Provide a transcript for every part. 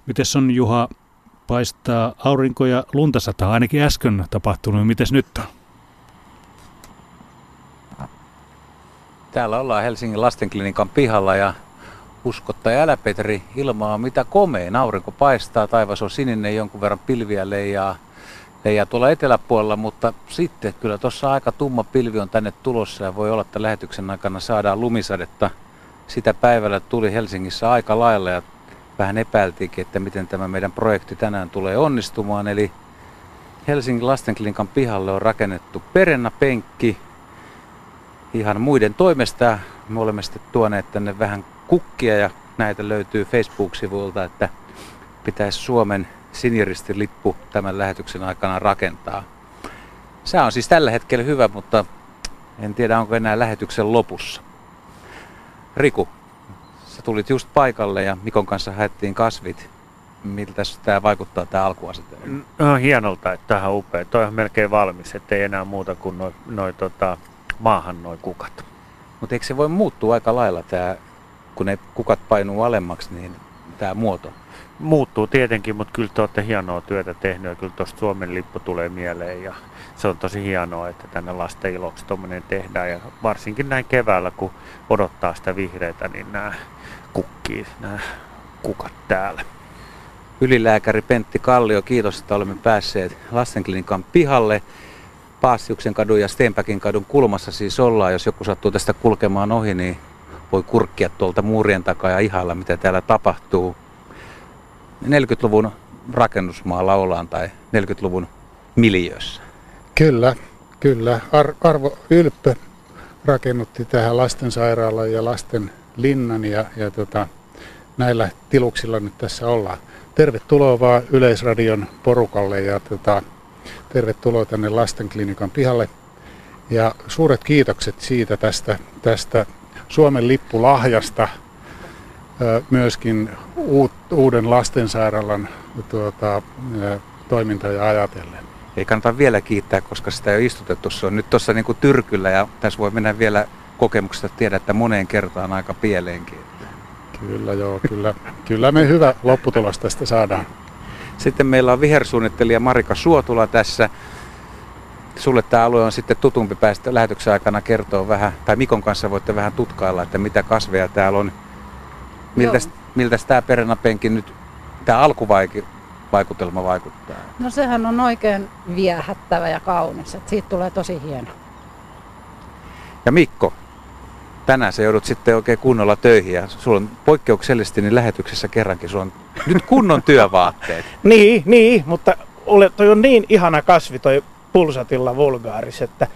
Mites on, Juha, paistaa aurinko ja lunta sataa, ainakin äsken tapahtunut. Mites nyt on? Täällä ollaan Helsingin lastenklinikan pihalla ja usko tai älä, Petri, ilma on mitä komein. Aurinko paistaa, taivas on sininen, jonkun verran pilviä leijaa tuolla eteläpuolella, mutta sitten kyllä tuossa aika tumma pilvi on tänne tulossa ja voi olla, että lähetyksen aikana saadaan lumisadetta. Sitä päivällä tuli Helsingissä aika lailla ja vähän epäiltiinkin, että miten tämä meidän projekti tänään tulee onnistumaan. Eli Helsingin lastenklinikan pihalle on rakennettu perennapenkki ihan muiden toimesta. Me olemme sitten tuoneet tänne vähän kukkia ja näitä löytyy Facebook-sivuilta, että pitäisi Suomen siniristin lippu tämän lähetyksen aikana rakentaa. Se on siis tällä hetkellä hyvä, mutta en tiedä onko enää lähetyksen lopussa. Riku, sä tulit just paikalle ja Mikon kanssa haettiin kasvit. Miltä tämä vaikuttaa tämä alkuasetelma? No, hienolta, että tähän on upea. Toi on melkein valmis, ettei enää muuta kuin maahan noi kukat. Mutta eikö se voi muuttua aika lailla tämä, kun ne kukat painuu alemmaksi, niin tämä muoto? Muuttuu tietenkin, mutta kyllä te olette hienoa työtä tehnyt ja kyllä tuosta Suomen lippu tulee mieleen ja se on tosi hienoa, että tänne lasten iloksi tuommoinen tehdään ja varsinkin näin keväällä, kun odottaa sitä vihreitä, niin nämä kukkii, nämä kukat täällä. Ylilääkäri Pentti Kallio, kiitos, että olemme päässeet lastenklinikan pihalle. Paasiuksen kadun ja Stenbackin kadun kulmassa siis ollaan. Jos joku sattuu tästä kulkemaan ohi, niin voi kurkkia tuolta muurien takaa ja ihailla, mitä täällä tapahtuu. 40-luvun rakennusmaalla ollaan tai 40-luvun miljöössä. Kyllä. Arvo Ylppö rakennutti tähän lastensairaalan ja lasten linnan ja näillä tiluksilla nyt tässä ollaan. Tervetuloa vaan Yleisradion porukalle ja tervetuloa tänne lastenklinikan pihalle. Ja suuret kiitokset siitä tästä Suomen lippulahjasta myöskin uuden lastensairaalan toimintoja ajatellen. Ei kannata vielä kiittää, koska sitä ei ole istutettu. Se on nyt tuossa niin kuin tyrkyllä ja tässä voi mennä vielä kokemuksesta tiedä, että moneen kertaan aika pieleenkin. Kyllä me hyvä lopputulos tästä saadaan. Sitten meillä on vihersuunnittelija Marika Suotula tässä. Sulle tämä alue on sitten tutumpi, päästä lähetyksen aikana kertoa vähän, tai Mikon kanssa voitte vähän tutkailla, että mitä kasveja täällä on. Miltä tämä perennapenkin nyt, tämä alkuvaikutelma vaikuttaa? No sehän on oikein viehättävä ja kaunis, että siitä tulee tosi hieno. Ja Mikko, tänään sä joudut sitten oikein kunnolla töihin ja sulla on poikkeuksellisesti niin lähetyksessä kerrankin, sulla on nyt kunnon työvaatteet. Niin, mutta toi on niin ihana kasvi toi Pulsatilla vulgaris, että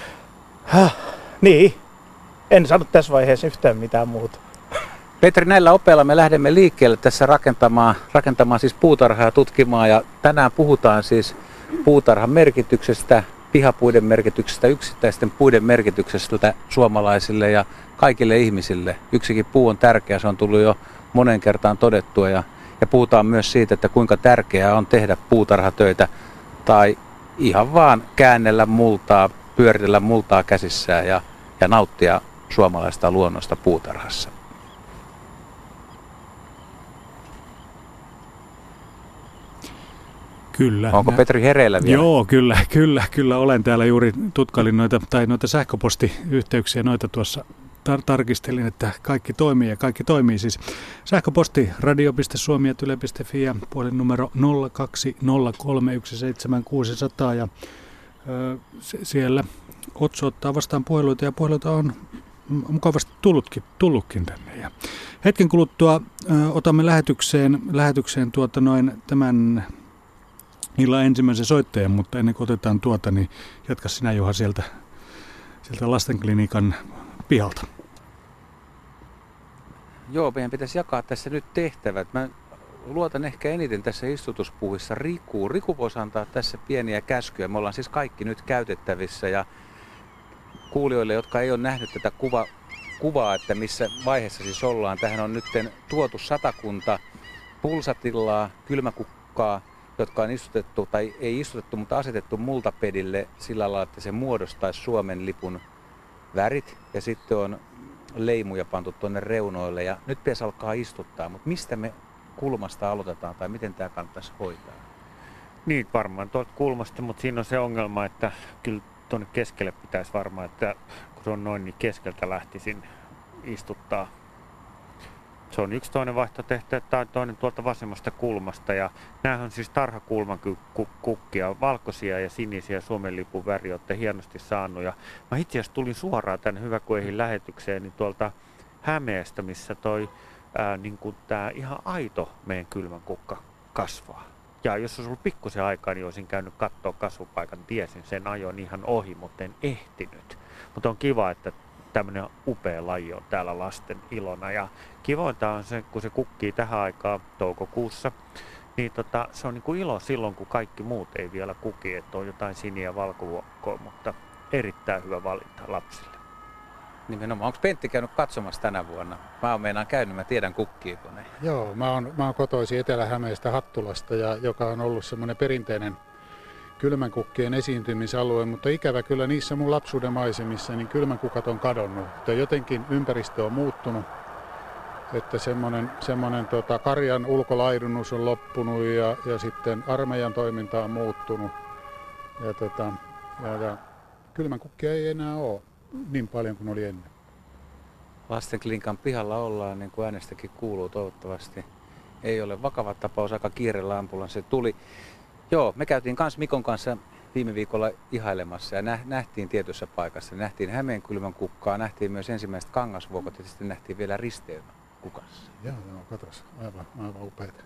niin, en sano tässä vaiheessa yhtään mitään muuta. Petri, näillä opeilla me lähdemme liikkeelle tässä rakentamaan siis puutarhaa tutkimaan ja tänään puhutaan siis puutarhan merkityksestä, pihapuiden merkityksestä, yksittäisten puiden merkityksestä suomalaisille ja kaikille ihmisille. Yksikin puu on tärkeä, se on tullut jo monen kertaan todettua ja puhutaan myös siitä, että kuinka tärkeää on tehdä puutarhatöitä tai ihan vaan käännellä multaa, pyöritellä multaa käsissään ja nauttia suomalaista luonnosta puutarhassa. Kyllä. Onko Petri hereillä vielä? Joo, kyllä. Olen täällä juuri tutkailin noita sähköpostiyhteyksiä, noita tuossa tarkistelin, että kaikki toimii ja kaikki toimii siis. Sähköposti radio.suomi@yle.fi ja puhelinnumero 0203176600 ja siellä Otso ottaa vastaan puheluita ja puheluita on mukavasti tullutkin tänne. Ja hetken kuluttua otamme lähetykseen tämän illan ensimmäisen soittajan, mutta ennen kuin otetaan niin jatka sinä, Juha, sieltä lastenklinikan pihalta. Joo, meidän pitäisi jakaa tässä nyt tehtävät. Mä luotan ehkä eniten tässä istutuspuuhissa Rikuun. Riku voisi antaa tässä pieniä käskyjä. Me ollaan siis kaikki nyt käytettävissä ja kuulijoille, jotka ei ole nähnyt tätä kuvaa, että missä vaiheessa siis ollaan. Tähän on nyt tuotu 100 pulsatillaa, kylmäkukkaa, jotka on istutettu, tai ei istutettu, mutta asetettu multapedille sillä lailla, että se muodostaisi Suomen lipun värit. Ja sitten on leimuja pantu tuonne reunoille ja nyt pitäisi alkaa istuttaa. Mutta mistä me kulmasta aloitetaan tai miten tämä kannattaisi hoitaa? Niin, varmaan tuolta kulmasta, mutta siinä on se ongelma, että kyllä tuonne keskelle pitäisi varmaan, että kun se on noin, niin keskeltä lähtisin istuttaa. Se on yksi toinen vaihtoehto, tai toinen tuolta vasemmasta kulmasta. Ja nämähän on siis tarhakulman kukkia, valkoisia ja sinisiä Suomen lipun väri, olette hienosti saanut. Ja mä itse asiassa tulin suoraan tänne Hyvä kuin Eihin lähetykseen niin tuolta Hämeestä, missä toi niin tämä ihan aito meidän kylmän kukka kasvaa. Ja jos olisi ollut pikkusen aikaa, niin olisin käynyt katsoa kasvupaikan. Tiesin sen ajon ihan ohi, mutta en ehtinyt. Mutta on kiva, että tämmöinen upea laji on täällä lasten ilona. Ja kivointa on se, kun se kukkii tähän aikaan toukokuussa, niin se on niin kuin ilo silloin, kun kaikki muut ei vielä kuki. Että on jotain siniä ja valkovuokkoa, mutta erittäin hyvä valinta lapsille. Nimenomaan. Onko Pentti käynyt katsomassa tänä vuonna? Mä oon meinaan käynyt, mä tiedän kukkiiko ne. Joo, mä oon kotoisin Etelä-Hämeestä Hattulasta, joka on ollut semmoinen perinteinen kylmänkukkien esiintymisalue, mutta ikävä kyllä niissä mun lapsuuden maisemissa niin kylmänkukat on kadonnut. Että jotenkin ympäristö on muuttunut, että semmoinen karjan ulkolaidunnus on loppunut ja sitten armeijan toiminta on muuttunut. Ja kylmänkukkia ei enää ole niin paljon kuin oli ennen. Lastenklinikan pihalla ollaan, niin kuin äänestäkin kuuluu toivottavasti. Ei ole vakava tapaus, aika kiireellä ambulanssi tuli. Joo, me käytiin Mikon kanssa viime viikolla ihailemassa ja nähtiin tietyssä paikassa. Nähtiin Hämeen kylmänkukkaa, nähtiin myös ensimmäiset kangasvuokot ja sitten nähtiin vielä risteymä kukassa. Joo, katos, aivan upeita.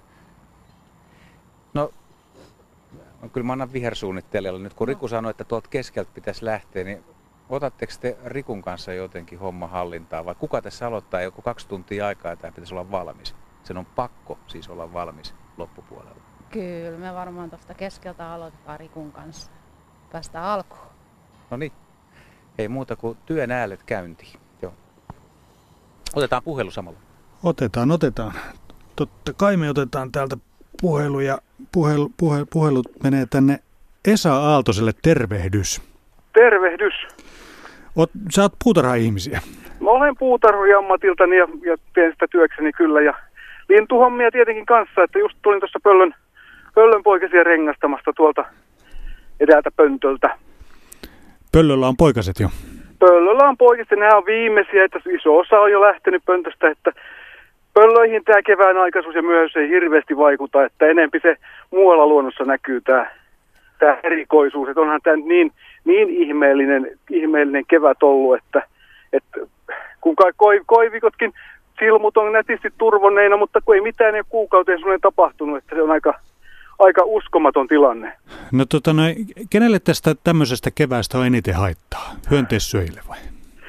No, kyllä mä annan vihersuunnittelijalle. Nyt kun Riku sanoi, että tuolta keskeltä pitäisi lähteä, niin otatteko te Rikun kanssa jotenkin homma hallintaa vai kuka tässä aloittaa joku 2 tuntia aikaa ja tämä pitäisi olla valmis? Sen on pakko siis olla valmis loppupuolella. Kyllä, me varmaan tuosta keskeltä aloitetaan Rikun kanssa. Päästään alkuun. No niin, ei muuta kuin työn äälet käyntiin. Joo. Otetaan puhelu samalla. Otetaan. Totta kai me otetaan täältä puhelu ja puhelut menee tänne Esa Aaltoselle. Tervehdys. Tervehdys. Sä oot puutarha-ihmisiä. Mä olen puutarhuja ammatiltani ja teen sitä työkseni kyllä. Ja lintuhommia tietenkin kanssa, että just tulin tuossa pöllön poikasia rengastamasta tuolta edeltä pöntöltä. Pöllöllä on poikaset jo. Pöllöllä on poikaset, nämä on viimeisiä, että iso osa on jo lähtenyt pöntöstä, että pöllöihin tämä kevään aikaisuus ja myöhäisyys ei hirveästi vaikuta, että enempi se muualla luonnossa näkyy tämä erikoisuus, että onhan tämä niin ihmeellinen kevät ollut, että kun koivikotkin silmut on nätisti turvonneina, mutta kun ei mitään ei kuukauteen sellainen tapahtunut, että se on aika uskomaton tilanne. No kenelle tästä tämmöisestä keväästä on eniten haittaa? Hyönteissyöjille vai?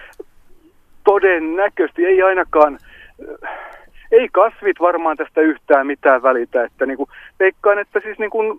Todennäköisesti, ei ainakaan. Ei kasvit varmaan tästä yhtään mitään välitä, että veikkaan, että siis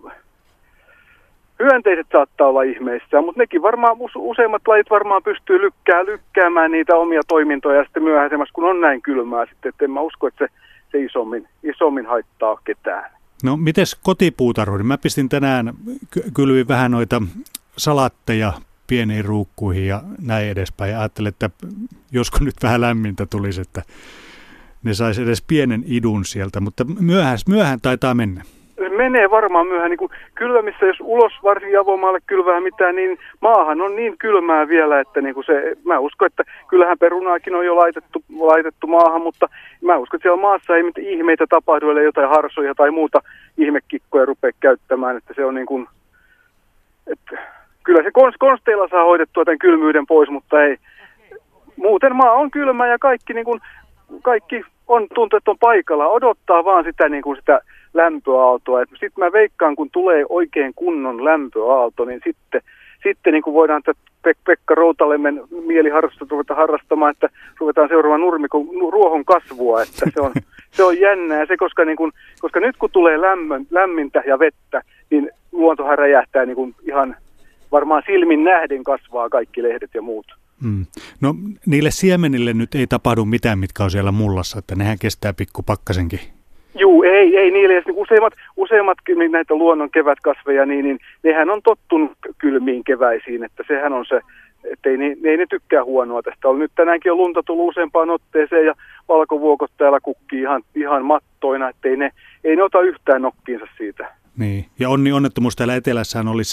hyönteiset saattaa olla ihmeissään, mutta nekin varmaan, useimmat lajit varmaan pystyy lykkäämään niitä omia toimintoja sitten myöhäisemmässä, kun on näin kylmää sitten, että en mä usko, että se isommin haittaa ketään. No mites kotipuutarhuuden? Mä pistin tänään kylvin vähän noita salatteja pieniin ruukkuihin ja näin edespäin. Ja ajattelin, että josko nyt vähän lämmintä tulisi, että ne saisi edes pienen idun sieltä, mutta myöhään taitaa mennä. Menee varmaan myöhään. Kylvämissä, jos ulos varsinkin avomaalle kylvää mitään, niin maahan on niin kylmää vielä, että mä uskon, että kyllähän perunaakin on jo laitettu maahan, mutta mä uskon, että siellä maassa ei mitään ihmeitä tapahdu, ellei jotain harsoja tai muuta ihmekikkoja rupea käyttämään, että se on että kyllä se konsteilla saa hoidettua tämän kylmyyden pois, mutta ei. Muuten maa on kylmä ja kaikki tuntuu, että on paikalla, odottaa vaan sitä sitä lämpöaaltoa. Sitten mä veikkaan, kun tulee oikein kunnon lämpöaalto, niin sitten voidaan Pekka Routalemmen mieliharrastusta ruveta harrastamaan, että ruvetaan seuraamaan nurmikon ruohon kasvua, että se on jännää. Se, koska nyt kun tulee lämmintä ja vettä, niin luontohan räjähtää ihan varmaan silmin nähden kasvaa kaikki lehdet ja muut. No niille siemenille nyt ei tapahdu mitään, mitkä on siellä mullassa, että nehän kestää pikkupakkasenkin. Juu, ei niille. Useimmat näitä luonnon kevätkasveja, niin nehän on tottunut kylmiin keväisiin, että sehän on ei ne tykkää huonoa tästä. Nyt tänäänkin on lunta tullut useampaan otteeseen ja valkovuokot täällä kukkii ihan mattoina, että ei ne ota yhtään nokkiinsa siitä. Niin, ja onnettomuus täällä etelässähän oli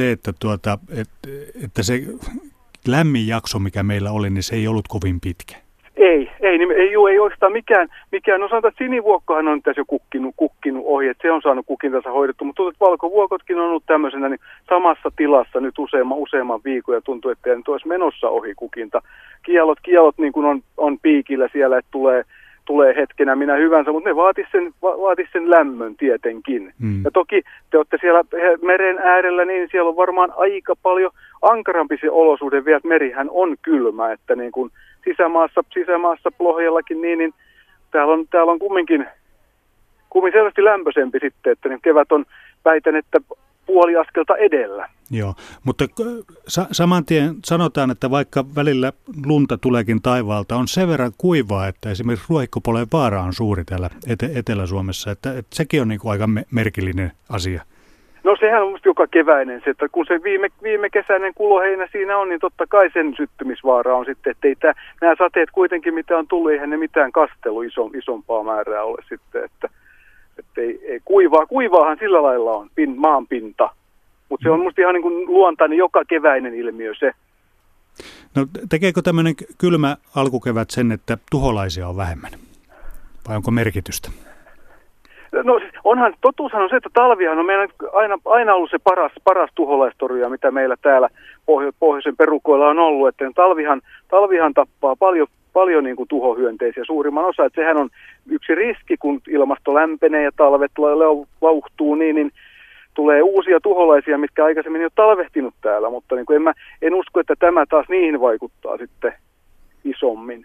että se lämmin jakso, mikä meillä oli, niin se ei ollut kovin pitkä. Ei oikeastaan mikään. No sanotaan, että sinivuokkohan on tässä jo kukkinut ohi, että se on saanut kukintansa hoidettu, mutta tuntuu, että valkovuokotkin on ollut tämmöisenä niin samassa tilassa nyt useamman viikon ja tuntuu, että ei nyt olisi menossa ohi kukinta. Kielot niin kuin on piikillä siellä, että tulee hetkenä minä hyvänsä, mutta ne vaatis sen lämmön tietenkin. Ja toki te olette siellä meren äärellä, niin siellä on varmaan aika paljon ankarampi se olosuhde vielä, että merihän on kylmä, että niin kuin sisämaassa Lohjallakin niin täällä on kumminkin selvästi lämpöisempi sitten, että niin kevät on väitän, että puoli askelta edellä. Joo, mutta saman tien sanotaan, että vaikka välillä lunta tuleekin taivaalta, on sen verran kuivaa, että esimerkiksi ruohikkopoleen vaara on suuri täällä Etelä-Suomessa, että sekin on niin kuin aika merkillinen asia. No sehän on musta joka keväinen se, että kun se viime kesäinen kuloheinä siinä on, niin totta kai sen syttymisvaara on sitten, että nämä sateet kuitenkin mitä on tullut, eihän ne mitään kastelu isompaa määrää ole sitten, että ei kuivaahan sillä lailla on maan pinta, mutta se on musta ihan niin kuin luontainen joka keväinen ilmiö se. No tekeekö tämmöinen kylmä alkukevät sen, että tuholaisia on vähemmän, vai onko merkitystä? No totuushan on se, että talvihan on meillä aina ollut se paras tuholaistorjuja, mitä meillä täällä pohjoisen perukoilla on ollut, että talvihan tappaa paljon niin kuin tuhohyönteisiä suurimman osa, että sehän on yksi riski, kun ilmasto lämpenee ja talvet lauhtuu, niin tulee uusia tuholaisia, mitkä aikaisemmin ei ole talvehtinut täällä, mutta niin kuin en usko, että tämä taas niihin vaikuttaa sitten isommin.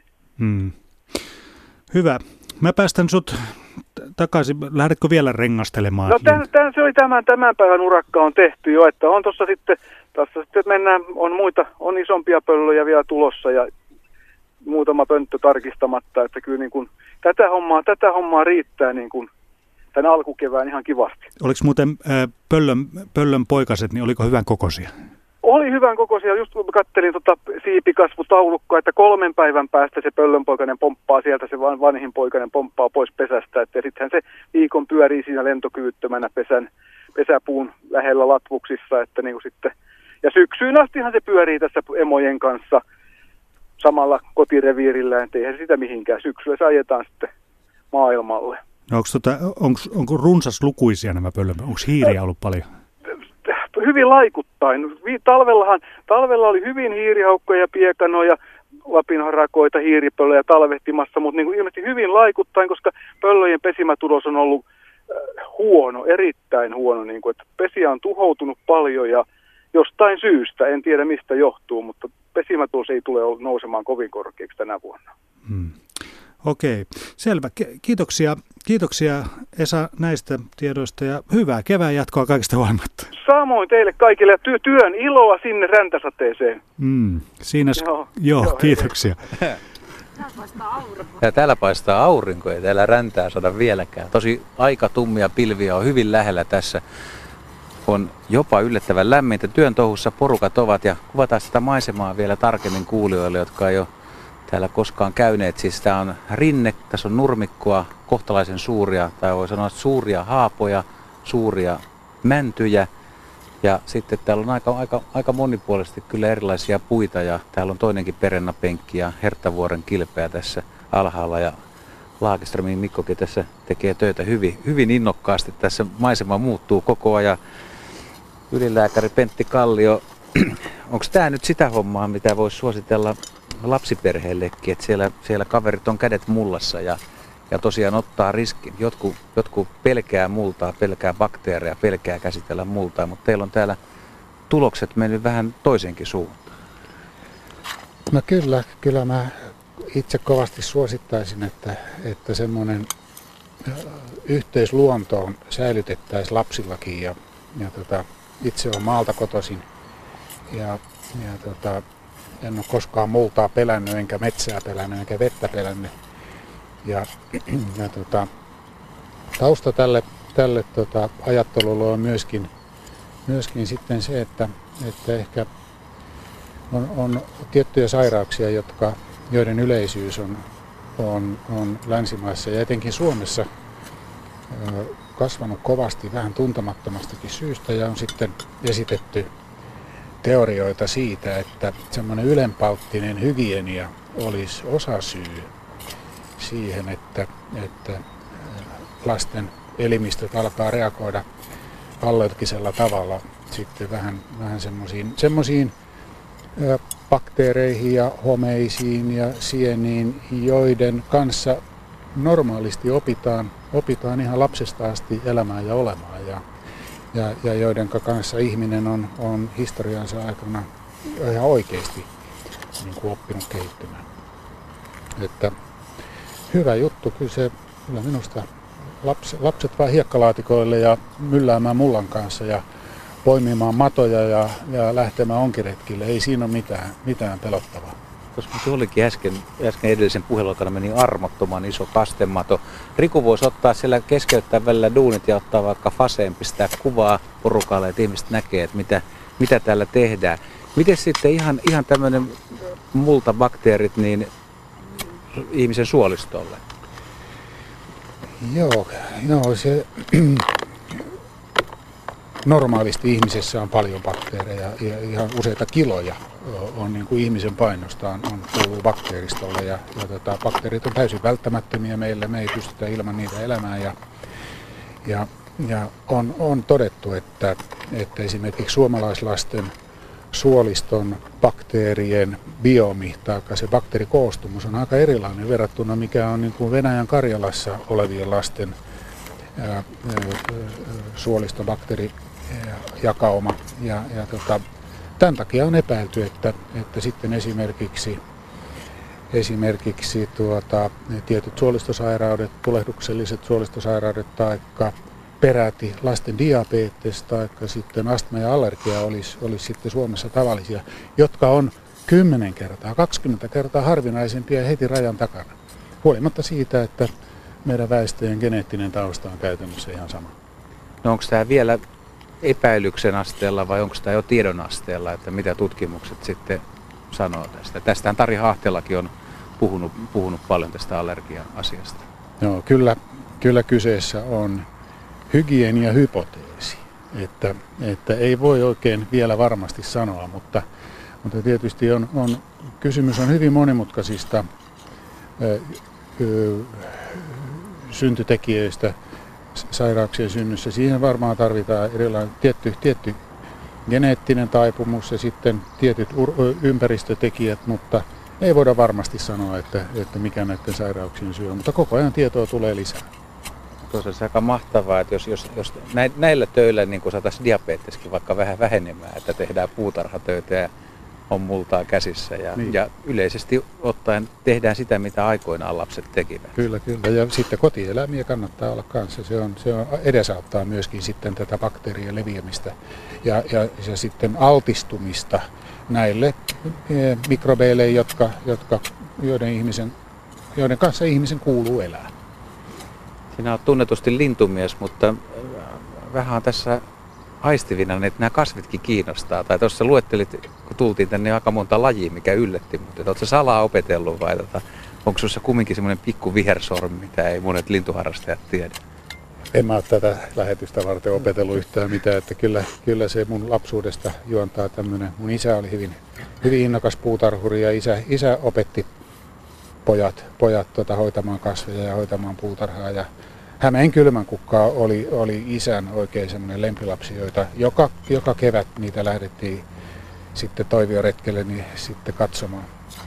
Hyvä. Mä päästän sut takaisin. Lähdetkö vielä rengastelemaan? No se oli tämän päivän urakka on tehty jo, että on tässä sitten mennään, on isompia pöllöjä vielä tulossa ja muutama pönttö tarkistamatta, että kyllä niin kuin tätä hommaa riittää niin kuin tämän alkukevään ihan kivasti. Oliko muuten pöllön poikaset, niin oliko hyvän kokoisia? Oli hyvän kokoisia. Just kun katselin siipikasvutaulukkoa, että 3 päivän päästä se pöllönpoikainen pomppaa sieltä, se vanhin poikainen pomppaa pois pesästä. Että sittenhän se viikon pyörii siinä lentokyvyttömänä pesäpuun lähellä latvuksissa. Että niin kuin sitten, ja syksyyn astihan se pyörii tässä emojen kanssa samalla kotireviirillä, että eihän sitä mihinkään. Syksyllä se ajetaan sitten maailmalle. No onko runsaslukuisia nämä pöllön? Onko hiiriä ollut paljon? Hyvin laikuttain. Talvella oli hyvin hiirihaukkoja ja piekanoja, lapinharakoita, hiiripöllöjä talvehtimassa, mutta niin kuin ilmeisesti hyvin laikuttain, koska pöllöjen pesimätulos on ollut erittäin huono. Niin kuin, että pesiä on tuhoutunut paljon ja jostain syystä, en tiedä mistä johtuu, mutta pesimätulos ei tule nousemaan kovin korkeaksi tänä vuonna. Okei, selvä. Kiitoksia Esa näistä tiedoista ja hyvää kevään jatkoa kaikista huolimatta. Samoin teille kaikille ja työn iloa sinne räntäsateeseen. Joo, kiitoksia. Ja täällä paistaa aurinko, ei täällä räntää saada vieläkään. Tosi aika tummia pilviä on hyvin lähellä tässä. On jopa yllättävän lämmintä. Työn touhussa porukat ovat ja kuvataan sitä maisemaa vielä tarkemmin kuulijoille, jotka ei ole täällä koskaan käyneet. Siis tää on rinne, tässä on nurmikkoa, kohtalaisen suuria, tai voi sanoa suuria haapoja, suuria mäntyjä. Ja sitten täällä on aika monipuolisesti kyllä erilaisia puita ja täällä on toinenkin perennapenkki ja Herttavuoren kilpeä tässä alhaalla. Ja Lagerströmin Mikkokin tässä tekee töitä hyvin innokkaasti. Tässä maisema muuttuu koko ajan. Ylilääkäri Pentti Kallio, onko tämä nyt sitä hommaa, mitä voisi suositella lapsiperheellekin, että siellä kaverit on kädet mullassa ja tosiaan ottaa riskin. Jotkut pelkää multaa, pelkää bakteereja, pelkää käsitellä multaa, mutta teillä on täällä tulokset mennyt vähän toisenkin suuntaan. No kyllä mä itse kovasti suosittaisin, että semmoinen yhteys luontoon säilytettäisiin lapsillakin ja itse olen maalta kotoisin ja en ole koskaan multaa pelännyt, enkä metsää pelännyt, enkä vettä pelännyt. Ja tausta tälle ajattelulle on myöskin sitten se, että ehkä on tiettyjä sairauksia, joiden yleisyys on länsimaissa ja etenkin Suomessa kasvanut kovasti vähän tuntemattomastakin syystä, ja on sitten esitetty teorioita siitä, että semmoinen ylenpalttinen hygienia olisi osasyy siihen, että lasten elimistöt alkaa reagoida allergisella tavalla sitten vähän semmoisiin bakteereihin ja homeisiin ja sieniin, joiden kanssa normaalisti opitaan ihan lapsesta asti elämään ja olemaan ja joiden kanssa ihminen on historiansa aikana ihan oikeasti niin kuin oppinut kehittymään. Että hyvä juttu, kyllä minusta lapset vaan hiekkalaatikoille ja mylläämään mullan kanssa ja poimimaan matoja ja lähtemään onkiretkille. Ei siinä ole mitään pelottavaa. Tuossa olikin äsken edellisen puhelun aikana meni armottoman iso kastemato. Riku voisi ottaa siellä, keskeyttää välillä duunit ja ottaa vaikka faseen, pistää kuvaa porukalle, että ihmiset näkee, että mitä täällä tehdään. Miten sitten ihan tämmöinen multabakteerit niin ihmisen suolistolle? Joo, se normaalisti ihmisessä on paljon bakteereja ja ihan useita kiloja on niin kuin ihmisen painostaan kuuluu bakteeristolle ja bakteerit on täysin välttämättömiä meille, me ei pystytä ilman niitä elämään ja on todettu, että esimerkiksi suomalaislasten suoliston bakteerien biomi tai se bakteerikoostumus on aika erilainen verrattuna mikä on niin kuin Venäjän Karjalassa olevien lasten suoliston bakteerijakauma ja tämän takia on epäilty, että sitten esimerkiksi tietyt suolistosairaudet, tulehdukselliset suolistosairaudet tai peräti lasten diabetes tai sitten astma ja allergia olisi sitten Suomessa tavallisia, jotka on 10 kertaa, 20 kertaa harvinaisempia heti rajan takana. Huolimatta siitä, että meidän väestöjen geneettinen tausta on käytännössä ihan sama. No onko tämä vielä epäilyksen asteella vai onko tämä jo tiedon asteella, että mitä tutkimukset sitten sanoo tästä? Tästähän Tari Hahtelakin on puhunut paljon tästä allergia-asiasta. No, kyllä kyseessä on hygieniahypoteesi, että ei voi oikein vielä varmasti sanoa, mutta tietysti kysymys on hyvin monimutkaisista syntytekijöistä sairauksien synnyssä. Siihen varmaan tarvitaan erilainen tietty geneettinen taipumus ja sitten tietyt ympäristötekijät, mutta ei voida varmasti sanoa, että mikä näiden sairauksien syy on, mutta koko ajan tietoa tulee lisää. Tuossa olisi aika mahtavaa, että jos näillä töillä niin saataisiin diabeteskin vaikka vähän vähenemään, että tehdään puutarhatöitä ja on multaa käsissä ja yleisesti ottaen tehdään sitä, mitä aikoinaan lapset tekivät. Kyllä. Ja sitten kotieläimiä kannattaa olla kanssa. Se edesauttaa myöskin sitten tätä bakteerien leviämistä ja sitten altistumista näille mikrobeille, joiden kanssa ihmisen kuuluu elää. Sinä olet tunnetusti lintumies, mutta vähän on tässä aistivina, että nämä kasvitkin kiinnostaa. Tai tuossa luettelit, kun tultiin tänne aika monta lajia, mikä yllätti, mutta oletko salaa opetellut vai onko sinussa kumminkin semmoinen pikku vihersormi, mitä ei monet lintuharrastajat tiedä? En mä ole tätä lähetystä varten opetellut yhtään mitään, että kyllä se mun lapsuudesta juontaa tämmöinen. Mun isä oli hyvin innokas puutarhuri ja isä opetti pojat hoitamaan kasveja ja hoitamaan puutarhaa. Ja Hämeen kylmänkukka oli isän oikein semmoinen lempilapsi, joita joka kevät niitä lähdettiin sitten Toivio-retkelle niin sitten katsomaan.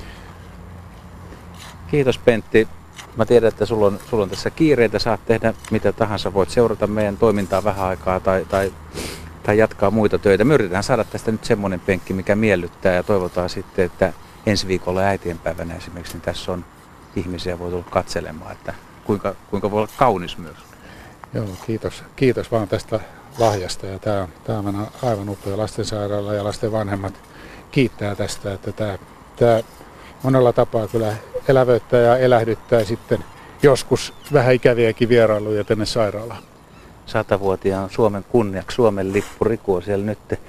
Kiitos Pentti. Mä tiedän, että sulla on tässä kiireitä, saat tehdä mitä tahansa, voit seurata meidän toimintaa vähän aikaa tai jatkaa muita töitä. Me yritetään saada tästä nyt semmoinen penkki, mikä miellyttää ja toivotaan sitten, että ensi viikolla äitienpäivänä esimerkiksi niin tässä on ihmisiä voi tulla katselemaan, että kuinka voi olla kaunis myös. Joo, kiitos vaan tästä lahjasta ja tämä on aivan upea. Lastensairaala ja lasten vanhemmat kiittää tästä, että tämä monella tapaa kyllä elävöittää ja elähdyttää sitten joskus vähän ikäviäkin vierailuja tänne sairaalaan. 100-vuotiaan Suomen kunniaksi Suomen lippu Riku on siellä nyt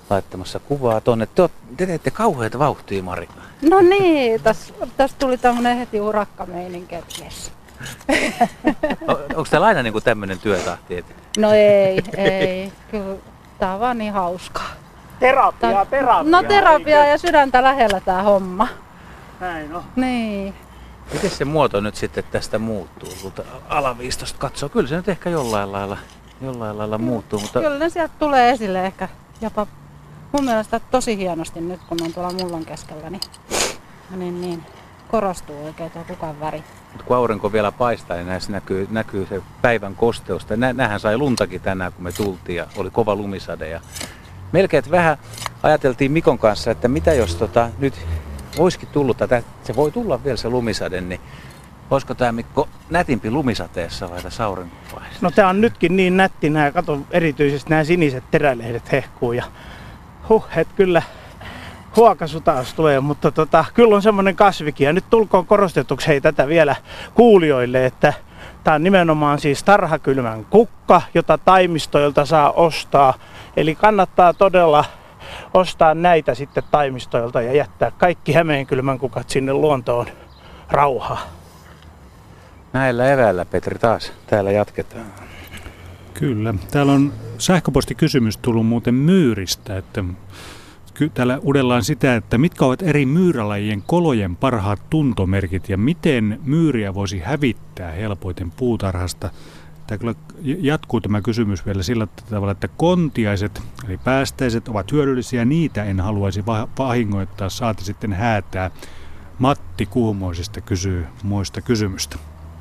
laittamassa kuvaa tuonne. Te teette kauheita vauhtia, Marika. No niin, tässä tuli tämmönen heti urakkameininki, että jes. Onko täällä aina niin tämmöinen työtahti? No ei. Kyllä tää on vaan niin hauskaa. Terapia. No terapiaa ja sydäntä lähellä tää homma. Näin on. Niin. Miten se muoto nyt sitten tästä muuttuu, kun alaviistosta katsoo? Kyllä se nyt ehkä jollain lailla muuttuu. Mutta... Kyllä ne sieltä tulee esille ehkä jopa mun mielestä tosi hienosti nyt, kun on tuolla mullon keskellä, niin korostuu oikein tuo kukan väri. Mutta kun aurinko vielä paistaa, niin näissä näkyy se päivän kosteus. Nämähän sai luntakin tänään, kun me tultiin ja oli kova lumisade. Ja melkein vähän ajateltiin Mikon kanssa, että mitä jos nyt olisikin tullut, se voi tulla vielä se lumisade, niin olisiko tämä Mikko nätimpi lumisateessa vai tässä aurinkopaistaa? No tää on nytkin niin nätti, kato erityisesti nämä siniset terälehdet hehkuu ja että kyllä huokasu taas tulee, mutta kyllä on semmoinen kasvikin ja nyt tulkoon korostetuksi hei tätä vielä kuulijoille, että tää on nimenomaan siis tarhakylmän kukka, jota taimistoilta saa ostaa, eli kannattaa todella ostaa näitä sitten taimistoilta ja jättää kaikki Hämeenkylmän kukat sinne luontoon rauhaa. Näillä eväillä, Petri, taas täällä jatketaan. Kyllä. Täällä on sähköpostikysymys tullut muuten myyristä, että täällä uudellaan sitä, että mitkä ovat eri myyrälajien kolojen parhaat tuntomerkit ja miten myyriä voisi hävittää helpoiten puutarhasta. Tämä kyllä jatkuu tämä kysymys vielä sillä tavalla, että kontiaiset eli päästäiset ovat hyödyllisiä, niitä en haluaisi vahingoittaa, saati sitten häätää. Matti Kuhmoisista kysyy muista kysymystä.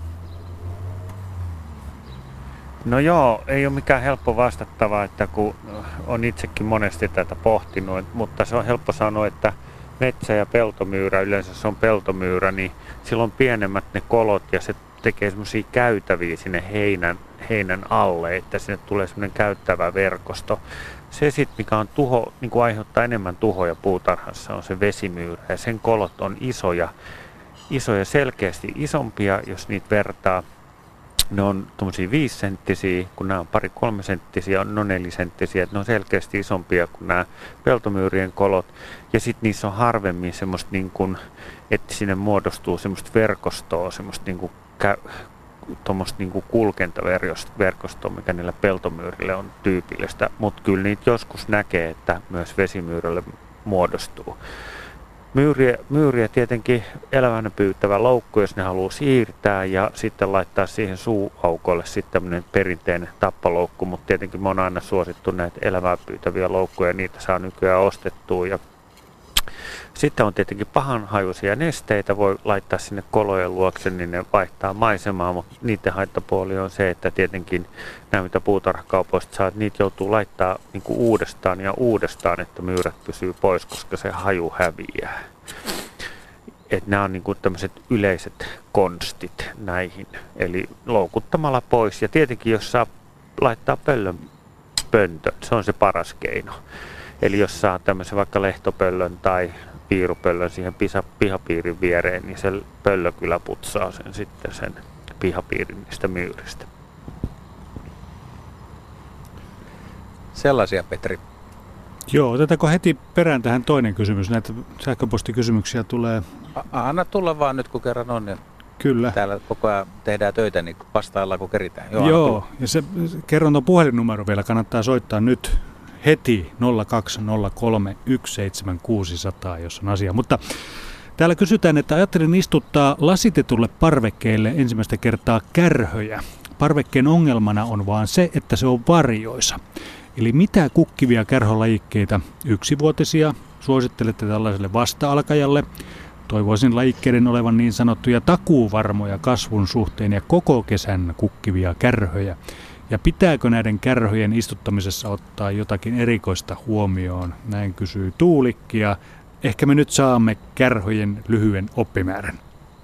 No joo, ei ole mikään helppo vastattava, että kun on itsekin monesti tätä pohtinut, mutta se on helppo sanoa, että metsä- ja peltomyyrä, yleensä se on peltomyyrä, niin silloin pienemmät ne kolot ja se tekee semmoisia käytäviä sinne heinän alle, että sinne tulee semmoinen käyttävä verkosto. Se sitten, mikä on niin kuin aiheuttaa enemmän tuhoja puutarhassa, on se vesimyyrä ja sen kolot on isoja selkeästi isompia, jos niitä vertaa. Ne on tuommoisia 5-senttisiä, kun nämä on 2-3 senttisiä, on 4-senttisiä, että ne on selkeästi isompia kuin nämä peltomyyrien kolot. Ja sitten niissä on harvemmin semmoista, niin kuin, että sinne muodostuu semmoista verkostoa, semmoista niin kuin tuommoista niin kuin kulkentaverkostoa, mikä niillä peltomyyrille on tyypillistä. Mutta kyllä niitä joskus näkee, että myös vesimyyrälle muodostuu. Myyriä tietenkin elävänä pyytävä loukku, jos ne haluaa siirtää ja sitten laittaa siihen suuaukolle sitten tämmöinen perinteinen tappaloukku, mutta tietenkin me on aina suosittu näitä elävää pyytäviä loukkuja ja niitä saa nykyään ostettua. Ja sitten on tietenkin pahanhajuisia nesteitä, voi laittaa sinne kolojen luokse, niin ne vaihtaa maisemaa, mutta niiden haittapuoli on se, että tietenkin nämä mitä puutarhakaupoista saa, niitä joutuu laittaa niin kuin uudestaan ja uudestaan, että myyrät pysyy pois, koska se haju häviää. Et nämä on niin kuin tämmöiset yleiset konstit näihin, eli loukuttamalla pois. Ja tietenkin jos saa laittaa pöntön, se on se paras keino. Eli jos saa tämmöisen vaikka lehtopöllön tai piirupöllön siihen pihapiirin viereen, niin se pöllö kyllä putsaa sen pihapiirin niistä myyristä. Sellaisia, Petri. Joo, otetaanko heti perään tähän toinen kysymys? Näitä sähköpostikysymyksiä tulee. Anna tulla vaan nyt, kun kerran on. Kyllä. Täällä koko ajan tehdään töitä, niin vastaillaan, kun keritään. Joo, ja kerron tuon puhelinnumero vielä, kannattaa soittaa nyt heti 0203 17600, jos on asia. Mutta täällä kysytään, että ajattelin istuttaa lasitetulle parvekkeelle ensimmäistä kertaa kärhöjä. Parvekkeen ongelmana on vaan se, että se on varjoisa. Eli mitä kukkivia kärhölajikkeita yksivuotisia suosittelette tällaiselle vasta-alkajalle? Toivoisin lajikkeiden olevan niin sanottuja takuuvarmoja kasvun suhteen ja koko kesän kukkivia kärhöjä. Ja pitääkö näiden kärhöjen istuttamisessa ottaa jotakin erikoista huomioon? Näin kysyy Tuulikki ja ehkä me nyt saamme kärhöjen lyhyen oppimäärän.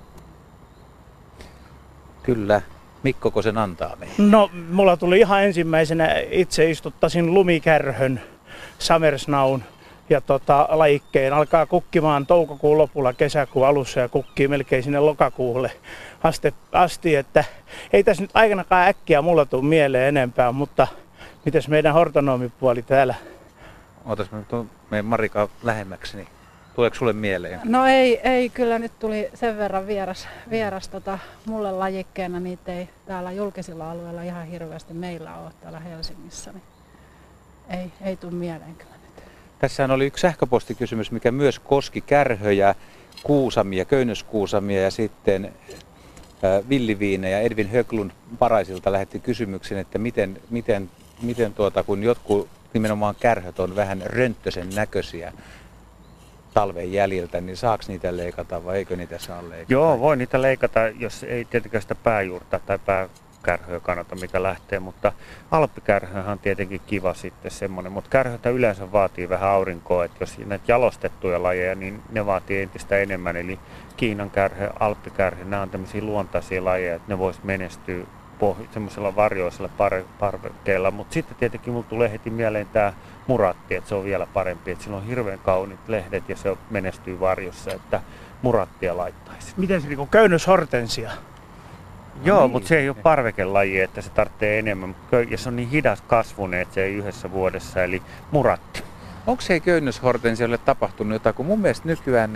Kyllä. Mikkoko sen antaa meille? No, mulla tuli ihan ensimmäisenä, itse istuttaisin lumikärhön, Summersnaun ja lajikkeen. Alkaa kukkimaan toukokuun lopulla, kesäkuun alussa ja kukkii melkein sinne lokakuulle asti, että ei tässä nyt aikanakaan äkkiä mulla tule mieleen enempää, mutta mitäs meidän hortonomipuoli täällä Ootas mä nyt menen Marika lähemmäksi, niin tuleeko sulle mieleen? No ei kyllä nyt tuli sen verran vieras mulle lajikkeena, niitä ei täällä julkisilla alueilla ihan hirveästi meillä ole täällä Helsingissä, niin ei tule mieleen kyllä nyt. Tässähän oli yksi sähköpostikysymys, mikä myös koski kärhöjä, kuusamia, köynnöskuusamia ja sitten villiviinejä. Edvin Höglund Paraisilta lähetti kysymyksen, että miten kun jotkut nimenomaan kärhöt on vähän rönttösen näköisiä talven jäljiltä, niin saako niitä leikata vai eikö niitä saa leikata? Joo, voi niitä leikata, jos ei tietenkään sitä pääjuurta tai pääkärhöä kannata, mikä lähtee, mutta alppikärhöhän on tietenkin kiva sitten semmoinen, mutta kärhötä yleensä vaatii vähän aurinkoa, että jos näitä jalostettuja lajeja, niin ne vaatii entistä enemmän, eli Kiinan kärhö, alppikärhö, nämä on tämmöisiä luontaisia lajeja, että ne vois menestyä semmoisella varjoisella parvekkeella, mutta sitten tietenkin mulla tulee heti mieleen tämä muratti, että se on vielä parempi, että sillä on hirveän kauniit lehdet ja se menestyy varjossa, että murattia laittaisi. Miten se niinku köynnöshortensia? Joo, niin. mutta se ei ole parvekelaji, että se tarvitsee enemmän, ja se on niin hidas kasvunen, että se ei yhdessä vuodessa, eli muratti. Onko se köynnöshortensiolle tapahtunut jotain, kun mun mielestä nykyään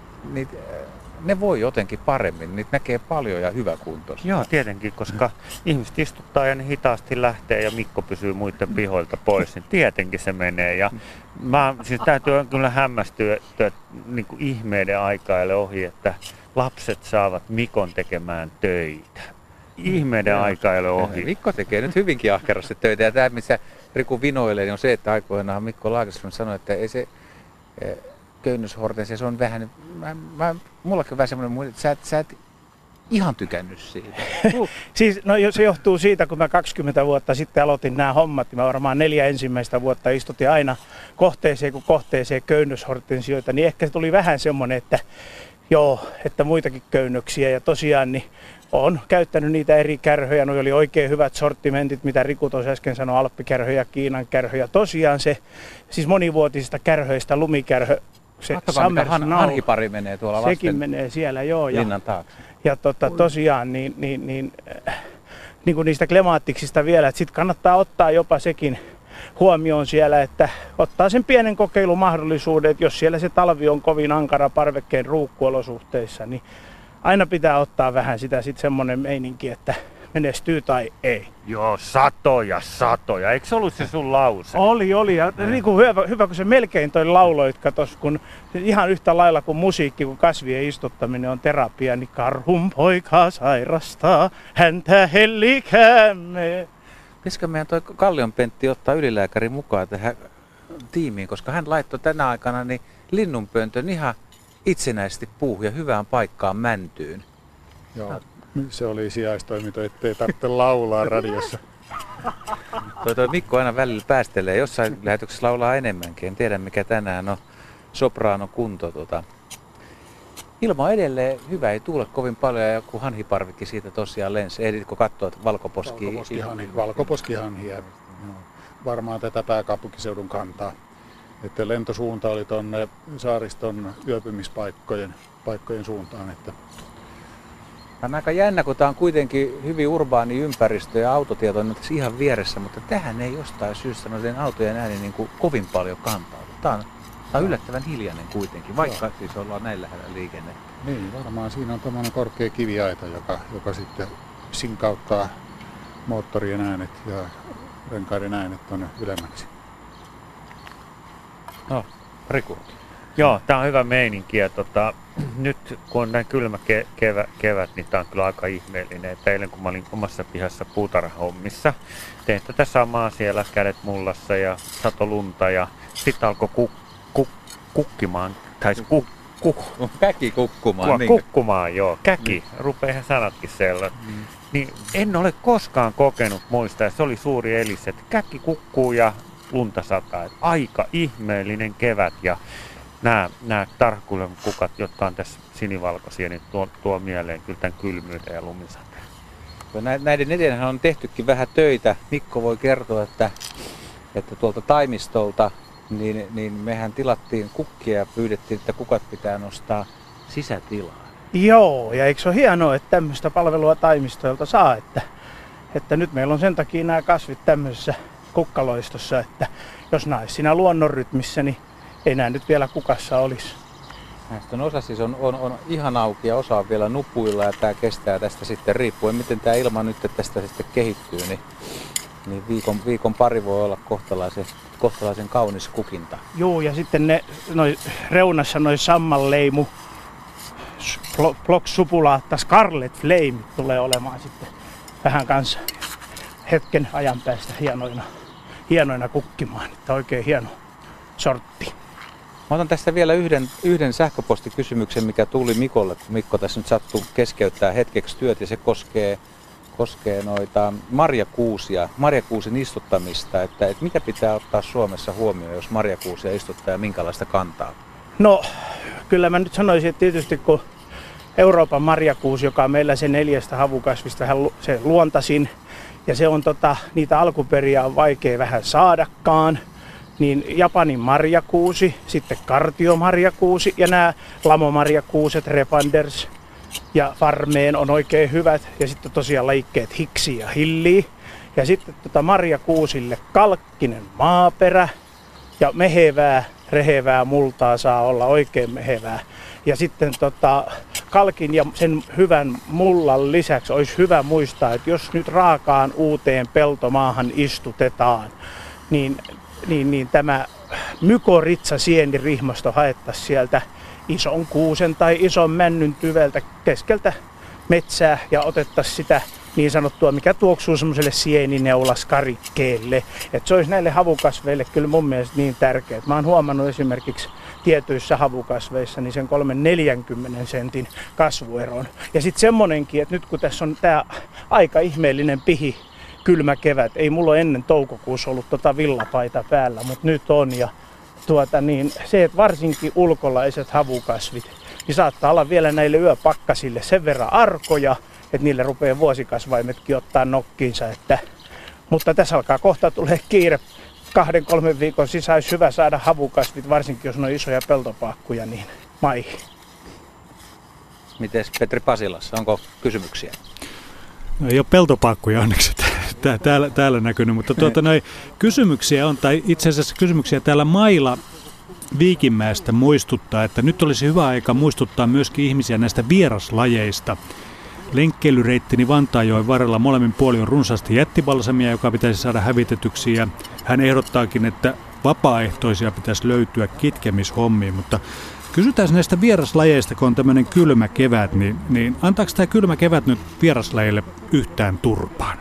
ne voi jotenkin paremmin, niitä näkee paljon ja hyväkuntoisia. Joo, tietenkin, koska ihmiset istuttaa ja ne hitaasti lähtee ja Mikko pysyy muiden pihoilta pois, niin tietenkin se menee. Ja siis täytyy kyllä hämmästyä niin kuin ihmeiden aikaille ohi, että lapset saavat Mikon tekemään töitä. Ihmeiden aikaille ohi. Mikko tekee nyt hyvinkin ahkerasti töitä ja tämä, missä Riku vinoilee, niin on se, että aikoinaan Mikko Lagerström sanoi, että ei se köynnöshortensia, se on vähän, mullakin on vähän semmoinen, että sä et ihan tykännyt siitä. Siis, no se johtuu siitä, kun mä 20 vuotta sitten aloitin nämä hommat, niin mä varmaan 4 ensimmäistä vuotta istutin aina kohteeseen köynnöshortensioita, niin ehkä se tuli vähän semmoinen, että joo, että muitakin köynnöksiä ja tosiaan niin olen käyttänyt niitä eri kärhöjä, ne oli oikein hyvät sortimentit, mitä Riku tuossa äsken sanoi, alppikärhö, Kiinan kärhö ja tosiaan se, siis monivuotisista kärhöistä lumikärhö, se hanhipari menee tuolla lasten sekin menee siellä, joo. Linnan taakse. Ja tosiaan niin kuin niistä klemaattiksista vielä, että sitten kannattaa ottaa jopa sekin huomioon siellä, että ottaa sen pienen kokeilumahdollisuuden, että jos siellä se talvi on kovin ankara parvekkeen ruukkuolosuhteissa, niin aina pitää ottaa vähän sitä sitten semmoinen meininki, että menestyy tai ei. Joo, satoja. Eikö se ollut se sun lause? Oli. Ja Riku, hyvä, kun se melkein toi lauloit, katos, kun ihan yhtä lailla kuin musiikki, kun kasvien istuttaminen on terapia, niin karhun poika sairastaa, häntä hellikäämme. Pitäisikö meidän toi Kallion Pentti ottaa ylilääkäri mukaan tähän tiimiin, koska hän laittoi tänä aikana niin linnunpöntön ihan itsenäisesti puuhun ja hyvään paikkaan mäntyyn. Joo, se oli sijaistoiminto, ettei tarvitse laulaa radiossa. Toi Mikko aina välillä päästelee, jossain lähetyksessä laulaa enemmänkin. En tiedä mikä tänään on sopraano kunto. Ilma on edelleen hyvä, ei tuule kovin paljon ja joku hanhiparvikin siitä tosiaan lensi. Ehditkö katsoa valkoposkihanhia. Varmaan tätä pääkaupunkiseudun kantaa. Että lentosuunta oli tuonne saariston yöpymispaikkojen suuntaan. Että tämä on aika jännä, kun tämä on kuitenkin hyvin urbaani ympäristö ja autotiet on nyt ihan vieressä, mutta tähän ei jostain syystä noiden autojen ääni niin kuin kovin paljon kantaudu. Tämä on yllättävän hiljainen kuitenkin, vaikka siis ollaan näin lähellä liikennettä. Niin, varmaan siinä on tämmöinen korkea kiviaita, joka sitten sinkauttaa moottorien äänet ja renkaiden äänet tuonne ylemmäksi. No, Riku. Joo, tää on hyvä meininki ja nyt kun on näin kylmä kevät, niin tää on kyllä aika ihmeellinen. Et eilen kun mä olin omassa pihassa puutarhahommissa, tein tätä samaa siellä kädet mullassa ja sato lunta ja sitten alkoi kukkimaan, Käki kukkumaan. Kukkumaan, joo. Käki, rupeehan sanatkin sellainen. Niin en ole koskaan kokenut muista, ja se oli suuri elis, että käki kukkuu ja lunta sataa. Aika ihmeellinen kevät ja nämä tarhkulen kukat, jotka on tässä sinivalkoisia, niin tuo mieleen kyllä tämän kylmyyden ja lumisateen. Näiden etenhän on tehtykin vähän töitä. Mikko voi kertoa, että tuolta taimistolta niin mehän tilattiin kukkia ja pyydettiin, että kukat pitää nostaa sisätilaa. Joo, ja eikö se ole hienoa, että tämmöistä palvelua taimistoilta saa, että nyt meillä on sen takia nämä kasvit tämmöisessä kukkaloistossa, että jos nämä olisi siinä luonnonrytmissä, niin ei nämä nyt vielä kukassa olisi. Näistä on osa siis on ihan auki ja osa on vielä nupuilla ja tämä kestää tästä sitten riippuen miten tämä ilma nyt tästä sitten kehittyy, niin viikon pari voi olla kohtalaisen kaunis kukinta. Joo, ja sitten reunassa noi sammalleimu, Blox subulata, Scarlet Flame tulee olemaan sitten vähän kanssa hetken ajan päästä hienoina kukkimaan, että oikein hieno sortti. Mä otan tästä vielä yhden sähköpostikysymyksen, mikä tuli Mikolle, kun Mikko tässä nyt sattuu keskeyttää hetkeksi työt ja se koskee noita marjakuusin istuttamista, että mitä pitää ottaa Suomessa huomioon, jos marjakuusia istuttaa ja minkälaista kantaa? No, kyllä mä nyt sanoisin, että tietysti kun Euroopan marjakuusi, joka on meillä se 4 havukasvista, se luontaisin, ja se on niitä alkuperiä on vaikea vähän saadakaan, niin Japanin marjakuusi, sitten kartiomarjakuusi ja nämä lamomarjakuuset, repanders ja farmeen on oikein hyvät. Ja sitten tosiaan lajikkeet hiksi ja hilli. Ja sitten marjakuusille kalkkinen maaperä ja mehevää, rehevää multaa saa olla oikein mehevää. Ja sitten kalkin ja sen hyvän mullan lisäksi olisi hyvä muistaa, että jos nyt raakaan uuteen peltomaahan istutetaan, niin tämä mykorrhizza sienirihmasto haettaisiin sieltä ison kuusen tai ison männyn tyveltä keskeltä metsää ja otettaisiin sitä niin sanottua, mikä tuoksuu semmoiselle sienineulaskarikkeelle. Että se olisi näille havukasveille kyllä mun mielestä niin tärkeää. Mä oon huomannut esimerkiksi tietyissä havukasveissa niin sen 3-40 sentin kasvueron. Ja sitten semmonenkin, että nyt kun tässä on tää aika ihmeellinen pihi, kylmä kevät. Ei mulla ole ennen toukokuussa ollut villapaita päällä, mutta nyt on. Ja se, että varsinkin ulkolaiset havukasvit, niin saattaa olla vielä näille yöpakkasille sen verran arkoja, että niille rupeaa vuosikasvaimetkin ottaa nokkiinsa. Mutta tässä alkaa kohta tulee kiire. 2-3 viikon sisään olisi hyvä saada havukasvit, varsinkin jos ne on isoja peltopakkuja, niin maihin. Mites Petri Pasilassa, onko kysymyksiä? No ei ole peltopakkuja onneksi täällä näkynyt, mutta kysymyksiä on, tai itse asiassa kysymyksiä täällä Maila Viikinmäestä muistuttaa, että nyt olisi hyvä aika muistuttaa myöskin ihmisiä näistä vieraslajeista. Lenkkeilyreittini Vantaajoen varrella molemmin puolin on runsaasti jättibalsamia, joka pitäisi saada hävitetyksi, ja hän ehdottaakin, että vapaaehtoisia pitäisi löytyä kitkemishommiin, mutta kysytään näistä vieraslajeista, kun on tämmöinen kylmä kevät, niin antaako tämä kylmä kevät nyt vieraslajille yhtään turpaan?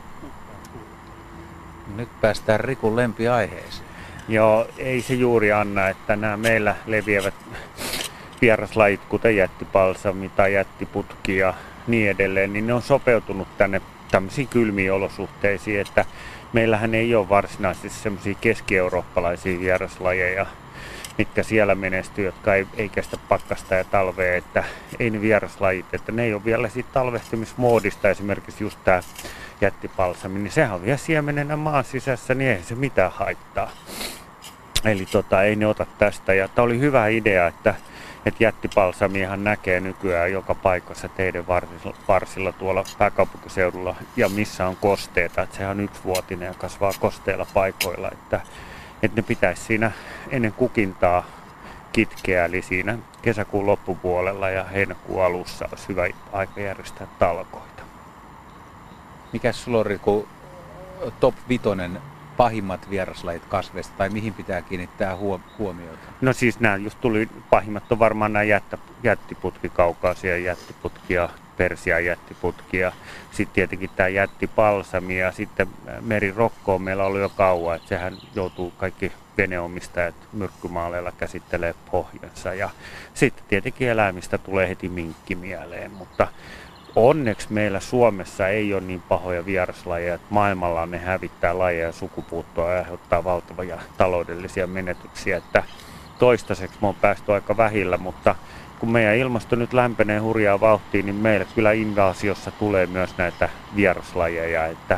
Nyt päästään Rikun lempiaiheeseen. Joo, ei se juuri anna, että nämä meillä leviävät vieraslajit, kuten jättipalsami tai jättiputki ja niin edelleen, niin ne on sopeutunut tänne tämmöisiin kylmiin olosuhteisiin, että meillähän ei ole varsinaisesti semmoisia keski-eurooppalaisia vieraslajeja, mitkä siellä menestyy, jotka ei kestä pakkasta ja talvea, että ei ne vieraslajit, että ne ei ole vielä siitä talvehtimismoodista, esimerkiksi just tämä jättipalsami, niin sehän on vielä siemenenä maan sisässä, niin ei se mitään haittaa. Eli ei ne ota tästä, ja tämä oli hyvä idea, että jättipalsamiahan näkee nykyään joka paikassa teidän varsilla tuolla pääkaupunkiseudulla, ja missä on kosteita, että sehän on 1-vuotinen ja kasvaa kosteilla paikoilla, että ne pitäisi siinä ennen kukintaa kitkeä, eli siinä kesäkuun loppupuolella ja heinäkuun alussa olisi hyvä aika järjestää talkoita. Mikäs sulla on, Riku, top 5 pahimmat vieraslajit kasveista, tai mihin pitää kiinnittää huomiota? No siis nämä just tuli, pahimmat on varmaan nämä jättiputki, kaukaasia jättiputkia, Persian jättiputkia, sitten tietenkin tämä jättipalsami ja sitten merirokko on meillä ollut jo kauan, että sehän joutuu kaikki veneomistajat myrkkymaaleilla käsittelee pohjansa ja sitten tietenkin eläimistä tulee heti minkki mieleen, mutta onneksi meillä Suomessa ei ole niin pahoja vieraslajeja, että maailmalla ne hävittää lajeja sukupuuttoa ja aiheuttaa valtavia taloudellisia menetyksiä, että toistaiseksi me on päästy aika vähillä, mutta kun meidän ilmasto nyt lämpenee hurjaa vauhtia, niin meillä kyllä invaasiossa tulee myös näitä vieraslajeja, että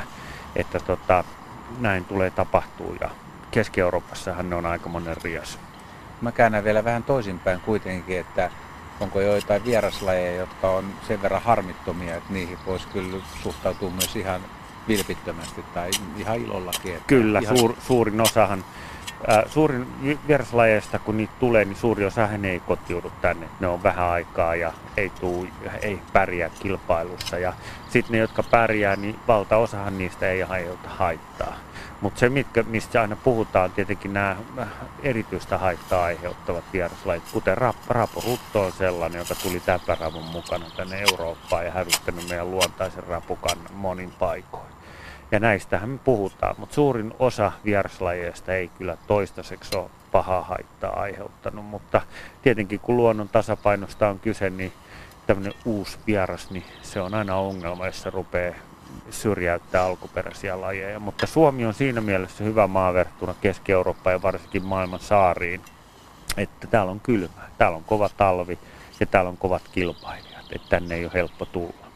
näin tulee tapahtua ja Keski-Euroopassahan ne on aikamoinen rias. Mä käännän vielä vähän toisinpäin kuitenkin, että onko joitain vieraslajeja, jotka on sen verran harmittomia, että niihin voisi kyllä suhtautua myös ihan vilpittömästi tai ihan ilollakin? Kyllä, ihan... suurin osahan, suurin vieraslajeista kun niitä tulee, niin suuri osahan ei kotiudu tänne. Ne on vähän aikaa ja ei pärjää kilpailussa. Ja sitten ne, jotka pärjää, niin valtaosahan niistä ei aiheuta haittaa. Mutta se, mistä aina puhutaan, tietenkin nämä erityistä haittaa aiheuttavat vieraslajit, kuten raporutto on sellainen, joka tuli täpäravun mukana tänne Eurooppaan ja hävittänyt meidän luontaisen rapukannan monin paikoin. Ja näistähän me puhutaan, mutta suurin osa vieraslajeista ei kyllä toistaiseksi ole pahaa haittaa aiheuttanut, mutta tietenkin kun luonnon tasapainosta on kyse, niin tämmöinen uusi vieras, niin se on aina ongelma, jos se rupeaa syrjäyttää alkuperäisiä lajeja. Mutta Suomi on siinä mielessä hyvä maa verrattuna Keski-Eurooppaan ja varsinkin maailman saariin, että täällä on kylmää, täällä on kova talvi ja täällä on kovat kilpailijat, että tänne ei ole helppo tulla.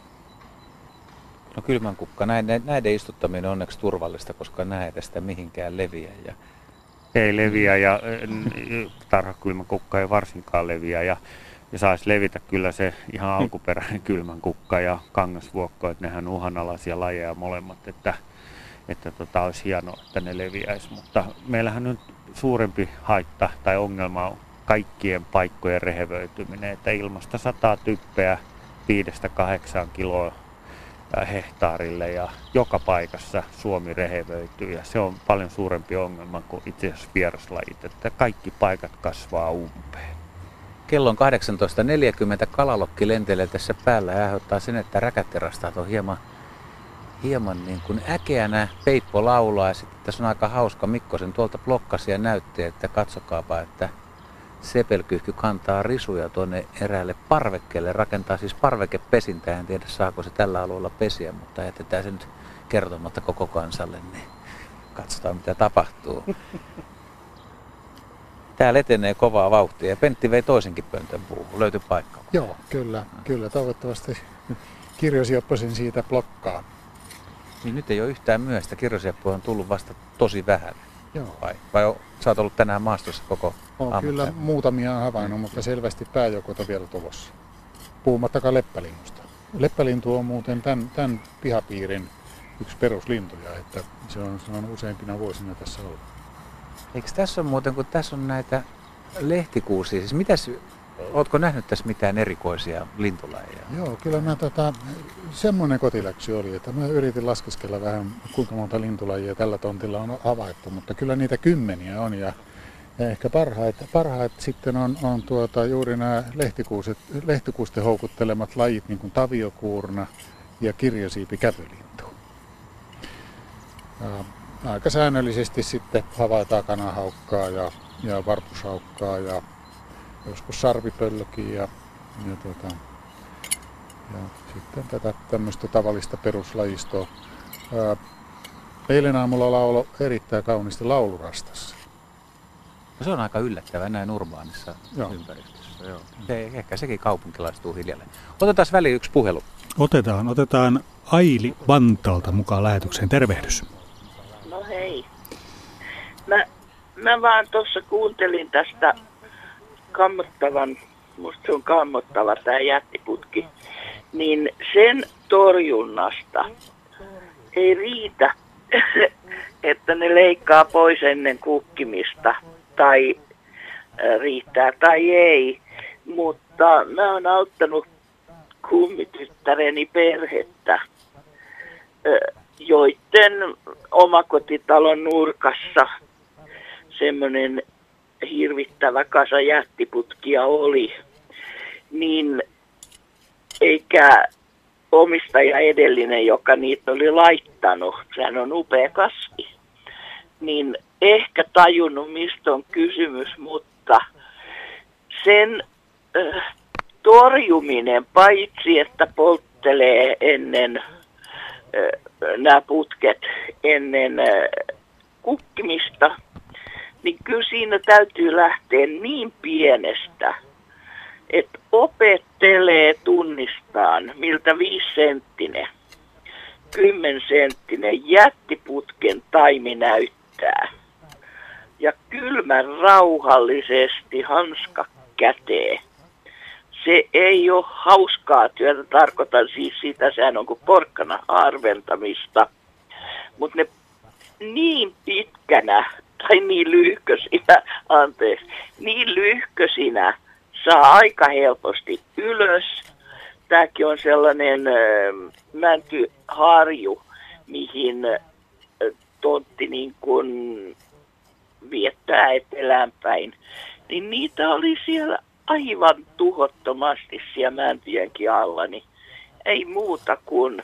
No kylmänkukka, näiden istuttaminen on onneksi turvallista, koska näitä sitä mihinkään leviä. Ei leviä ja tarhakylmänkukka ei varsinkaan leviä ja saisi levitä kyllä se ihan alkuperäinen kylmänkukka ja kangasvuokko, että nehän on uhanalaisia lajeja molemmat, että olisi hienoa, että ne leviäisi. Mutta meillähän nyt suurempi haitta tai ongelma on kaikkien paikkojen rehevöityminen, että ilmasta sataa typpeä 5-8 kiloa hehtaarille ja joka paikassa Suomi rehevöityy ja se on paljon suurempi ongelma kuin itse asiassa vieraslajit, että kaikki paikat kasvaa umpeen. Kello on 18.40, kalalokki lentelee tässä päällä ja aiheuttaa sen, että räkäterastaat on hieman niin kuin äkeänä, Peippo laulaa ja sitten tässä on aika hauska, Mikko sen tuolta blokkasi ja näytti, että katsokaapa, että sepelkyyhky kantaa risuja tuonne eräälle parvekkeelle, rakentaa siis parvekepesintää, en tiedä saako se tällä alueella pesiä, mutta jätetään se nyt kertomatta koko kansalle, niin katsotaan mitä tapahtuu. Täällä etenee kovaa vauhtia ja Pentti vei toisenkin pöntön puuhun, löytyi paikka. Joo, kyllä toivottavasti Kirjosioppo sen siitä blokkaa. Niin nyt ei ole yhtään myöhäistä, Kirjosioppo on tullut vasta tosi vähän. Joo. Vai sä oot ollut tänään maastossa koko aamun? Kyllä muutamia on havainnut, mutta selvästi pääjoukot on vielä tulossa. Puhumattakaan leppälinnusta. Leppälintu on muuten tämän pihapiirin yksi peruslintuja, että se on useimpina vuosina tässä ollut. Eikö tässä ole muuten, kun tässä on näitä lehtikuusia, siis ootko nähnyt tässä mitään erikoisia lintulajeja? Joo, kyllä semmoinen kotiläksy oli, että mä yritin laskeskella vähän kuinka monta lintulajia tällä tontilla on havaittu, mutta kyllä niitä kymmeniä on ja ehkä parhaat sitten on juuri nämä lehtikuusten houkuttelemat lajit, niin kuin taviokuurna ja kirjosiipikäpylintu. Aika säännöllisesti sitten havaitaan kanahaukkaa ja varpushaukkaa ja joskus sarvipöllökin ja sitten tätä tämmöistä tavallista peruslajistoa. Eilen aamulla laulo erittäin kauniisti laulurastassa. No se on aika yllättävää näin urbaanissa ympäristössä. Joo. Ehkä sekin kaupunkilaistuu hiljalleen. Otetaan väliin yksi puhelu. Otetaan Aili Vantaalta mukaan lähetykseen. Tervehdys. No hei. Mä vaan tuossa kuuntelin tästä musta se on kammottava tämä jättiputki, niin sen torjunnasta ei riitä, että ne leikkaa pois ennen kukkimista tai riittää tai ei, mutta mä oon auttanut kummityttäreni perhettä, joiden omakotitalon nurkassa semmoinen hirvittävä kasa jättiputkia oli, niin eikä omistaja edellinen, joka niitä oli laittanut, sehän on upea kasvi, niin ehkä tajunnut, mistä on kysymys, mutta sen torjuminen, paitsi että polttelee ennen nämä putket ennen kukkimista, niin kyllä siinä täytyy lähteä niin pienestä, että opettelee tunnistaan, miltä 5-senttinen, 10-senttinen jättiputken taimi näyttää. Ja kylmän rauhallisesti hanska käteen. Se ei ole hauskaa työtä, tarkoitan siis sitä, sehän on kuin porkkana harventamista. mutta ne niin pitkänä tai niin lyhkösinä saa aika helposti ylös. Tämäkin on sellainen mäntyharju, mihin tontti niin kuin viettää etelään päin. Niin niitä oli siellä aivan tuhottomasti siellä mäntyjenkin alla, niin ei muuta kuin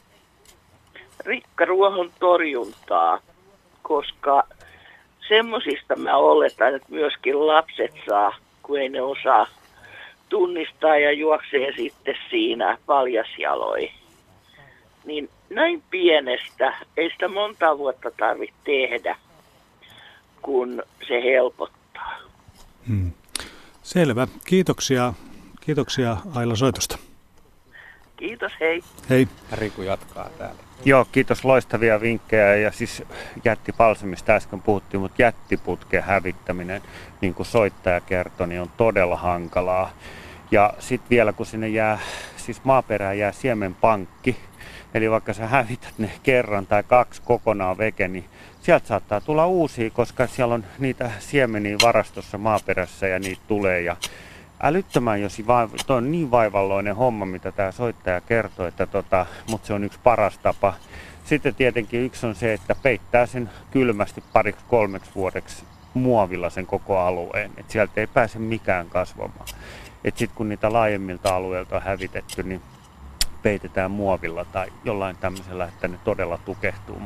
rikkaruohon torjuntaa, koska semmosista mä oletan, että myöskin lapset saa, kun ei ne osaa tunnistaa ja juoksee sitten siinä paljasjaloin. Niin näin pienestä ei sitä monta vuotta tarvitse tehdä, kun se helpottaa. Selvä. Kiitoksia Aila soitosta. Kiitos, hei. Hei. Riku jatkaa täällä. Joo, kiitos, loistavia vinkkejä. Ja siis jättipalsamista äsken puhuttiin, mutta jättiputken hävittäminen, niin kuin soittaja kertoi, niin on todella hankalaa. Ja sitten vielä kun sinne jää, siis maaperään jää siemenpankki, eli vaikka sä hävität ne kerran tai kaksi kokonaan veke, niin sieltä saattaa tulla uusia, koska siellä on niitä siemeniä varastossa maaperässä ja niitä tulee. Ja älyttömän, jos toi on niin vaivalloinen homma, mitä tämä soittaja kertoi, että mutta se on yksi paras tapa. Sitten tietenkin yksi on se, että peittää sen kylmästi 2-3 vuodeksi muovilla sen koko alueen, että sieltä ei pääse mikään kasvamaan. Sitten kun niitä laajemmilta alueilta on hävitetty, niin peitetään muovilla tai jollain tämmöisellä, että ne todella tukehtuu.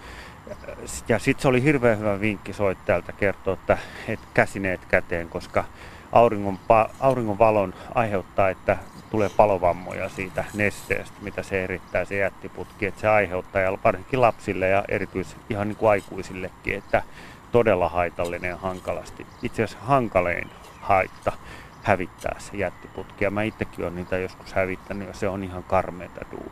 Ja sitten se oli hirveän hyvä vinkki soittajalta kertoa, että käsineet käteen, koska auringon valon aiheuttaa, että tulee palovammoja siitä nesteestä, mitä se erittää se jättiputki, että se aiheuttaa ja varsinkin lapsille ja erityisesti ihan niin kuin aikuisillekin, että todella haitallinen ja hankalasti. Itse asiassa hankalein haitta hävittää se jättiputki ja mä itsekin olen niitä joskus hävittänyt ja se on ihan karmeita duunia.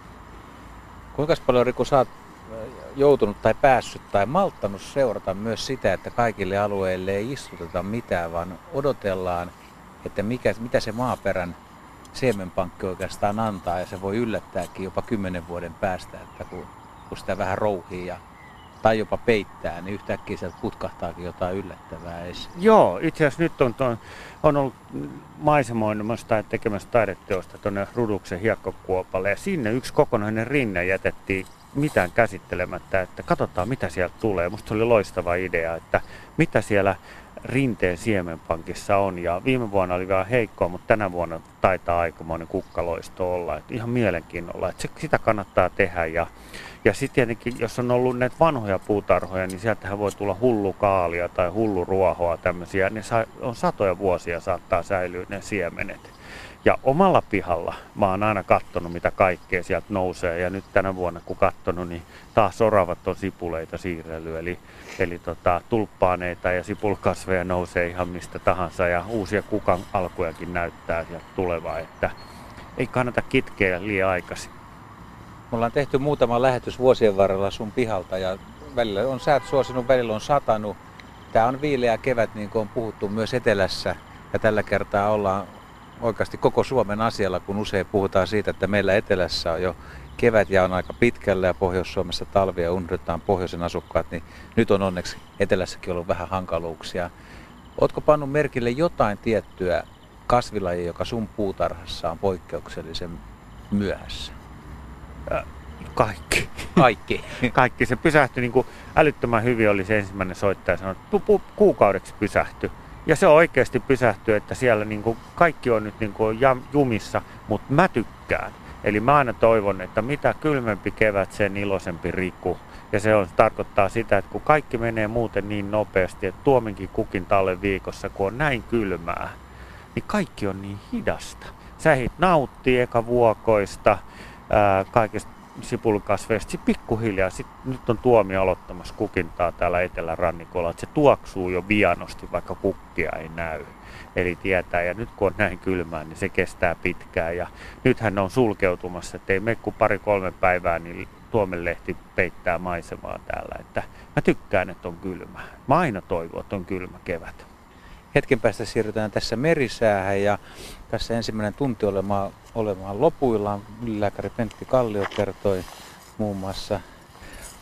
Kuinka paljon, Riku, sä oot joutunut tai päässyt tai malttanut seurata myös sitä, että kaikille alueille ei istuteta mitään, vaan odotellaan, että mitä se maaperän siemenpankki oikeastaan antaa, ja se voi yllättääkin jopa 10 vuoden päästä, että kun sitä vähän rouhii tai jopa peittää, niin yhtäkkiä sieltä putkahtaakin jotain yllättävää esiin. Joo, itse asiassa nyt on ollut maisemoimassa tai tekemässä taideteosta tuonne Ruduksen hiekkakuopalle, ja sinne yksi kokonainen rinne jätettiin mitään käsittelemättä, että katsotaan mitä sieltä tulee. Musta oli loistava idea, että mitä siellä rinteen siemenpankissa on. Ja viime vuonna oli vähän heikkoa, mutta tänä vuonna taitaa aikamoinen kukkaloisto olla. Että ihan mielenkiinnolla, että sitä kannattaa tehdä. Ja sitten tietenkin, jos on ollut näitä vanhoja puutarhoja, niin sieltähän voi tulla hullukaalia tai hulluruohoa tämmöisiä. Ne on satoja vuosia saattaa säilyä ne siemenet. Ja omalla pihalla mä oon aina katsonut, mitä kaikkea sieltä nousee. Ja nyt tänä vuonna, kun katsonut, niin taas oravat on sipuleita siirrely. Eli tulppaaneita ja sipulkasveja nousee ihan mistä tahansa. Ja uusia kukan alkujakin näyttää sieltä tulevaa. Että ei kannata kitkeä liian aikaisin. Me ollaan tehty muutama lähetys vuosien varrella sun pihalta. Ja välillä on säät suosinut, välillä on satanut. Tää on viileä kevät, niin kuin on puhuttu myös etelässä. Ja tällä kertaa ollaan oikeasti koko Suomen asialla, kun usein puhutaan siitä, että meillä etelässä on jo kevät ja on aika pitkällä ja Pohjois-Suomessa talvia unohdetaan pohjoisen asukkaat, niin nyt on onneksi etelässäkin ollut vähän hankaluuksia. Ootko pannut merkille jotain tiettyä kasvilajia, joka sun puutarhassa on poikkeuksellisen myöhässä? Kaikki. Kaikki. Se pysähtyi niin kuin älyttömän hyvin, oli se ensimmäinen soittaja sanoi, että kuukaudeksi pysähtyi. Ja se oikeasti pysähtyy, että siellä niin kuin kaikki on nyt niin kuin jumissa, mutta mä tykkään. Eli mä aina toivon, että mitä kylmempi kevät, sen iloisempi Riku. Ja se tarkoittaa sitä, että kun kaikki menee muuten niin nopeasti, että tuominkin kukin talven viikossa, kun on näin kylmää, niin kaikki on niin hidasta. Sä ehdit nauttii eka vuokoista, kaikista sipulkasveista. Sitten pikkuhiljaa, nyt on Tuomio aloittamassa kukintaa täällä etelärannikolla, että se tuoksuu jo vianosti, vaikka kukkia ei näy. Eli tietää, ja nyt kun on näin kylmää, niin se kestää pitkään. Ja nythän ne on sulkeutumassa, ettei mene kuin 2-3 päivää, niin Tuomenlehti peittää maisemaa täällä. Että mä tykkään, että on kylmä. Mä aina toivon, että on kylmä kevät. Hetken päästä siirrytään tässä merisäähän ja tässä ensimmäinen tunti olemaan lopuillaan. Ylilääkäri Pentti Kallio kertoi muun muassa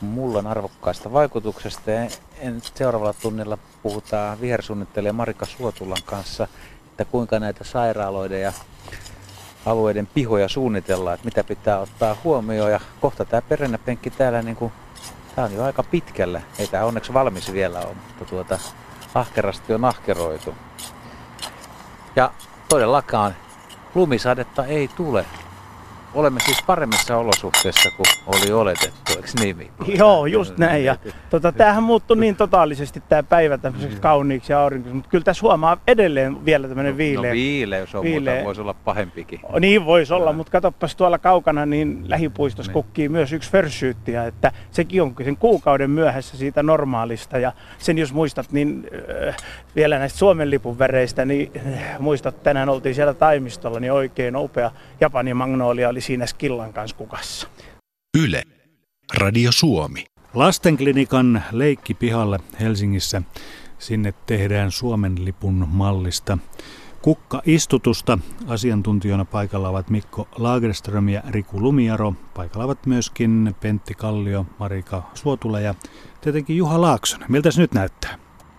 mullan arvokkaasta vaikutuksesta. Ja seuraavalla tunnilla puhutaan vihersuunnittelija Marika Suotulan kanssa, että kuinka näitä sairaaloiden ja alueiden pihoja suunnitellaan, että mitä pitää ottaa huomioon. Ja kohta tämä perennäpenkki täällä, tämä on jo aika pitkällä. Ei tämä onneksi valmis vielä ole, mutta ahkerasti on ahkeroitu. Ja todellakaan lumisadetta ei tule. Olemme siis paremmissa olosuhteissa kuin oli oletettu, eikö niin? Joo, just näin. Ja tämähän muuttui niin totaalisesti tämä päivä tämmöiseksi kauniiksi ja aurinkoiseksi, mutta kyllä tässä huomaa edelleen vielä tämmöinen viileä. No viileys on muuta, voisi olla pahempikin. Niin voisi olla, mutta katsopas tuolla kaukana, niin lähipuistossa kukkii myös yksi försyyttiä, että sekin on sen kuukauden myöhässä siitä normaalista. Ja sen jos muistat, niin vielä näistä Suomen lipun väreistä, niin muistat, tänään oltiin siellä Taimistolla, niin oikein upea Japanin magnoolia oli siinä skillan kanssa kukassa. Yle, Radio Suomi. Lastenklinikan leikkipihalle Helsingissä. Sinne tehdään Suomen lipun mallista kukkaistutusta. Asiantuntijoina paikalla ovat Mikko Lagerström ja Riku Lumiaro. Paikalla ovat myöskin Pentti Kallio, Marika Suotula ja tietenkin Juha Laaksonen. Miltä se nyt näyttää?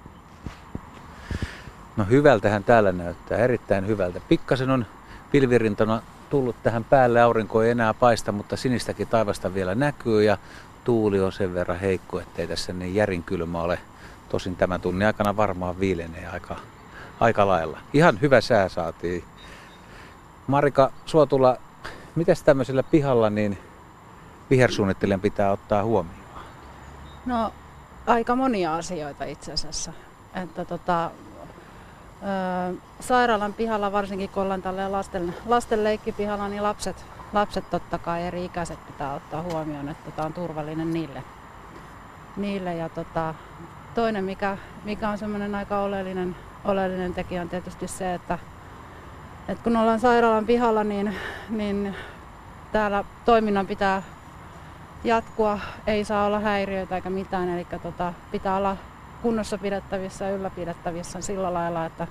No hyvältähän täällä näyttää, erittäin hyvältä. Pikkasen on pilvirintana tullut tähän päälle, aurinko ei enää paista, mutta sinistäkin taivasta vielä näkyy ja tuuli on sen verran heikko, ettei tässä niin järin kylmä ole. Tosin tämän tunnin aikana varmaan viilenee aika lailla. Ihan hyvä sää saatiin. Marika Suotula, mitäs tämmöisellä pihalla niin vihersuunnittelijan pitää ottaa huomioon? No aika monia asioita itse asiassa. Että sairaalan pihalla, varsinkin kun ollaan tälleen lasten leikkipihalla, niin lapset totta kai eri ikäiset pitää ottaa huomioon, että tämä on turvallinen niille. Ja toinen, mikä on semmoinen aika oleellinen tekijä, on tietysti se, että kun ollaan sairaalan pihalla, niin täällä toiminnan pitää jatkua, ei saa olla häiriöitä eikä mitään, eli pitää olla kunnossa pidettävissä ja ylläpidettävissä sillä lailla, että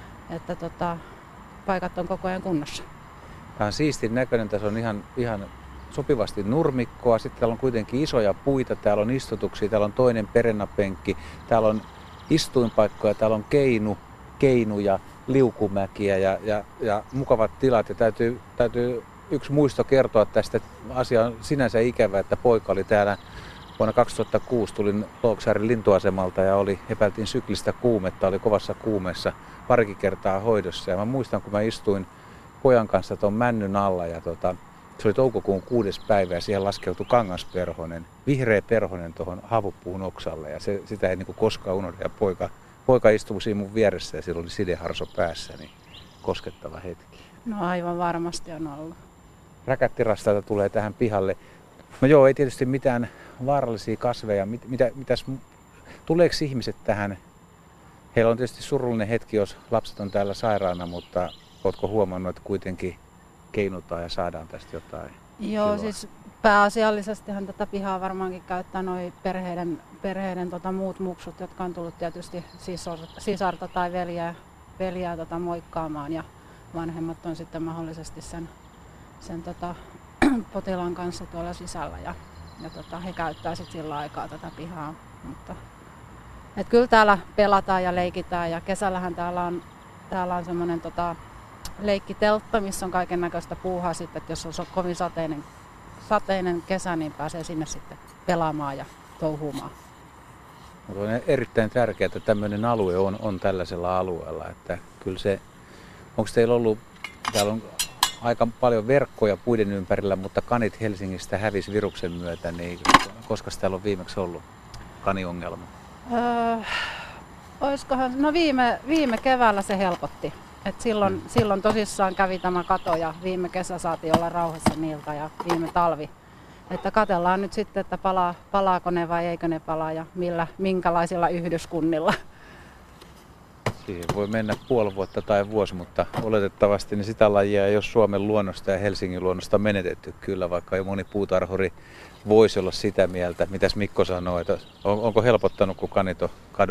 paikat on koko ajan kunnossa. Tämä on siistin näköinen, tässä on ihan sopivasti nurmikkoa, sitten täällä on kuitenkin isoja puita, täällä on istutuksia, täällä on toinen perennapenkki, täällä on istuinpaikkoja, täällä on keinuja, liukumäkiä ja mukavat tilat. Ja täytyy yksi muisto kertoa tästä. Asia on sinänsä ikävä, että poika oli täällä vuonna 2006, tulin Louksaaren lintuasemalta ja epäiltiin syklistä kuumetta, oli kovassa kuumeessa parikin kertaa hoidossa. Ja mä muistan, kun mä istuin pojan kanssa tuon männyn alla ja se oli toukokuun 6. päivä ja siihen laskeutui kangasperhonen, vihreä perhonen tuohon havupuun oksalle ja sitä ei koskaan unohda. Ja poika istui siinä mun vieressä ja sillä oli sideharso päässä, niin koskettava hetki. No aivan varmasti on ollut. Räkättirastaita tulee tähän pihalle. No joo, ei tietysti mitään vaarallisia kasveja. Tuleeko ihmiset tähän? Heillä on tietysti surullinen hetki, jos lapset on täällä sairaana, mutta oletko huomannut, että kuitenkin keinutaan ja saadaan tästä jotain? Joo, kiloa? Siis pääasiallisestihan tätä pihaa varmaankin käyttää noi perheiden muut muksut, jotka on tullut tietysti sisarta tai veljää moikkaamaan ja vanhemmat on sitten mahdollisesti sen potilaan kanssa tuolla sisällä ja he käyttää sitten sillä aikaa tätä pihaa. Mutta kyllä täällä pelataan ja leikitään ja kesällähän täällä on semmoinen leikkiteltta, missä on kaiken näköistä puuhaa sitten, että jos on kovin sateinen kesä, niin pääsee sinne sitten pelaamaan ja touhumaan. Mutta on erittäin tärkeää, että tämmöinen alue on tällaisella alueella, että kyllä se, onko teillä ollut, täällä on aika paljon verkkoja puiden ympärillä, mutta kanit Helsingistä hävisi viruksen myötä, niin koska täällä on viimeksi ollut kaniongelma? Oiskohan, no viime keväällä se helpotti. Et silloin tosissaan kävi tämä kato ja viime kesä saatiin olla rauhassa niiltä ja viime talvi. Että katsellaan nyt sitten, että palaako ne vai eikö ne palaa ja minkälaisilla yhdyskunnilla. Siihen voi mennä puoli vuotta tai vuosi, mutta oletettavasti niin sitä lajia ei ole Suomen luonnosta ja Helsingin luonnosta menetetty kyllä, vaikka jo moni puutarhuri voisi olla sitä mieltä. Mitäs Mikko sanoo, että onko helpottanut, kun kanit on kadonnut?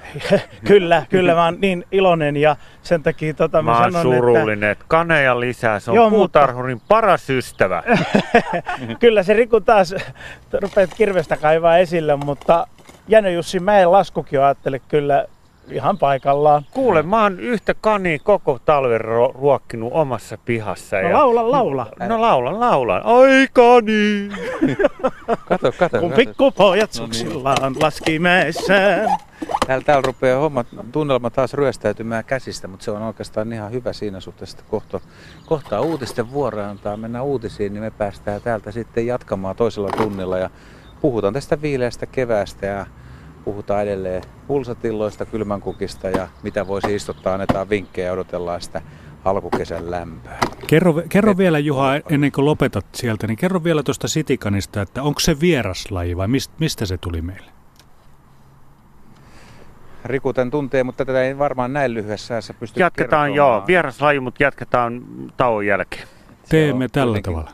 Kyllä, mä oon niin iloinen ja sen takia mä oon surullinen, että kaneja lisää, se on puutarhurin paras ystävä. Kyllä se Riku taas rupeat kirvestä kaivaa esille, mutta Janne-Jussi Mäen laskukin ajattele kyllä ihan paikallaan. Kuule, mä oon yhtä kania koko talven ruokkinut omassa pihassa. No laula. No laulan. Ai kani! Kato. Kun pikkupojat suksillaan laski mäessään. Täällä rupeaa tunnelma taas ryöstäytymään käsistä, mutta se on oikeastaan ihan hyvä siinä suhteessa, että kohtaa uutisten vuoroa mennään uutisiin, niin me päästään täältä sitten jatkamaan toisella tunnilla ja puhutaan tästä viileästä keväästä ja puhutaan edelleen pulsatilloista, kylmänkukista ja mitä voisi istuttaa, annetaan vinkkejä ja odotellaan sitä alkukesän lämpöä. Kerro vielä, Juha, ennen kuin lopetat sieltä, niin kerro vielä tuosta sitikanista, että onko se vieraslaji vai mistä se tuli meille? Riku tämän tuntee, mutta tätä ei varmaan näin lyhyessä ajassa pysty Jatketaan kertomaan. Vieraslaji, mutta jatketaan tauon jälkeen. Teemme tällä tavalla.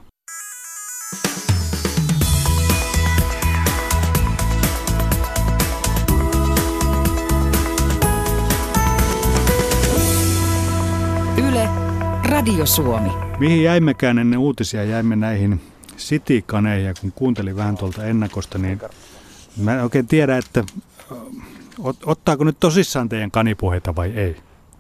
Yle, Radio Suomi. Mihin jäimmekään ennen uutisia? Jäimme näihin sitikaneihin ja kun kuuntelin vähän tuolta ennakosta, niin mä en oikein tiedä, että ottaako nyt tosissaan teidän kanipuheita vai ei?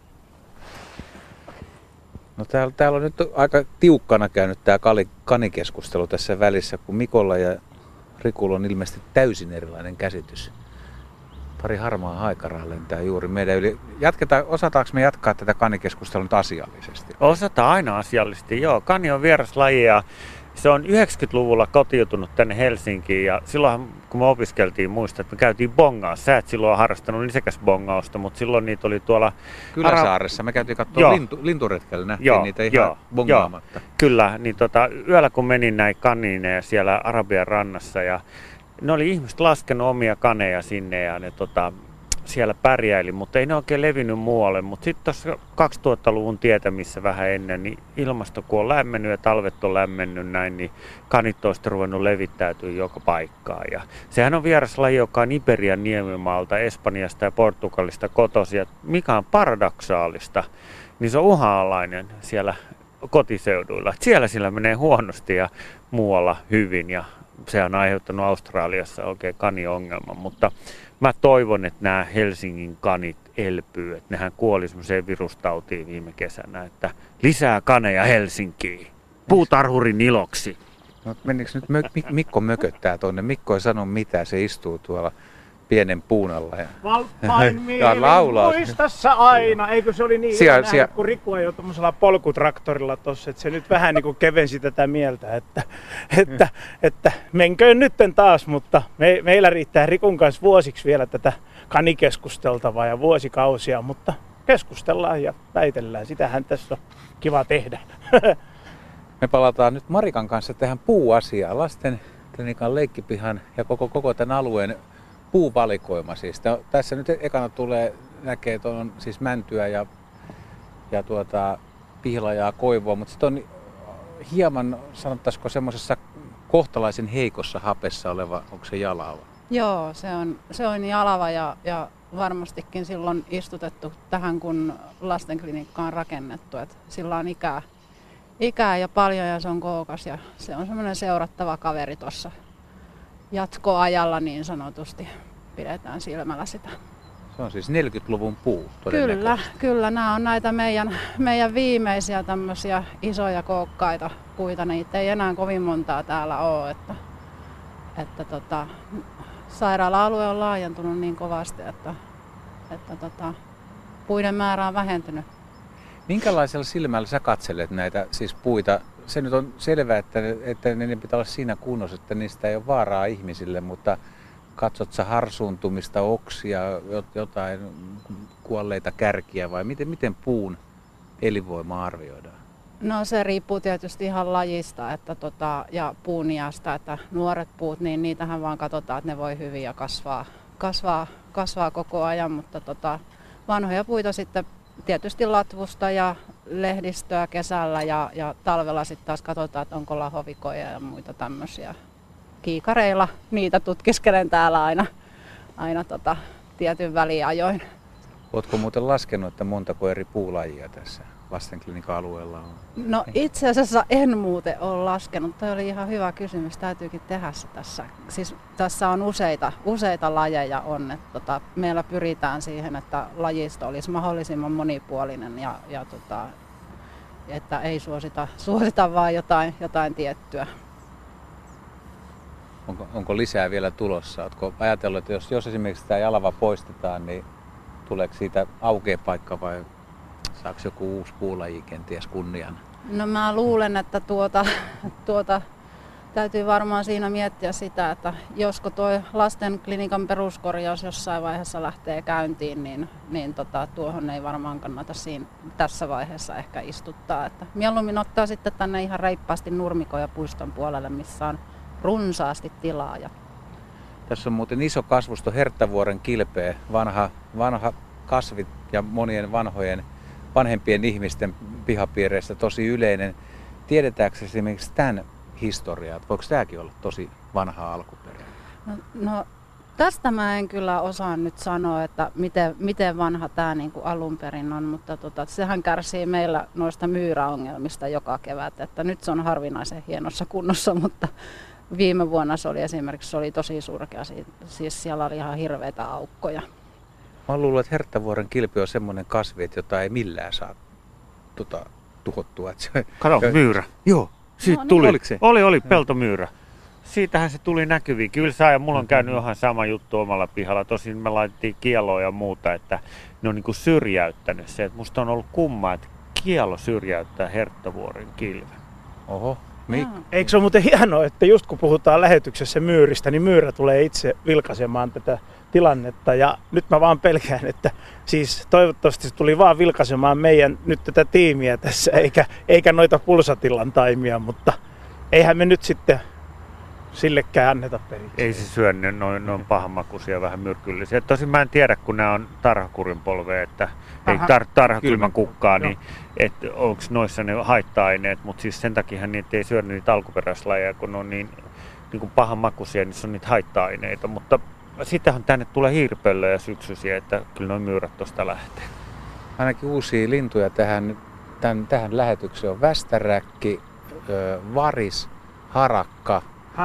No täällä on nyt aika tiukkana käynyt tämä kanikeskustelu tässä välissä, kun Mikolla ja Rikulla on ilmeisesti täysin erilainen käsitys. Pari harmaa haikaraa lentää juuri meidän yli. Osataanko me jatkaa tätä kanikeskustelua nyt asiallisesti? Osataan aina asiallisesti, joo. Kani on vieraslaji ja se on 90-luvulla kotiutunut tänne Helsinkiin ja silloin kun me opiskeltiin, muistat, että me käytiin bongaa. Sä et silloin harrastanut nisäkäsbongausta, mutta silloin niitä oli tuolla Kyläsaaressa. Me käytiin katsoa linturetkellä, nähtiin niitä ihan bongaamatta. Kyllä, niin yöllä kun menin näin kanineja siellä Arabian rannassa ja ne oli ihmiset laskenut omia kaneja sinne ja ne siellä pärjäili, mutta ei ne oikein levinnyt muualle. Mutta sitten tuossa 2000-luvun tietämissä vähän ennen, niin ilmasto kun on lämmennyt ja talvet on lämmennyt näin, niin kanit on sitten ruvennut levittäytyä joka paikkaan. Ja sehän on vieraslaji, joka on Iberian niemimaalta, Espanjasta ja Portugalista kotoisin. Mikä on paradoksaalista, niin se on uhanalainen siellä kotiseuduilla. Siellä sillä menee huonosti ja muualla hyvin ja se on aiheuttanut Australiassa oikein kaniongelman, mutta mä toivon, että nämä Helsingin kanit elpyy, että nehän kuoli semmoiseen virustautiin viime kesänä, että lisää kaneja Helsinkiin, puutarhurin iloksi. No, menikö nyt Mikko mököttää tuonne? Mikko ei sano mitään, se istuu tuolla pienen puun alla. Valppain mielin muistassa aina. Eikö se oli niin nähdä, kun Riku ajoi tuollaisella polkutraktorilla tossa, että se nyt vähän niin kuin kevensi tätä mieltä, että menköön nytten taas, mutta meillä riittää Rikun kanssa vuosiksi vielä tätä kanikeskusteltavaa ja vuosikausia, mutta keskustellaan ja väitellään. Sitähän tässä on kiva tehdä. Me palataan nyt Marikan kanssa tähän puuasiaan, lastenklinikan leikkipihan ja koko tämän alueen puuvalikoima siis. Tässä nyt ekana näkee, että on siis mäntyä ja pihlajaa, koivua, mutta sitten on hieman, sanottaisiko semmoisessa kohtalaisen heikossa hapessa oleva, onko se jalava? Joo, se on jalava ja varmastikin silloin istutettu tähän, kun lastenklinikka on rakennettu. Et sillä on ikää ja paljon ja se on kookas ja se on semmoinen seurattava kaveri tuossa jatkoajalla niin sanotusti. Pidetään silmällä sitä. Se on siis 40-luvun puu todennäköisesti. Kyllä, nämä on näitä meidän viimeisiä tämmöisiä isoja kookkaita puita. Niitä ei enää kovin montaa täällä ole. Että sairaala-alue on laajentunut niin kovasti, että puiden määrä on vähentynyt. Minkälaisella silmällä sä katselet näitä siis puita? Se nyt on selvää, että ne pitää olla siinä kunnossa, että niistä ei ole vaaraa ihmisille, mutta katsot sä harsuuntumista, oksia, jotain kuolleita kärkiä vai miten puun elinvoima arvioidaan? No se riippuu tietysti ihan lajista ja puun iästä, että nuoret puut, niin niitähän vaan katsotaan, että ne voi hyvin ja kasvaa koko ajan, mutta vanhoja puita sitten tietysti latvusta ja lehdistöä kesällä ja talvella sitten taas katsotaan, että onko lahovikoja ja muita tämmöisiä. Kiikareilla niitä tutkiskelen täällä aina tietyn väliajoin. Oletko muuten laskenut, että montako eri puulajia tässä lastenklinikan alueella on? No itse asiassa en muuten ole laskenut. Tuo oli ihan hyvä kysymys. Täytyykin tehdä se tässä. Siis tässä on useita lajeja on. Että meillä pyritään siihen, että lajisto olisi mahdollisimman monipuolinen ja että ei suosita vaan jotain tiettyä. Onko lisää vielä tulossa? Oletko ajatellut, että jos esimerkiksi tämä jalava poistetaan, niin tuleeko siitä aukea paikka vai saako joku uusi puulaji kenties kunnian? No mä luulen, että täytyy varmaan siinä miettiä sitä, että josko tuo lastenklinikan peruskorjaus jossain vaiheessa lähtee käyntiin, niin tuohon ei varmaan kannata tässä vaiheessa ehkä istuttaa. Että mieluummin ottaa sitten tänne ihan reippaasti nurmikon ja puiston puolelle, missä on runsaasti tilaa. Tässä on muuten iso kasvusto Herttavuoren kilpeä, vanha kasvi ja monien vanhempien ihmisten pihapiireissä tosi yleinen. Tiedetäänkö esimerkiksi tämän historiaa? Voiko tämäkin olla tosi vanhaa alkuperää? No tästä mä en kyllä osaa nyt sanoa, että miten vanha tämä niinku alun perin on, mutta sehän kärsii meillä noista myyräongelmista joka kevät. Että nyt se on harvinaisen hienossa kunnossa, mutta viime vuonna se oli tosi surkea. Siis siellä oli ihan hirveitä aukkoja. Mä luulen, että Herttavuoren kilpi on semmoinen kasvi, että jota ei millään saa tuhottua. Kato, myyrä. Joo. Siitä tuli. Oliko se? Oli peltomyyrä. Siitähän se tuli näkyviin. Kyllä saa, ja mulla on käynyt ihan sama juttu omalla pihalla. Tosin me laitettiin kielloa ja muuta, että ne on niinku syrjäyttänyt se. Että musta on ollut kumma, että kiello syrjäyttää Herttavuoren kilven. Oho. Eikö se ole muuten hienoa, että just kun puhutaan lähetyksessä myyristä, niin myyrä tulee itse vilkaisemaan tätä tilannetta. Ja nyt mä vaan pelkään, että siis toivottavasti se tuli vaan vilkaisemaan meidän nyt tätä tiimiä tässä, eikä noita pulsatilan taimia, mutta eihän me nyt sitten sillekään anneta periksi. Ei se syö, ne on pahamakuisia, vähän myrkyllisiä. Tosin mä en tiedä, kun nämä on tarhakurin polveja, että ei tarhakylmän kukkaa, niin että onko noissa ne haitta-aineet, mutta siis sen takia niitä ei syödä niitä alkuperäislajeja, kun ne on niin kuin pahamakuisia, niin se on niitä haitta-aineita, mutta sittenhän tänne tulee hiiripöllöjä syksyisiä, että kyllä noin myyrät tuosta lähtee. Ainakin uusia lintuja tähän lähetykseen on västäräkki, varis, harakka.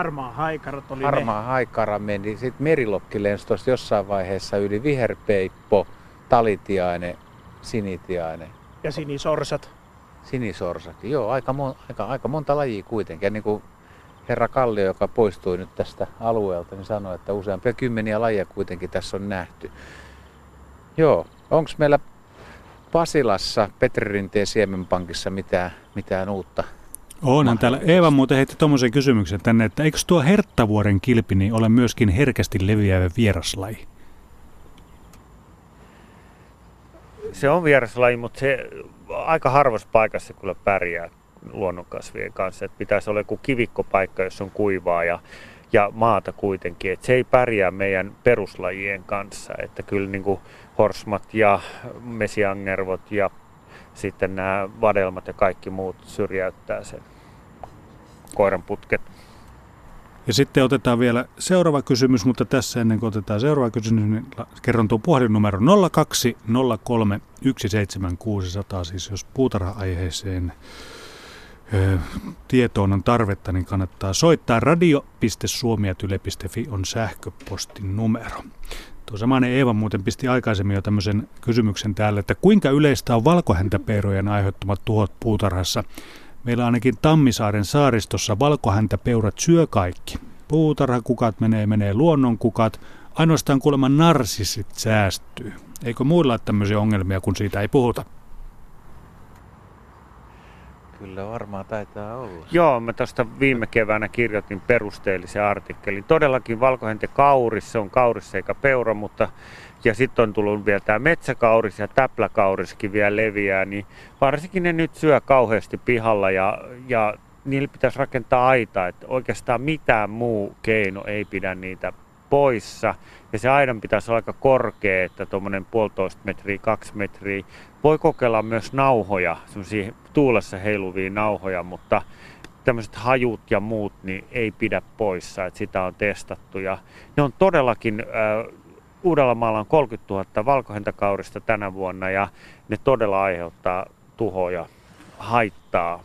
Harmaa haikara meni, sitten merilokki lensi tuossa jossain vaiheessa yli, viherpeippo, talitiainen, sinitiainen. Ja sinisorsat. Sinisorsakin, joo, aika monta lajia kuitenkin. Ja niin kuin herra Kallio, joka poistui nyt tästä alueelta, niin sanoi, että useampia kymmeniä lajia kuitenkin tässä on nähty. Joo, onko meillä Pasilassa Petri Rinteen Siemenpankissa mitään uutta? Onhan täällä. Eeva muuten heitti tommosen kysymyksen tänne, että eikö tuo Herttavuoren kilpi niin ole myöskin herkästi leviävä vieraslaji? Se on vieraslaji, mutta se aika harvassa paikassa kyllä pärjää luonnonkasvien kanssa. Että pitäisi olla joku kivikkopaikka, jos on kuivaa ja maata kuitenkin. Että se ei pärjää meidän peruslajien kanssa. Että kyllä niin kuin horsmat ja mesiangervot ja sitten nämä vadelmat ja kaikki muut syrjäyttää sen koiranputket. Ja sitten otetaan vielä seuraava kysymys, mutta tässä ennen kuin otetaan seuraava kysymys, niin kerron tuon puhelinnumero 0203 17600, siis jos puutarha-aiheeseen tietoon on tarvetta, niin kannattaa soittaa. radio.suomi@yle.fi on sähköpostin numero. Tuo samainen Eeva muuten pisti aikaisemmin jo tämmöisen kysymyksen täällä, että kuinka yleistä on valkohäntäpeurojen aiheuttamat tuhot puutarhassa? Meillä ainakin Tammisaaren saaristossa valkohäntäpeurat syö kaikki. Puutarhakukat menee luonnonkukat, ainoastaan kuulemma narsissit säästyy. Eikö muilla ole tämmöisiä ongelmia, kun siitä ei puhuta? Kyllä varmaan taitaa olla. Joo, mä tuosta viime keväänä kirjoitin perusteellisen artikkelin. Todellakin valkohäntäkauris, se on kauris eikä peura, mutta ja sitten on tullut vielä tämä metsäkauris ja täpläkauriskin vielä leviää, niin varsinkin ne nyt syö kauheasti pihalla ja niille pitäisi rakentaa aita, että oikeastaan mitään muu keino ei pidä niitä poissa. Ja se aidan pitäisi olla aika korkea, että tuommoinen 1,5 metriä, 2 metriä. Voi kokeilla myös nauhoja, semmoisia tuulessa heiluvia nauhoja, mutta tämmöiset hajut ja muut niin ei pidä poissa, että sitä on testattu. Ja ne on todellakin Uudellamaalla on 30 000 valkohäntäkaurista tänä vuonna ja ne todella aiheuttaa tuhoa ja haittaa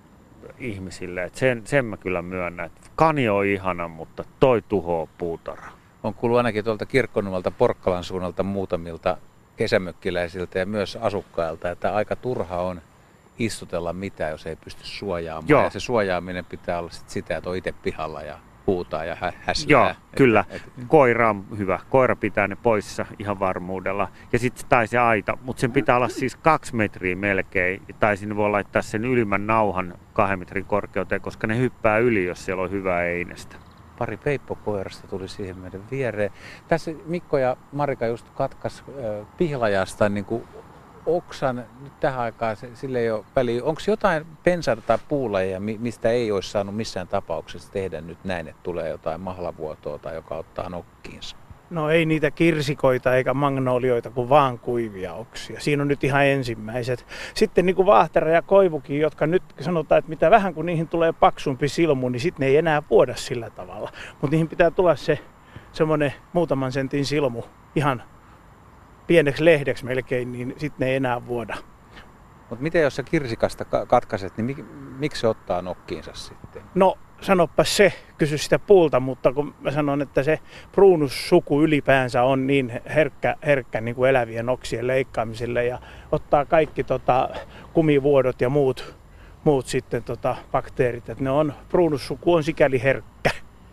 ihmisille. Et sen mä kyllä myönnän, että kani on ihana, mutta toi tuhoaa puutarha. On kuullut ainakin tuolta Kirkkonummelta Porkkalan suunnalta muutamilta kesämökkiläisiltä ja myös asukkailta, että aika turha on istutella mitään, jos ei pysty suojaamaan. Joo. Ja se suojaaminen pitää olla sitä, että on itse pihalla ja huutaa ja häslää. Joo, kyllä. Koira on hyvä. Koira pitää ne poissa ihan varmuudella. Ja sitten tai se aita, mutta sen pitää olla siis 2 metriä melkein. Tai sinne voi laittaa sen ylimmän nauhan 2 metrin korkeuteen, koska ne hyppää yli, jos siellä on hyvää einestä. Pari peippokoirasta tuli siihen meidän viereen. Tässä Mikko ja Marika just katkas pihlajasta niin kuin oksan nyt tähän aikaan, sille ei ole väliä. Onko jotain pensar- tai puulajeja, mistä ei olisi saanut missään tapauksessa tehdä nyt näin, että tulee jotain mahlavuotoa tai joka ottaa nokkiinsa? No ei niitä kirsikoita eikä magnolioita, kuin vaan kuivia oksia. Siinä on nyt ihan ensimmäiset. Sitten niin kuin vaahtera ja koivukin, jotka nyt sanotaan, että mitä vähän kun niihin tulee paksumpi silmu, niin sitten ne ei enää vuoda sillä tavalla. Mutta niihin pitää tulla se semmoinen muutaman sentin silmu ihan pieneksi lehdeksi melkein, niin sitten ne ei enää vuoda. Mutta miten jos sä kirsikasta katkaiset, niin miksi se ottaa nokkiinsa sitten? No sanoppa se, kysy sitä puulta, mutta kun mä sanon, että se pruunussuku ylipäänsä on niin herkkä niin kuin elävien oksien leikkaamiselle ja ottaa kaikki kumivuodot ja muut sitten bakteerit, että ne on, pruunussuku on sikäli herkkä.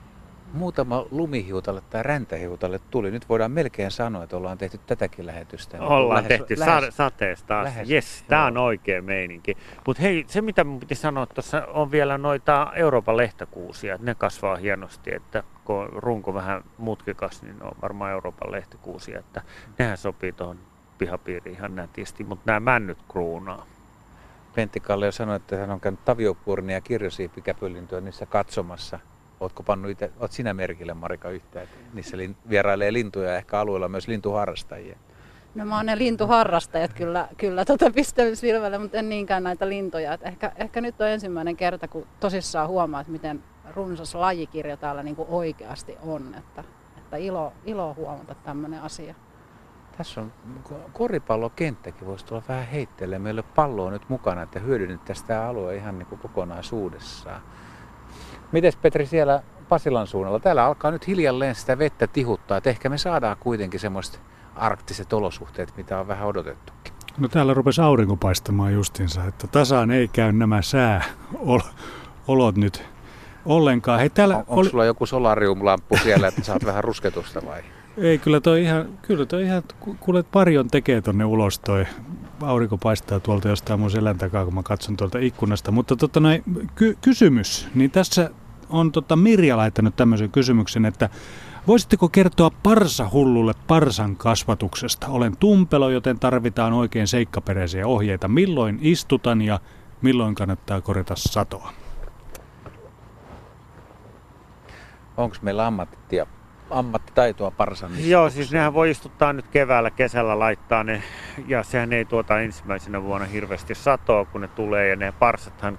Muutama lumihiutalle tai räntähiutalle tuli. Nyt voidaan melkein sanoa, että ollaan tehty tätäkin lähetystä. Ollaan tehty sateesta asti. Jes, tää on oikea meininki. Mutta hei, se mitä mun piti sanoa, tuossa on vielä noita Euroopan lehtokuusia. Ne kasvaa hienosti, että kun on runko vähän mutkikas, niin ne on varmaan Euroopan lehtokuusia. Että nehän sopii tuohon pihapiiriin ihan nätisti, mutta nämä männyt kruunaa. Pentti Kallio sanoi, että hän on käynyt taviokuurnia ja kirjosiipikäpylintyä niissä katsomassa. Ootko pannut itse, oot sinä merkille, Marika, yhtään, että niissä vierailee lintuja ja ehkä alueella myös lintuharrastajia? No mä oon ne lintuharrastajat kyllä pistänyt silmälle, mutta en niinkään näitä lintuja. Et ehkä nyt on ensimmäinen kerta, kun tosissaan huomaat, miten runsas lajikirjo täällä niin kuin oikeasti on. Että ilo huomata tämmöinen asia. Tässä on koripallokenttäkin, voisi tulla vähän heitteille. Meillä on palloa nyt mukana, että hyödynnettäisiin tämä alue ihan niin kuin kokonaisuudessaan. Mites Petri siellä Pasilan suunnalla? Täällä alkaa nyt hiljalleen sitä vettä tihuttaa, että ehkä me saadaan kuitenkin semmoiset arktiset olosuhteet, mitä on vähän odotettukin. No täällä rupesi aurinko paistamaan justinsa, että tasaan ei käy nämä sääolot nyt ollenkaan. Hei, onko sulla joku solariumlamppu siellä, että saat vähän rusketusta vai? Ei, kyllä toi ihan, kuulet Parion tekee tonne ulos toi. Aurinko paistaa tuolta jostain mun selän takaa, kun mä katson tuolta ikkunasta. Mutta kysymys, niin tässä on Mirja laittanut tämmöisen kysymyksen, että voisitteko kertoa parsahullulle parsan kasvatuksesta? Olen tumpelo, joten tarvitaan oikein seikkaperäisiä ohjeita. Milloin istutan ja milloin kannattaa korjata satoa? Onko meillä ammattitaitoa parsan? Joo, siis nehän voi istuttaa nyt keväällä, kesällä laittaa ne, ja sehän ei tuota ensimmäisenä vuonna hirveästi satoa, kun ne tulee, ja ne parsathan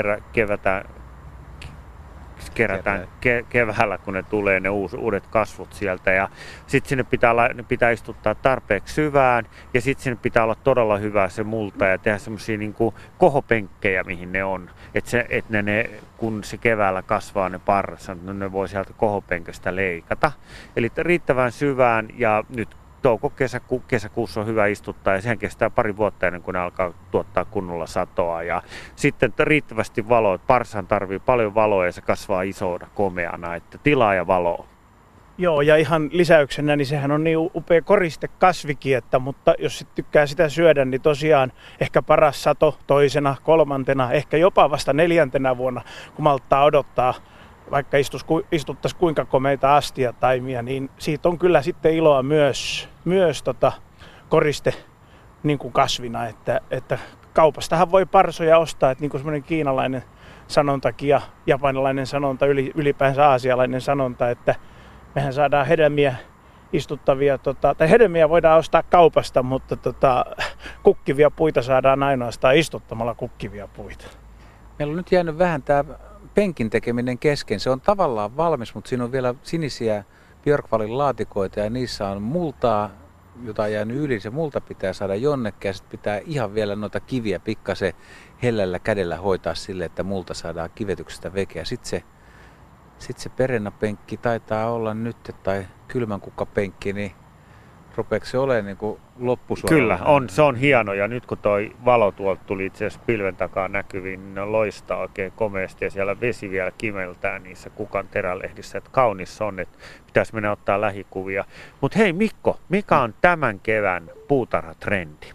kerätään keväällä, kun ne tulee, ne uudet kasvut sieltä, ja sitten ne pitää istuttaa tarpeeksi syvään, ja sitten sinne pitää olla todella hyvä se multa, ja tehdä semmoisia niin kuin kohopenkkejä, mihin ne on, että kun se keväällä kasvaa ne parsat, ne voi sieltä kohopenköstä leikata, eli riittävän syvään, ja nyt kesäkuussa on hyvä istuttaa, ja sehän kestää pari vuotta ennen kuin ne alkaa tuottaa kunnolla satoa. Ja sitten riittävästi valoa. Parsan tarvii paljon valoa ja se kasvaa isona, komeana, että tilaa ja valoa. Joo, ja ihan lisäyksenä, niin sehän on niin upea koristekasvikin, mutta jos sit tykkää sitä syödä, niin tosiaan ehkä paras sato toisena, kolmantena, ehkä jopa vasta 4. vuonna, kun malttaa odottaa, vaikka istuttaisiin kuinka komeita astiataimia, niin siitä on kyllä sitten iloa myös koriste niin kuin kasvina, että kaupastahan voi parsoja ostaa, että niin kuin semmoinen kiinalainen sanontakin ja japanilainen sanonta, ylipäänsä aasialainen sanonta, että mehän saadaan hedelmiä istuttavia, tai hedelmiä voidaan ostaa kaupasta, mutta kukkivia puita saadaan ainoastaan istuttamalla kukkivia puita. Meillä on nyt jäänyt vähän tämä penkin tekeminen kesken. Se on tavallaan valmis, mutta siinä on vielä sinisiä Björkvalin laatikoita ja niissä on multaa, jota on jäänyt yli. Se multa pitää saada jonnekin ja sitten pitää ihan vielä noita kiviä pikkasen hellällä kädellä hoitaa sille, että multa saadaan kivetyksestä vekeä. Sitten se perennapenkki taitaa olla nyt, tai kylmänkukkapenkki, niin rupeeko se olemaan niin kuin loppusuoralla? Kyllä, se on hieno ja nyt kun toi valo tuolta tuli itse asiassa pilven takaa näkyviin, niin ne loistaa oikein komeasti ja siellä vesi vielä kimeltää niissä kukan terälehdissä, että kaunis on, että pitäisi mennä ottaa lähikuvia. Mutta hei Mikko, mikä on tämän kevään puutarhatrendi?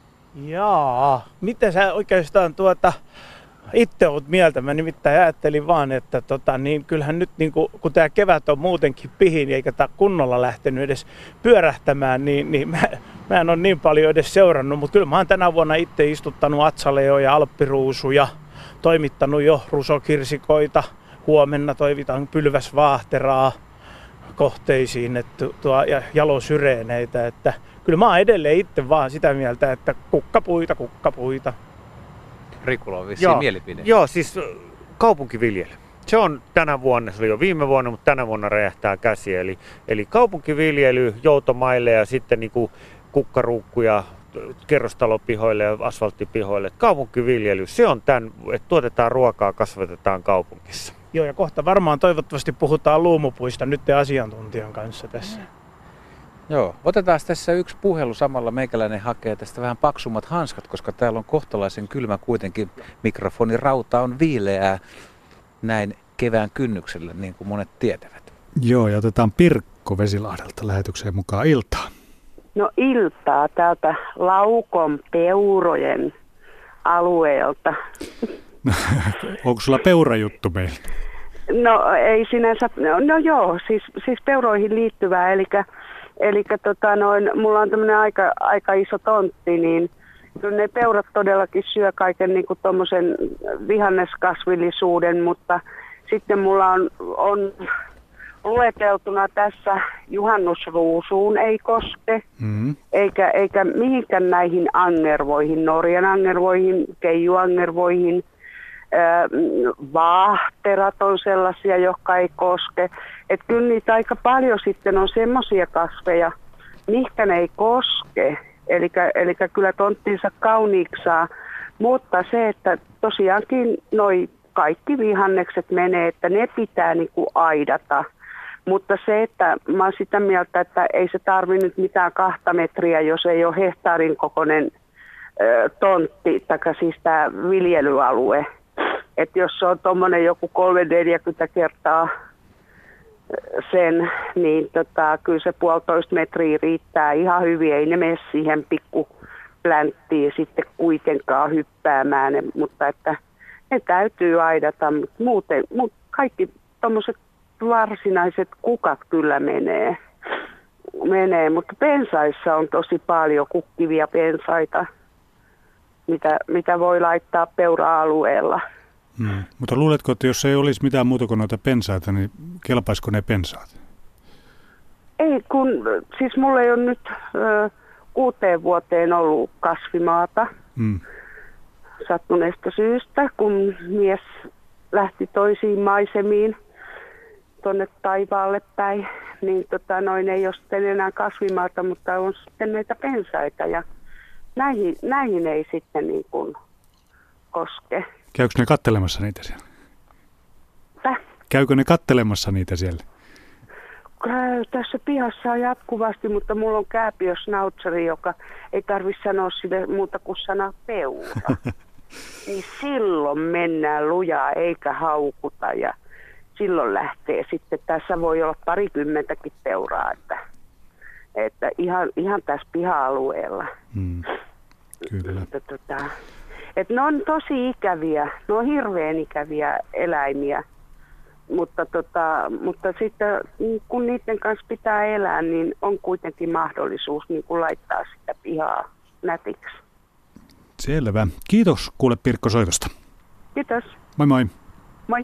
Jaa, mitä sä oikeastaan itse olet mieltä? Mä nimittäin ajattelin vaan, että niin kyllähän nyt kun tämä kevät on muutenkin pihin eikä tämä kunnolla lähtenyt edes pyörähtämään, niin mä en ole niin paljon edes seurannut, mutta kyllä mä oon tänä vuonna itse istuttanut atsaleoja ja alppiruusuja, toimittanut jo rusokirsikoita, huomenna toivitan pylväsvaahteraa kohteisiin ja jalosyreeneitä, että kyllä mä oon edelleen itse vaan sitä mieltä, että kukkapuita. Rikulla on vissiin mielipide. Joo, siis kaupunkiviljely. Se on tänä vuonna, se oli jo viime vuonna, mutta tänä vuonna räjähtää käsi. Eli kaupunkiviljely joutomaille ja sitten niinku kukkaruukkuja kerrostalopihoille ja asfalttipihoille. Kaupunkiviljely, se on tämän, että tuotetaan ruokaa, kasvatetaan kaupungissa. Joo, ja kohta varmaan toivottavasti puhutaan luumupuista nyt asiantuntijan kanssa tässä. Joo, otetaan tässä yksi puhelu samalla. Meikäläinen hakee tästä vähän paksummat hanskat, koska täällä on kohtalaisen kylmä kuitenkin. Mikrofonin rauta on viileää näin kevään kynnyksellä, niin kuin monet tietävät. Joo, ja otetaan Pirkko Vesilahdelta lähetykseen mukaan iltaa. No iltaa täältä Laukon peurojen alueelta. Onko sulla peurajuttu meillä? No ei sinänsä, no joo, siis peuroihin liittyvää, eli mulla on tämmöinen aika iso tontti, niin kyllä ne peurat todellakin syö kaiken niin kuin tommosen vihanneskasvillisuuden, mutta sitten mulla on lueteltuna tässä juhannusruusuun ei koske, eikä mihinkään näihin angervoihin, Norjan angervoihin, keijuangervoihin. Vaahterat on sellaisia, jotka ei koske. Että kyllä niitä aika paljon sitten on semmoisia kasveja, mihkä ne ei koske. Eli kyllä tonttinsa kauniiksi saa. Mutta se, että tosiaankin noi kaikki vihannekset menee, että ne pitää niinku aidata. Mutta se, että mä oon sitä mieltä, että ei se tarvi nyt mitään 2 metriä, jos ei ole hehtaarin kokoinen tontti, taikka siis tämä viljelyalue. Että jos se on tuommoinen joku 3-40 kertaa sen, niin kyllä se 1,5 metriä riittää ihan hyvin. Ei ne mene siihen pikkuplänttiin sitten kuitenkaan hyppäämään, mutta että ne täytyy aidata. Muuten kaikki tuommoiset varsinaiset kukat kyllä menee, mutta pensaissa on tosi paljon kukkivia pensaita, mitä voi laittaa peura-alueella. Mutta luuletko, että jos ei olisi mitään muuta kuin noita pensaita, niin kelpaisiko ne pensaat? Ei, siis mulla ei ole nyt 6 vuoteen ollut kasvimaata sattuneesta syystä, kun mies lähti toisiin maisemiin tuonne taivaalle päin, niin ei ole sitten enää kasvimaata, mutta on sitten näitä pensaita ja näihin ei sitten niin kuin koske. Käykö ne kattelemassa niitä siellä? Käykö ne kattelemassa niitä siellä? Käy tässä pihassa jatkuvasti, mutta mulla on kääpiösnautseri, joka ei tarvitse sanoa sille muuta kuin sana peura. Niin silloin mennään lujaa eikä haukuta ja silloin lähtee sitten, tässä voi olla 20 peuraa, että ihan tässä piha-alueella. Kyllä. Että ne on tosi ikäviä, ne on hirveän ikäviä eläimiä, mutta sitten kun niiden kanssa pitää elää, niin on kuitenkin mahdollisuus niin kuin laittaa sitä pihaa nätiksi. Selvä. Kiitos kuule Pirkko soitosta. Kiitos. Moi moi. Moi.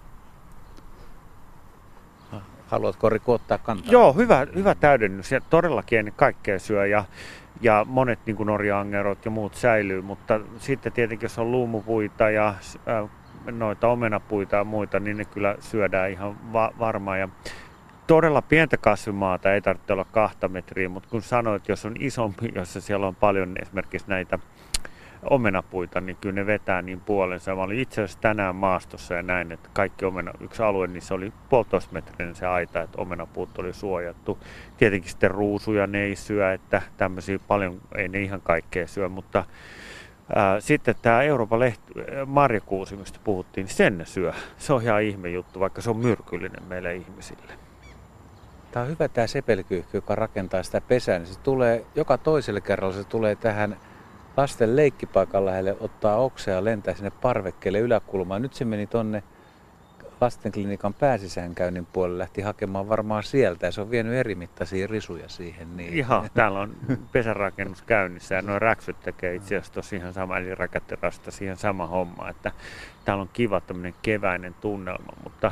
Haluatko Riku ottaa kantaa? Joo, hyvä täydennys. Ja todellakin ennen kaikkea syö ja monet niin kuin norja-angerot ja muut säilyy, mutta sitten tietenkin jos on luumupuita ja noita omenapuita ja muita, niin ne kyllä syödään ihan varmaan. Ja todella pientä kasvimaata, ei tarvitse olla 2 metriä, mutta kun sanoit, että jos on isompi, jossa siellä on paljon esimerkiksi näitä omenapuita, niin kyllä ne vetää niin puolensa. Mä olin itse asiassa tänään maastossa ja näin, että kaikki yksi alue, niin se oli 1,5 metrinen se aita, että omenapuut oli suojattu. Tietenkin sitten ruusuja ne ei syö, että tämmöisiä paljon, ei ne ihan kaikkea syö, mutta sitten tämä Euroopan marjakuusi, mistä puhuttiin, niin sen ne syö. Se on ihan ihme juttu, vaikka se on myrkyllinen meille ihmisille. Tämä on hyvä tämä sepelkyyhky, joka rakentaa sitä pesää, niin se tulee joka toiselle kerralla, se tulee tähän lasten leikkipaikan lähelle, ottaa oksaa ja lentää sinne parvekkeelle yläkulmaan. Nyt se meni tonne lastenklinikan pääsisäänkäynnin puolelle, lähti hakemaan varmaan sieltä ja se on vienyt erimittaisia risuja siihen. Niin. Ihan, täällä on pesärakennus käynnissä ja nuo räksyt tekee itse asiassa tosi ihan sama, eli räkäterasta siihen sama homma, että täällä on kiva tämmöinen keväinen tunnelma, mutta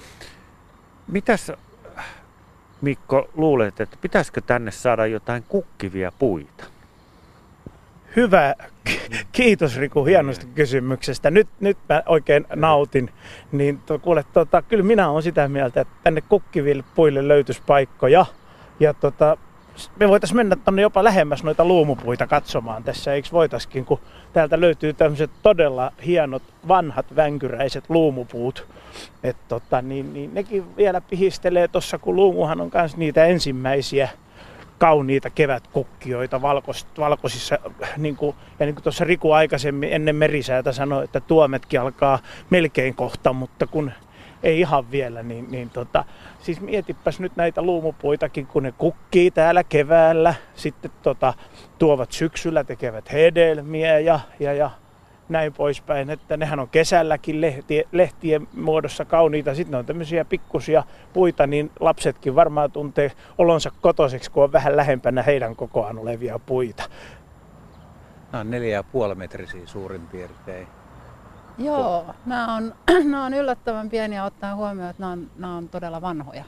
mitäs Mikko luulet, että pitäisikö tänne saada jotain kukkivia puita? Hyvä. Kiitos Riku hienosta kysymyksestä. Nyt mä oikein nautin. Niin kuule, kyllä minä olen sitä mieltä, että tänne kukkiville puille löytyisi paikkoja. Ja me voitaisiin mennä tonne jopa lähemmäs noita luumupuita katsomaan tässä. Eikö voitaisiin, kun täältä löytyy tämmöiset todella hienot vanhat vänkyräiset luumupuut. Niin nekin vielä pihistelee tuossa, kun luumuhan on myös niitä ensimmäisiä kauniita kevätkukkioita valkoisissa, niin kuin tuossa Riku aikaisemmin ennen merisäätä sanoi, että tuometkin alkaa melkein kohta, mutta kun ei ihan vielä, siis mietipäs nyt näitä luumupuitakin, kun ne kukkii täällä keväällä, sitten tuovat syksyllä, tekevät hedelmiä ja näin poispäin, että nehän on kesälläkin lehtien muodossa kauniita. Sitten ne on tämmöisiä pikkusia puita, niin lapsetkin varmaan tuntee olonsa kotoiseksi, kun on vähän lähempänä heidän kokoaan olevia puita. Nämä on 4,5 metrisiä suurin piirtein. Joo, nämä on yllättävän pieniä ottaen huomioon, että nämä on todella vanhoja.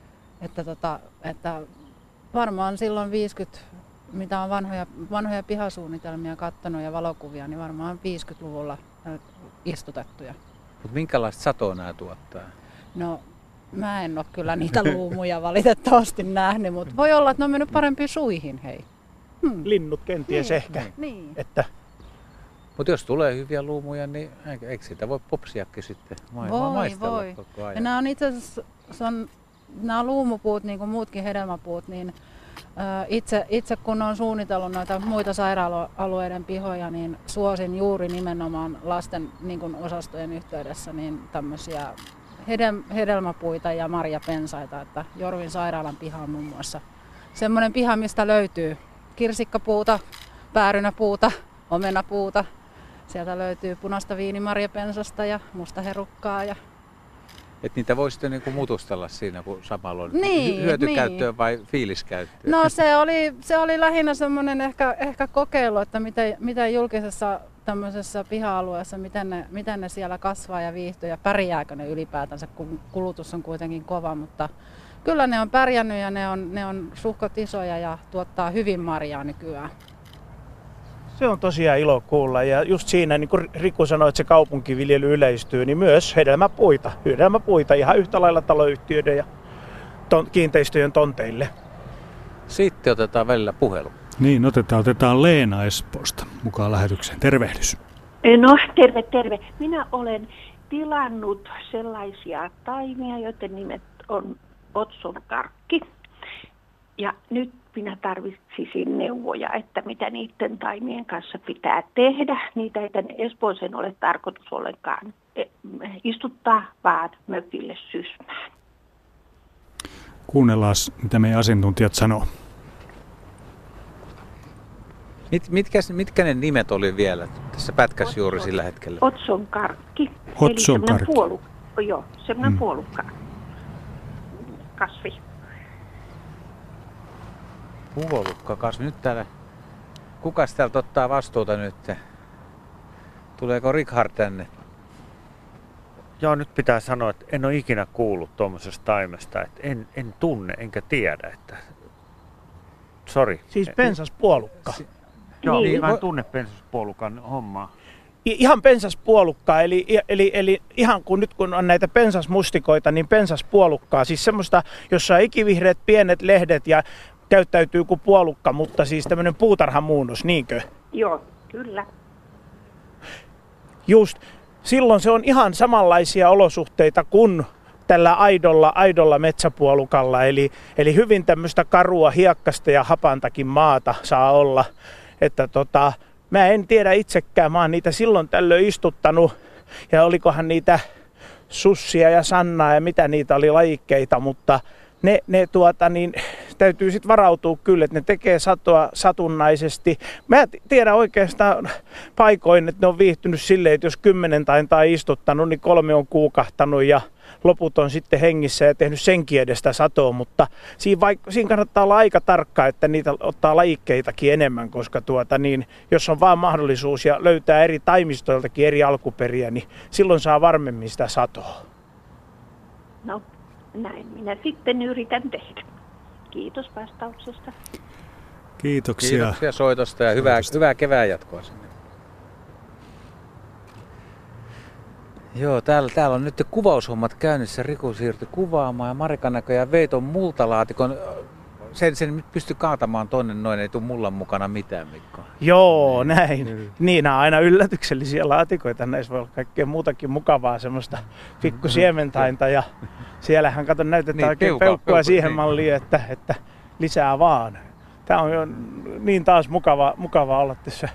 Että varmaan silloin 50, mitä on vanhoja pihasuunnitelmia katsonut ja valokuvia, niin varmaan 50-luvulla istutettuja. Mutta minkälaista satoa nämä tuottaa? No, mä en ole kyllä niitä luumuja valitettavasti nähnyt, mutta voi olla, että ne on mennyt parempiin suihin, hei. Linnut kenties ehkä. Niin. Että mutta jos tulee hyviä luumuja, niin eikö sitä voi popsiakin sitten maistella koko ajan? Ja nämä on itse asiassa, nämä luumupuut, niin kuin muutkin hedelmäpuut, niin itse kun olen suunnitellut noita muita sairaala-alueiden pihoja, niin suosin juuri nimenomaan lasten niin kuin osastojen yhteydessä niin tämmöisiä hedelmäpuita ja marjapensaita. Että Jorvin sairaalan piha on muun muassa semmoinen piha, mistä löytyy kirsikkapuuta, päärynäpuuta, omenapuuta. Sieltä löytyy punaista viinimarjapensasta ja mustaherukkaa. Että niitä voi sitten niinku mutustella siinä, kun samalla on hyötykäyttöön vai fiiliskäyttöön? No se oli lähinnä semmoinen ehkä kokeilu, että miten julkisessa tämmöisessä piha-alueessa, miten ne siellä kasvaa ja viihtyy ja pärjääkö ne ylipäätänsä, kun kulutus on kuitenkin kova. Mutta kyllä ne on pärjännyt ja ne on suhkot isoja ja tuottaa hyvin marjaa nykyään. Se on tosiaan ilo kuulla ja just siinä, niin kuin Riku sanoi, että se kaupunkiviljely yleistyy, niin myös hedelmäpuita ihan yhtä lailla taloyhtiöiden ja kiinteistöjen tonteille. Sitten otetaan välillä puhelu. Niin, otetaan Leena Espoosta mukaan lähetykseen. Tervehdys. No, terve. Minä olen tilannut sellaisia taimia, joiden nimet on Otson karkki. Ja nyt minä tarvitsisin neuvoja, että mitä niiden taimien kanssa pitää tehdä. Niitä ei tänne Espooseen ole tarkoitus ollenkaan istuttaa, vaan mökille sysmään. Kuunnellaan, mitä meidän asiantuntijat sanoo. Mitkä ne nimet oli vielä tässä pätkässä juuri sillä hetkellä? Otson karkki. Otson karkki. Semmoinen puolukka kasvi. Puolukkakasvi. Nyt täällä, kukas täältä ottaa vastuuta nyt? Tuleeko Richard tänne? Joo, nyt pitää sanoa, että en ole ikinä kuullut tuommoisesta taimesta, että en tunne enkä tiedä, että sori. Siis pensaspuolukka. Joo, niin mä en tunne pensaspuolukan hommaa. Ihan pensaspuolukkaa, eli ihan kun on näitä pensasmustikoita, niin pensaspuolukkaa. Siis semmoista, jossa on ikivihreät pienet lehdet ja käyttäytyy kuin puolukka, mutta siis tämmöinen puutarhamuunnos, niinkö? Joo, kyllä. Just. Silloin se on ihan samanlaisia olosuhteita kuin tällä aidolla metsäpuolukalla. Eli hyvin tämmöistä karua, hiekkasta ja hapantakin maata saa olla. Että mä en tiedä itsekään, mä oon niitä silloin tällöin istuttanut. Ja olikohan niitä sussia ja sannaa ja mitä niitä oli lajikkeita, mutta ne täytyy sitten varautua kyllä, että ne tekee satoa satunnaisesti. Mä tiedän oikeastaan paikoin, että ne on viihtynyt silleen, että jos 10 tai istuttanut, niin 3 on kuukahtanut ja loput on sitten hengissä ja tehnyt senkin edestä satoa, mutta siinä kannattaa olla aika tarkka, että niitä ottaa lajikkeitakin enemmän, koska jos on vaan mahdollisuus ja löytää eri taimistoiltakin eri alkuperiä, niin silloin saa varmemmin sitä satoa. No, näin minä sitten yritän tehdä. Kiitos vastauksesta. Kiitoksia. Kiitoksia soitosta ja hyvää kevään jatkoa sinne. Joo, täällä on nyt kuvaushommat käynnissä. Riku siirtyi kuvaamaan ja Marika näköjään vei ton multalaatikon. Sen nyt pystyi kaatamaan tonne noin, ei tule mullan mukana mitään, Mikko. Joo, näin. Niin, nämä on aina yllätyksellisiä laatikoita. Näissä voi olla kaikkea muutakin mukavaa, semmoista pikkusiementäintä. Ja siellähän näytetään niin, oikein peukkua siihen niin malliin, että lisää vaan. Tämä on jo niin taas mukava olla tässä.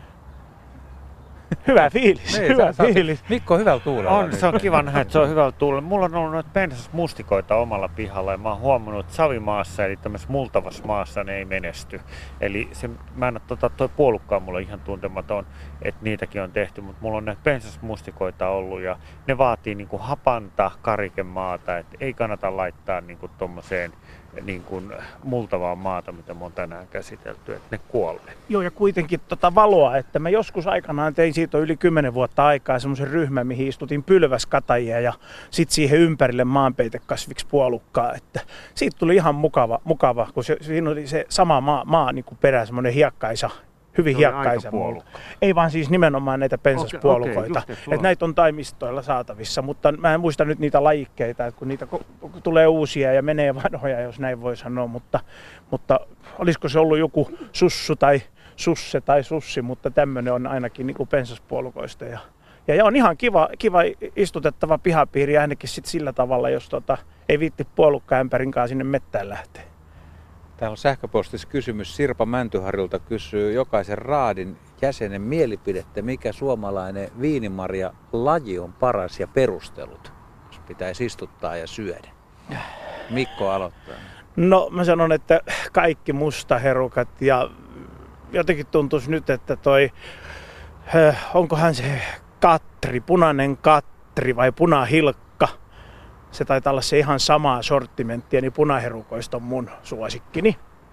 Hyvä fiilis, hyvä fiilis. Mikko on hyvällä tuulella. On, se on kiva nähdä, että se on hyvällä tuulella. Mulla on ollut noita pensasmustikoita omalla pihalla ja mä oon huomannut, että savimaassa eli tämmöisessä multavassa maassa ne ei menesty. Eli mä en ole toi puolukka on mulle ihan tuntematon, että niitäkin on tehty, mutta mulla on näitä pensasmustikoita ollut ja ne vaatii niinku hapanta karikemaata, että ei kannata laittaa niinku tommoseen niin kuin multavaa maata, mitä me on tänään käsitelty, että ne kuolee. Joo, ja kuitenkin valoa, että mä joskus aikanaan tein siitä yli 10 vuotta aikaa semmoisen ryhmän, mihin istutin pylväskatajia ja sitten siihen ympärille maanpeitekasviksi puolukkaa, että siitä tuli ihan mukava kun siinä oli se sama maa niin kuin perä, semmoinen hiekkaisa, hyvin hiekkaisa puolukka. Ei vaan siis nimenomaan näitä pensaspuolukoita. Että näitä on taimistoilla saatavissa, mutta mä en muista nyt niitä lajikkeita, että kun niitä tulee uusia ja menee vanhoja, jos näin voi sanoa, mutta olisiko se ollut joku sussu tai susse tai sussi, mutta tämmöinen on ainakin niin kuin pensaspuolukoista. Ja on ihan kiva istutettava pihapiiri ainakin sit sillä tavalla, jos ei viitti puolukkaämpärinkaan sinne mettään lähteä. Täällä on sähköpostissa kysymys. Sirpa Mäntyharjulta kysyy jokaisen raadin jäsenen mielipidettä, mikä suomalainen viinimarja laji on paras ja perustelut, jos pitäisi istuttaa ja syödä. Mikko aloittaa. No mä sanon, että kaikki mustaherukat ja jotenkin tuntuisi nyt, että onkohan se katri, punainen katri vai punahilkka. Se taitaa olla se ihan samaa sortimenttia, niin punaherukoista on mun suosikkini.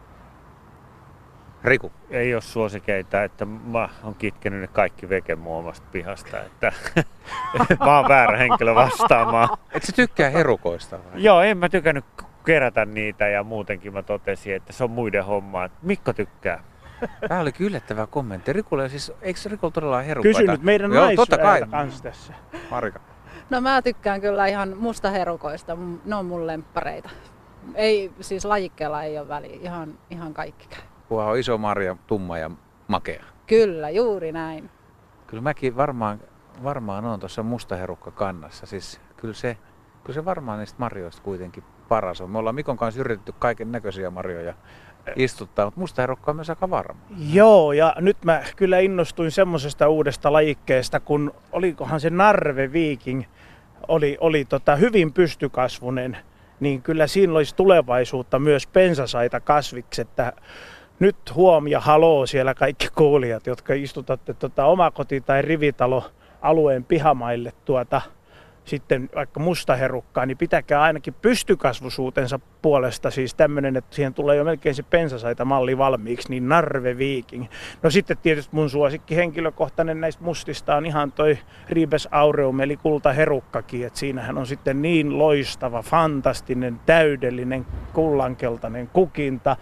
Riku? Ei ole suosikeita, että mä oon kitkenyt ne kaikki veke mun omasta pihasta, että mä oon väärä henkilö vastaamaan. Et sä tykkää herukoista vai? Joo, en mä tykännyt kerätä niitä ja muutenkin mä totesin, että se on muiden hommaa. Mikko tykkää. Tämä oli yllättävä kommentti. Rikulle, siis, eikö Rikulla todella herukoita? Kysy nyt meidän naisväeltä kanssa tässä. Marika. No mä tykkään kyllä ihan mustaherukoista, ne on mun lemppareita. Ei, siis lajikkeella ei ole väliä, ihan kaikki käy. Kunhan on iso marja, tumma ja makea. Kyllä, juuri näin. Kyllä mäkin varmaan on tuossa mustaherukka kannassa. Siis kyllä se varmaan niistä marjoista kuitenkin paras on. Me ollaan Mikon kanssa yritetty kaiken näköisiä marjoja istuttaa, mutta mustaherukka on myös aika varma. Joo, ja nyt mä kyllä innostuin semmosesta uudesta lajikkeesta, kun olikohan se Narve Viking, oli hyvin pystykasvunen, niin kyllä siinä olisi tulevaisuutta myös pensasaita kasviksi, että nyt huom ja haloo siellä kaikki kuulijat, jotka istutatte omakoti- tai rivitaloalueen pihamaille sitten vaikka mustaherukkaa, niin pitäkää ainakin pystykasvuisuutensa puolesta siis tämmöinen, että siihen tulee jo melkein se pensasaita malli valmiiksi, niin Narve Viking. No sitten tietysti mun suosikki henkilökohtainen näistä mustista on ihan toi Ribes aureum eli kultaherukkakin, että siinähän on sitten niin loistava, fantastinen, täydellinen kullankeltainen kukinta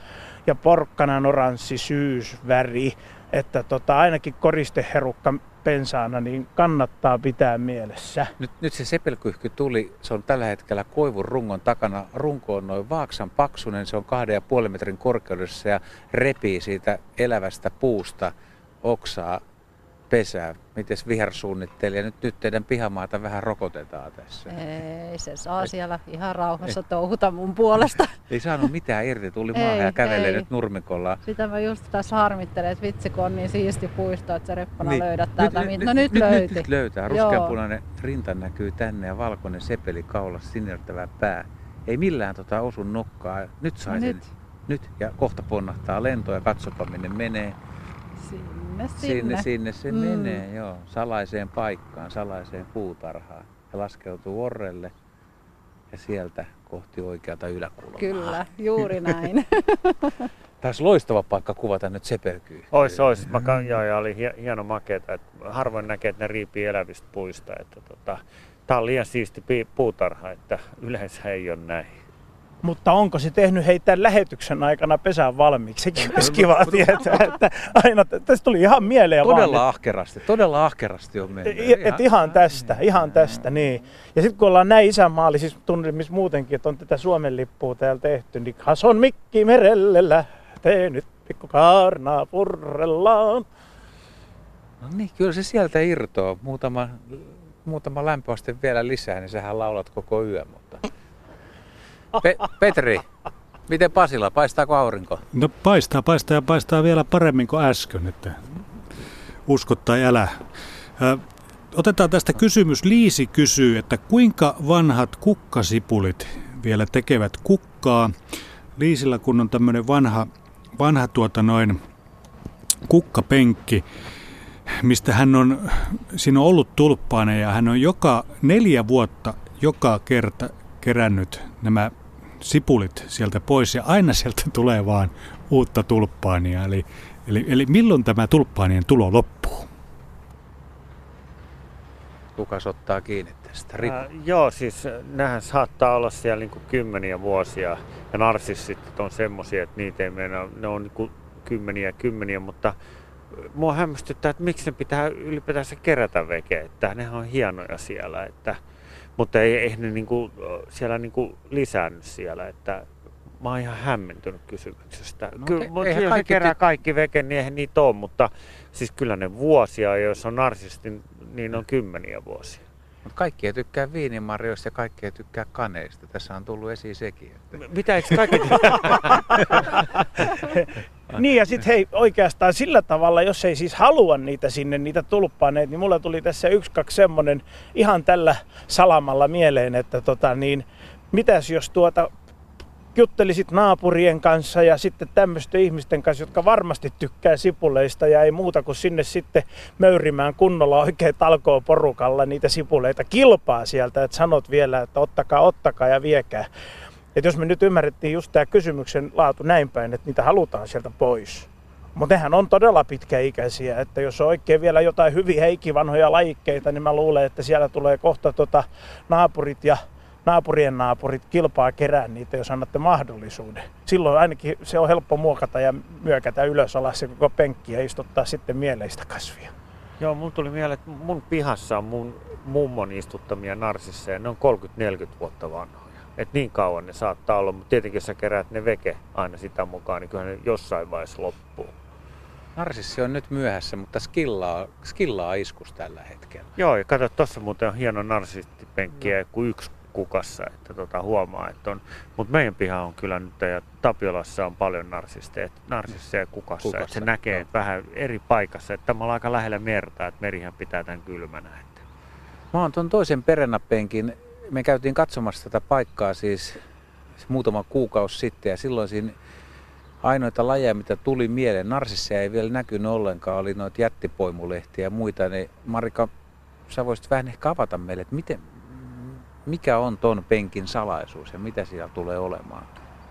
ja porkkanan oranssi syysväri. Että ainakin koristeherukka pensaana niin kannattaa pitää mielessä. Nyt se sepelkyhky tuli, se on tällä hetkellä koivun rungon takana. Runko on noin vaaksan paksunen, se on 2,5 metrin korkeudessa ja repii siitä elävästä puusta oksaa pesää. Mites vihersuunnittelija? Nyt teidän pihamaata vähän rokotetaan tässä. Ei, se saa siellä ihan rauhassa touhuta mun puolesta. Ei saanut mitään irti, tuli maahan ja kävelee nyt nurmikolla. Sitä mä just tässä harmittelen, että vitsi kun on niin siisti puisto, että sä Reppana löydät täältä. Nyt löyti. Nyt löytää. Ruskeanpunainen rinta näkyy tänne ja valkoinen sepeli kaulassa, sinertävä pää. Ei millään osu nokkaa. Nyt sai sen. Nyt ja kohta ponnahtaa lento ja katsopa minne menee. Sinne se menee, joo. Salaiseen paikkaan, salaiseen puutarhaan. Ja laskeutuu orrelle ja sieltä kohti oikeata yläkulmaa. Kyllä, juuri näin. Taisi loistava paikka kuvata nyt sepelkyy. Ois. Ja oli hieno makeeta. Harvoin näkee, että ne riipii elävistä puista. Tää on liian siisti puutarha, että yleensä ei ole näin. Mutta onko se tehnyt heitä lähetyksen aikana pesään valmiiksi? Sekin olisi kiva tietää, että aina tästä tuli ihan mieleen Todella ahkerasti on mennyt. Ihan tästä, niin. Ja sitten kun ollaan näin isänmaallisissa tunnelmissa muutenkin, että on tätä Suomen lippua täällä tehty, niin Hason Mikki merelle lähtee nyt pikku kaarnaa purrellaan. No niin, kyllä se sieltä irtoaa. Muutama lämpöaste vielä lisää, niin sähän laulat koko yö, mutta... Petri, miten Pasila, paistaako aurinko? No paistaa vielä paremmin kuin äsken, että usko tai älä. Otetaan tästä kysymys. Liisi kysyy, että kuinka vanhat kukkasipulit vielä tekevät kukkaa? Liisillä kun on tämmöinen vanha kukkapenkki, mistä siinä on ollut tulppainen ja hän on joka 4 vuotta joka kerta kerännyt nämä sipulit sieltä pois ja aina sieltä tulee vaan uutta tulppaania. Eli milloin tämä tulppaanien tulo loppuu? Kukas ottaa kiinni tästä? Joo, siis nämähän saattaa olla siellä niin kuin kymmeniä vuosia ja narsissit on semmoisia, että niitä ei mennä, ne on niin kuin kymmeniä, mutta mua hämmästyttää, että miksi ne pitää ylipäätänsä kerätä veke, että nehän on hienoja siellä, mutta ei ne niinku, siellä niinku lisäänny siellä, että mä oon ihan hämmentynyt kysymyksestä. Kyllä se kerää kaikki veke, niin eihän niitä ole, mutta siis kyllä ne vuosia, jos on narsisti, niin on 10 vuosia. Mutta kaikki ei tykkää viinimarjoista ja kaikki ei tykkää kaneista. Tässä on tullut esiin sekin. Että... Mitä eikö kaikki Niin ja sitten hei oikeastaan sillä tavalla, jos ei siis halua niitä sinne, niitä tulppaaneita, niin mulla tuli tässä 1-2 semmonen ihan tällä salamalla mieleen, että mitäs jos juttelisit naapurien kanssa ja sitten tämmöisten ihmisten kanssa, jotka varmasti tykkää sipuleista ja ei muuta kuin sinne sitten möyrimään kunnolla oikein talkoon porukalla niitä sipuleita kilpaa sieltä, että sanot vielä, että ottakaa ja viekää. Että jos me nyt ymmärrettiin just tämä kysymyksen laatu näin päin, että niitä halutaan sieltä pois. Mutta nehän on todella pitkäikäisiä, että jos on oikein vielä jotain hyvin vanhoja lajikkeita, niin mä luulen, että siellä tulee kohta naapurit ja naapurien naapurit kilpaa kerää niitä, jos annatte mahdollisuuden. Silloin ainakin se on helppo muokata ja myökätä ylös alas se koko penkki ja istuttaa sitten mieleistä kasvia. Joo, mun tuli mieleen, että mun pihassa on mun mummon istuttamia narsisseja, ne on 30-40 vuotta vanhoja. Et niin kauan ne saattaa olla, mutta tietenkin jos sä keräät ne veke aina sitä mukaan, niin kyllähän ne jossain vaiheessa loppuu. Narsissi on nyt myöhässä, mutta skillaa iskus tällä hetkellä. Joo, ja kato, tuossa muuten on hieno narsisttipenkki ja kuin 1 kukassa, että huomaa, että on. Mutta meidän piha on kyllä nyt, ja Tapiolassa on paljon narsisseja kukassa, että se näkee vähän eri paikassa, että tämä on aika lähellä merta, että merihän pitää tämän kylmänä. Että. Mä oon tuon toisen perennapenkin, me käytiin katsomassa tätä paikkaa siis muutama kuukausi sitten, ja silloin siinä ainoita lajeja, mitä tuli mieleen, narsisseja ei vielä näkynyt ollenkaan, oli noita jättipoimulehtiä ja muita, niin Marika, sä voisit vähän ehkä avata meille, että mikä on ton penkin salaisuus ja mitä siellä tulee olemaan?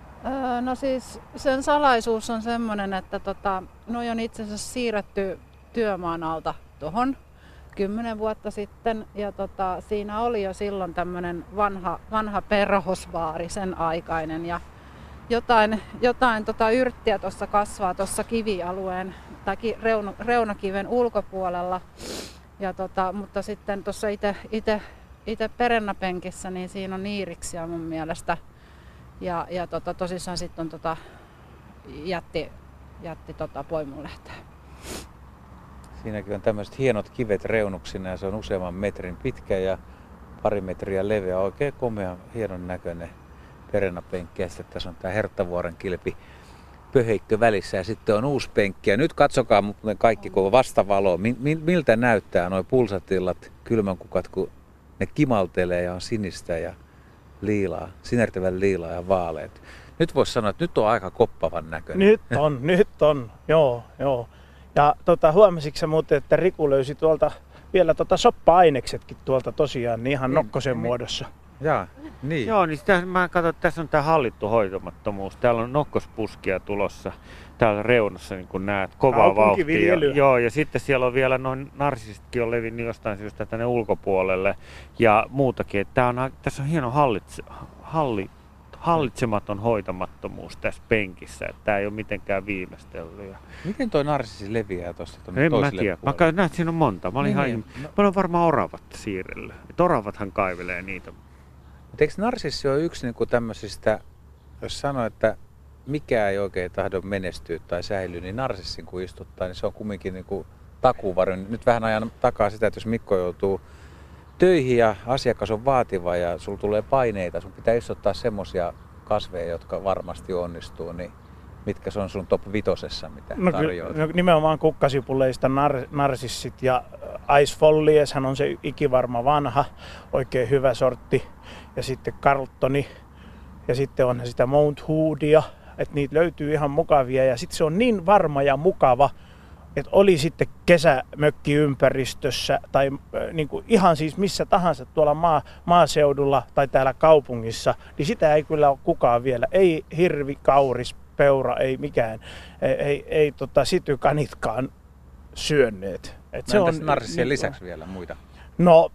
No siis sen salaisuus on semmoinen, että noi on itse asiassa siirretty työmaan alta tuohon 10 vuotta sitten. Ja siinä oli jo silloin tämmöinen vanha perhosvaari sen aikainen. Ja jotain yrttiä tuossa kasvaa tuossa kivialueen tai reunakiven ulkopuolella. Ja mutta sitten tuossa itse perennapenkissä, niin siinä on niiriksiä mun mielestä. Ja tosissaan sitten on jätti poimunlehteä. Siinäkin on tämmöiset hienot kivet reunuksina ja se on useamman metrin pitkä ja pari metriä leveä. Oikein komea, hienon näköinen perennapenkki. Ja sitten tässä on tämä Herttavuoren kilpi pöheikkö välissä ja sitten on uusi penkki. Ja nyt katsokaa muuten kaikki, kun on vastavalo. Miltä näyttää nuo pulsatillat, kylmänkukat, kun ne kimaltelee ja on sinistä ja liilaa, sinertävän liilaa ja vaaleet. Nyt voisi sanoa, että nyt on aika koppavan näköinen. Nyt on, joo. Ja huomasitko sä muuten, että Riku löysi tuolta vielä soppa-aineksetkin tuolta tosiaan niin ihan nokkosen muodossa. Jaa, niin. Joo, niin mä katson, että tässä on tää hallittu hoitamattomuus. Täällä on nokkospuskia tulossa täällä reunassa, niin kuin näet, kovaa vauhtia. Joo, ja sitten siellä on vielä noin narsistitkin on levinnyt jostain syystä tänne ulkopuolelle ja muutakin. Että tässä on hieno hallitsematon hoitamattomuus tässä penkissä, että tämä ei ole mitenkään viimeistellyt. Miten toi narsissi leviää tuosta tuonne en toiselle mä tiedä. puolelle? Mä näet, siinä on monta. Mä olen varmaan oravat siirrellyt. Oravathan kaivelee niitä. Eikö narsissi ole yksi niin kuin tämmöisistä, jos sanoo, että mikä ei oikein tahdo menestyä tai säilyä, niin narsissin kun istuttaa, niin se on kumminkin niin kuin takuuvarjo. Nyt vähän ajan takaa sitä, että jos Mikko joutuu töihin ja asiakas on vaativa ja sulla tulee paineita, sun pitää istuttaa semmoisia kasveja, jotka varmasti onnistuu, niin mitkä se on sun top 5, mitä tarjoat? No nimenomaan kukkasipuleista narsissit ja Ice Follieshan on se ikivarma vanha, oikein hyvä sortti. Ja sitten Carltoni ja sitten on sitä Mount Hoodia, että niitä löytyy ihan mukavia ja sitten se on niin varma ja mukava, että oli sitten kesämökkiympäristössä tai niin kuin ihan siis missä tahansa tuolla maaseudulla tai täällä kaupungissa, niin sitä ei kyllä ole kukaan vielä. Ei hirvi, kauris, peura, ei mikään, ei sitykanitkaan syönneet. Se on narsissien lisäksi vielä muita? No,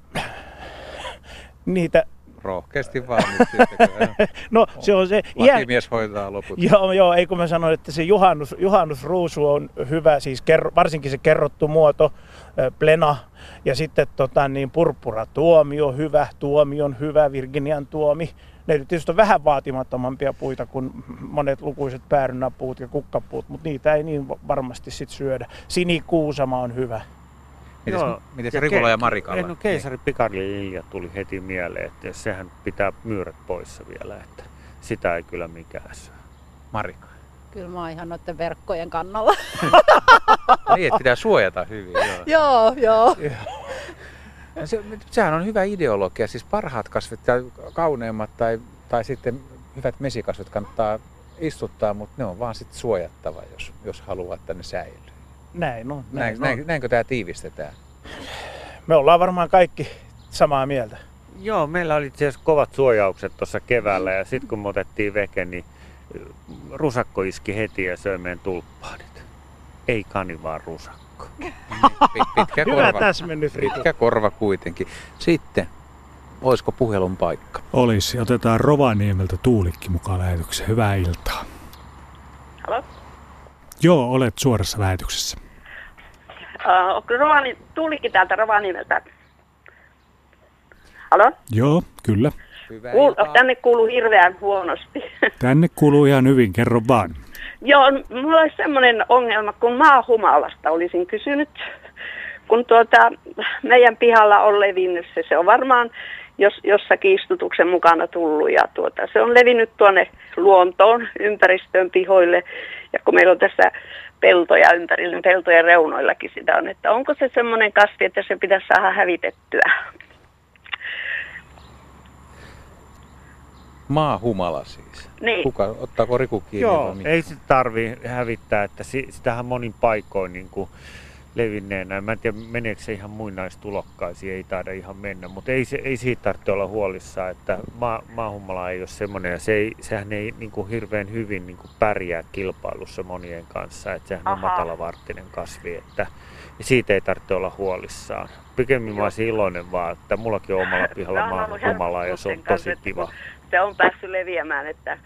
niitä... Rohkeasti vaan nyt no se on se... Lakimies hoitaa loput. Joo, ei kun mä sanoin, että se juhannusruusu on hyvä, siis varsinkin se kerrottu muoto, plena, ja sitten purppuratuomi on hyvä, Virginian tuomi. Ne tietysti on vähän vaatimattomampia puita kuin monet lukuiset päärynäpuut ja kukkapuut, mutta niitä ei niin varmasti sit syödä. Sinikuusama on hyvä. Miten Rikulla ja Marikalla? No keisari Pikarli-lilja tuli heti mieleen, että sehän pitää myyrät poissa vielä, että sitä ei kyllä mikään syö. Marika? Kyllä mä oon ihan noiden verkkojen kannalla. Niin, että pitää suojata hyvin. Joo. Sehän on hyvä ideologia, siis parhaat kasvit tai kauneimmat tai sitten hyvät mesikasvit kannattaa istuttaa, mutta ne on vaan sitten suojattava, jos haluaa, että ne säilyy. Näin on. Näinkö tämä tiivistetään? Me ollaan varmaan kaikki samaa mieltä. Joo, meillä oli itse asiassa kovat suojaukset tuossa keväällä ja sitten kun me otettiin veke, niin rusakko iski heti ja söi meidän tulppaanit. Ei kani, vaan rusakko. Pitkä hyvä korva. täsmennys, Riku. Pitkä korva kuitenkin. Sitten, olisiko puhelun paikka? Olisi. Otetaan Rovaniemeltä Tuulikki mukaan lähetykseen. Hyvää iltaa. Halo? Joo, olet suorassa lähetyksessä. Tuulikki täältä Rovaniemeltä. Halo? Joo, kyllä. Tänne kuuluu hirveän huonosti. Tänne kuuluu ihan hyvin, kerro vaan. Joo, mulla olisi semmoinen ongelma, kun maahumalasta olisin kysynyt. Kun meidän pihalla on levinnyt se on varmaan jossakin istutuksen mukana tullut ja se on levinnyt tuonne luontoon, ympäristöön, pihoille. Ja kun meillä on tässä peltoja ympärillä, niin peltojen reunoillakin sitä on, että onko se semmoinen kasvi, että se pitäisi saada hävitettyä? Maahumala siis. Niin. Ottaako Riku kiinni? Joo, ei sitä tarvitse hävittää, että sitähän monin paikoin niin kuin levinneenä. Mä en tiedä, meneekö se ihan muinaistulokkaisiin, ei taida ihan mennä, mutta ei siitä tarvitse olla huolissaan, että maahumala ei ole semmoinen ja sehän ei niin kuin hirveän hyvin niin kuin pärjää kilpailussa monien kanssa, että sehän on matalavarttinen kasvi, että siitä ei tarvitse olla huolissaan. Pikemmin mä olisin iloinen vaan, että mullakin on omalla pihalla maahumalaa ja se on tosi kiva. Se on päässyt leviämään, että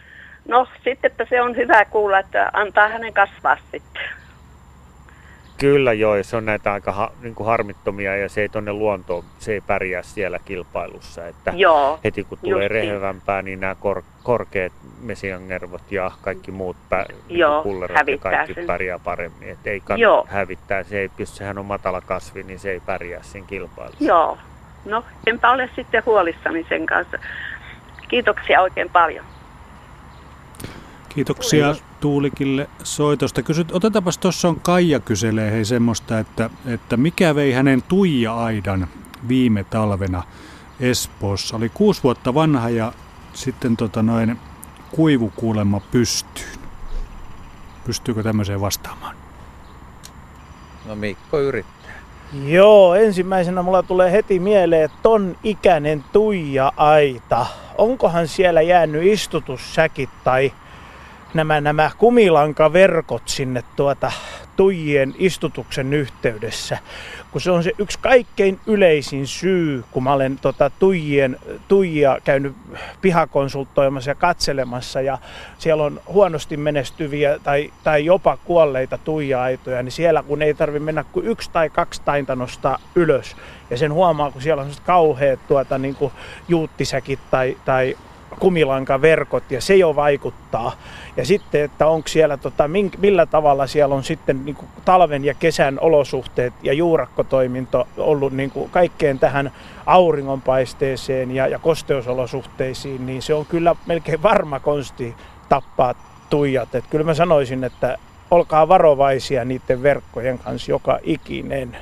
No sittenpä se on hyvä kuulla, että antaa hänen kasvaa sitten. Kyllä joo, se on näitä aika niin kuin harmittomia ja se ei tuonne luontoon, se ei pärjää siellä kilpailussa. Että heti kun tulee rehevämpää, niin nämä korkeat mesiangervot ja kaikki muut kullerot ja kaikki pärjää paremmin. Että ei kannata hävittää, sehän on matala kasvi, niin se ei pärjää siinä kilpailussa. Joo, no enpä ole sitten huolissani sen kanssa. Kiitoksia oikein paljon. Kiitoksia Tuulikille soitosta. Otetaanpas, tuossa on Kaija kyselee semmoista, että mikä vei hänen tuija-aidan viime talvena Espoossa. Oli 6 vuotta vanha ja sitten kuivu kuulemma pystyyn. Pystyykö tämmöiseen vastaamaan? No Mikko yrittää. Joo, ensimmäisenä mulla tulee heti mieleen ton ikäinen tuija-aita. Onkohan siellä jäänyt istutussäkit tai nämä kumilankaverkot sinne tuijien istutuksen yhteydessä, kun se on se yksi kaikkein yleisin syy, kun mä olen tuijia käynyt pihakonsultoimassa ja katselemassa ja siellä on huonosti menestyviä tai jopa kuolleita tuija-aitoja, niin siellä kun ei tarvitse mennä kuin 1 tai 2 tainta nostaa ylös ja sen huomaa, kun siellä on sellaiset kauheat niin kuin juuttisäkit tai kumilankaverkot ja se jo vaikuttaa. Ja sitten, että onko siellä, millä tavalla siellä on sitten niin kuin talven ja kesän olosuhteet ja juurakkotoiminto ollut niin kuin kaikkeen tähän auringonpaisteeseen ja kosteusolosuhteisiin, niin se on kyllä melkein varma konsti tappaa tuijat. Et kyllä mä sanoisin, että olkaa varovaisia niiden verkkojen kanssa joka ikinen.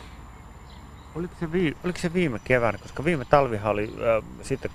Oliko se viime keväänä, koska viime talvihan oli sitten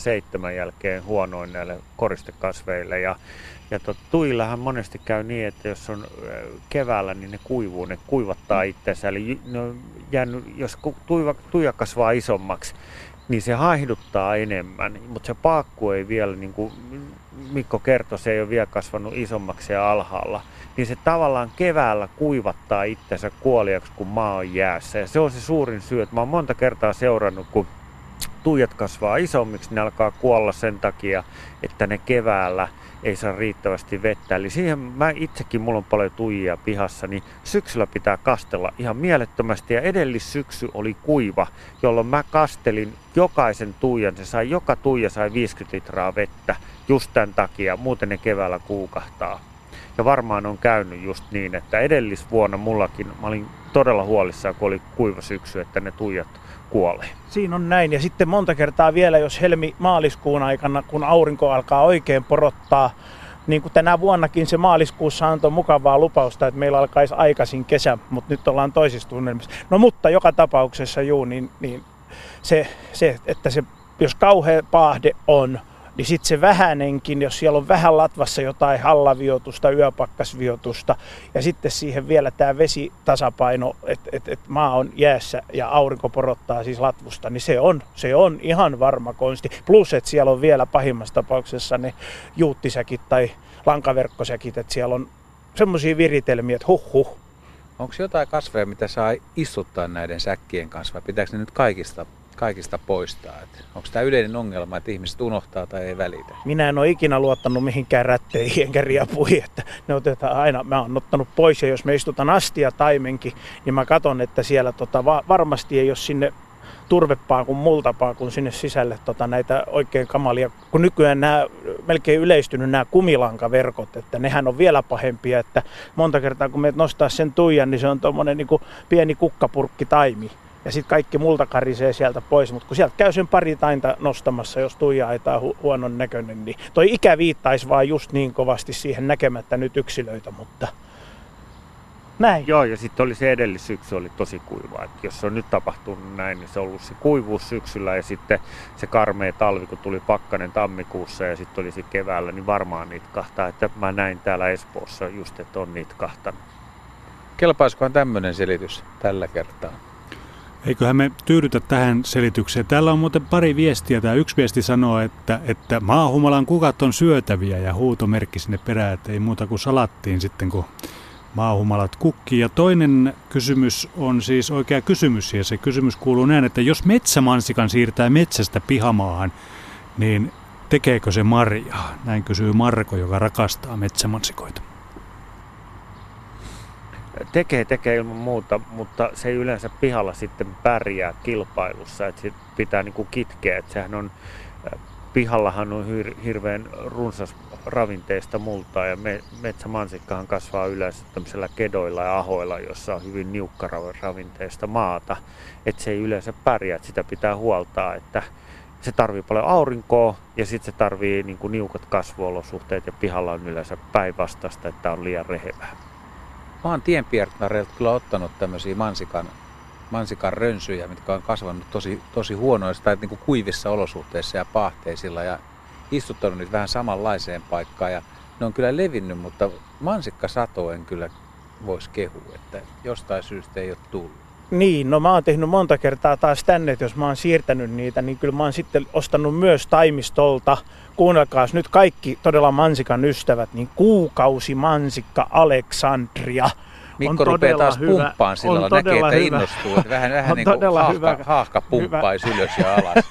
87 jälkeen huonoin näille koristekasveille ja tuillahan monesti käy niin, että jos on keväällä, niin ne kuivuu, ne kuivattaa itsensä. Eli ne on jäänyt, jos tuija kasvaa isommaksi, niin se haihduttaa enemmän, mutta se paakku ei vielä, niin kuin Mikko kertoi, se ei ole vielä kasvanut isommaksi ja alhaalla. Niin se tavallaan keväällä kuivattaa itsensä kuoliaksi, kun maa on jäässä. Ja se on se suurin syy, että mä oon monta kertaa seurannut, kun tuijat kasvaa isommiksi, ne alkaa kuolla sen takia, että ne keväällä ei saa riittävästi vettä. Eli siihen mulla on paljon tuijia pihassa, niin syksyllä pitää kastella ihan mielettömästi. Ja edellissyksy oli kuiva, jolloin mä kastelin jokaisen tuijan. Joka tuija sai 50 litraa vettä just tämän takia, muuten ne keväällä kuukahtaa. Ja varmaan on käynyt just niin, että edellisvuonna mullakin, mä olin todella huolissaan, kun oli kuiva syksy, että ne tuijat kuolee. Siinä on näin. Ja sitten monta kertaa vielä, jos helmi-maaliskuun aikana, kun aurinko alkaa oikein porottaa, niin kuin tänä vuonnakin se maaliskuussa antoi mukavaa lupausta, että meillä alkaisi aikaisin kesä, mutta nyt ollaan toisissa tunnelmissa. No mutta joka tapauksessa niin se, että se, jos kauhea paahde on, niin sitten se vähänenkin, jos siellä on vähän latvassa jotain hallaviotusta, yöpakkasviotusta ja sitten siihen vielä tämä vesitasapaino, että maa on jäässä ja aurinko porottaa siis latvusta, niin se on ihan varma konsti. Plus, että siellä on vielä pahimmassa tapauksessa ne juuttisäkit tai lankaverkkosäkit, että siellä on semmoisia viritelmiä, että huh. Onko jotain kasveja, mitä saa istuttaa näiden säkkien kanssa vai pitääkö ne nyt kaikista poistaa? Onko tämä yleinen ongelma, että ihmiset unohtaa tai ei välitä? Minä en ole ikinä luottanut mihinkään rätteihin enkä riepuihin, että ne otetaan aina. Mä oon ottanut pois ja jos me istutaan astia taimenkin, niin mä katson, että siellä varmasti ei ole sinne turvepaan kuin multapaan kuin sinne sisälle näitä oikein kamalia. Kun nykyään nämä melkein yleistynyt nämä kumilankaverkot, että nehän on vielä pahempia, että monta kertaa kun me nostaa sen tuijan, niin se on tuommoinen niin kuin pieni kukkapurkki taimi. Ja sitten kaikki multa karisee sieltä pois, mutta kun sieltä käy sen pari tainta nostamassa, jos tuija-aita on huonon näköinen, niin toi ikä viittaisi vaan just niin kovasti siihen näkemättä nyt yksilöitä, mutta näin. Joo, ja sitten oli se edellissyksy oli tosi kuiva. Et jos on nyt tapahtunut näin, niin se on ollut se kuivuus syksyllä ja sitten se karmea talvi, kun tuli pakkanen tammikuussa ja sitten oli se keväällä, niin varmaan niitä kahtaa. Että mä näin täällä Espoossa just, että on niitä kahtanut. Kelpaisikohan tämmöinen selitys tällä kertaa? Eiköhän me tyydytä tähän selitykseen. Täällä on muuten pari viestiä. Tämä yksi viesti sanoo, että maahumalan kukat on syötäviä ja huutomerkki sinne perään, että ei muuta kuin salattiin sitten, kun maahumalat kukkii. Ja toinen kysymys on siis oikea kysymys ja se kysymys kuuluu näin, että jos metsämansikan siirtää metsästä pihamaahan, niin tekeekö se marjaa? Näin kysyy Marko, joka rakastaa metsämansikoita. Tekee ilman muuta, mutta se ei yleensä pihalla sitten pärjää kilpailussa, että sit pitää niinku kitkeä, että sehän on, pihallahan on hirveän runsas ravinteista multaa ja metsämansikkahan kasvaa yleensä tämmöisellä kedoilla ja ahoilla, jossa on hyvin niukka ravinteista maata, että se ei yleensä pärjää, että sitä pitää huoltaa, että se tarvii paljon aurinkoa ja sitten se tarvii niinku niukat kasvuolosuhteet ja pihalla on yleensä päinvastaista, että on liian rehevää. Mä oon tienpiirtareilta kyllä ottanut tämmöisiä mansikan rönsyjä, mitkä on kasvanut tosi huonoissa tai niin kuin kuivissa olosuhteissa ja paahteisilla ja istuttanut nyt vähän samanlaiseen paikkaan ja ne on kyllä levinnyt, mutta mansikkasatoa en kyllä voisi kehua, että jostain syystä ei ole tullut. Niin, no mä oon tehnyt monta kertaa taas tänne, että jos mä oon siirtänyt niitä, niin kyllä mä oon sitten ostanut myös taimistolta. Kuunnelkaas nyt kaikki todella mansikan ystävät, niin kuukausimansikka Alexandria. Mikko rupeaa taas pumppaan sillä lailla, näkee, että innostuu. Vähän niin kuin haahka pumppaisi ylös ja alas.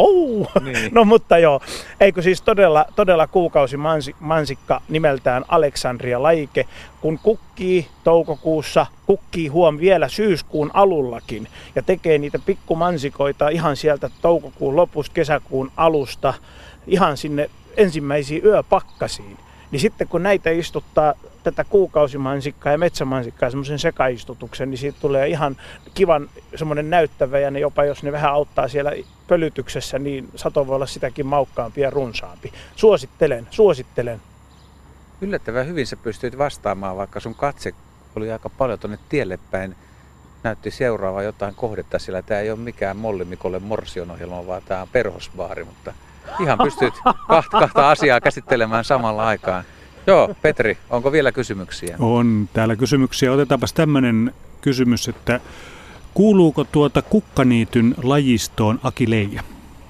Niin. No mutta joo, eikö siis todella kuukausimansikka nimeltään Alexandria lajike, kun kukkii toukokuussa, kukkii vielä syyskuun alullakin ja tekee niitä pikkumansikoita ihan sieltä toukokuun lopusta, kesäkuun alusta ihan sinne ensimmäisiin yöpakkasiin. Niin sitten kun näitä istuttaa tätä kuukausimansikkaa ja metsämansikkaa semmoisen sekaistutuksen, niin siitä tulee ihan kivan semmoinen näyttävä ja ne jopa jos ne vähän auttaa siellä pölytyksessä, niin sato voi olla sitäkin maukkaampi ja runsaampi. Suosittelen. Yllättävän hyvin sä pystyit vastaamaan, vaikka sun katse oli aika paljon tuonne tielle päin. Näytti seuraava jotain kohdetta, sillä tämä ei ole mikään Molly Mikolle Morsion ohjelma, vaan tämä on perhosbaari, mutta ihan pystyt kahta asiaa käsittelemään samalla aikaan. Joo, Petri, onko vielä kysymyksiä? On täällä kysymyksiä. Otetaanpas tämmöinen kysymys, että kuuluuko tuota kukkaniityn lajistoon akileija?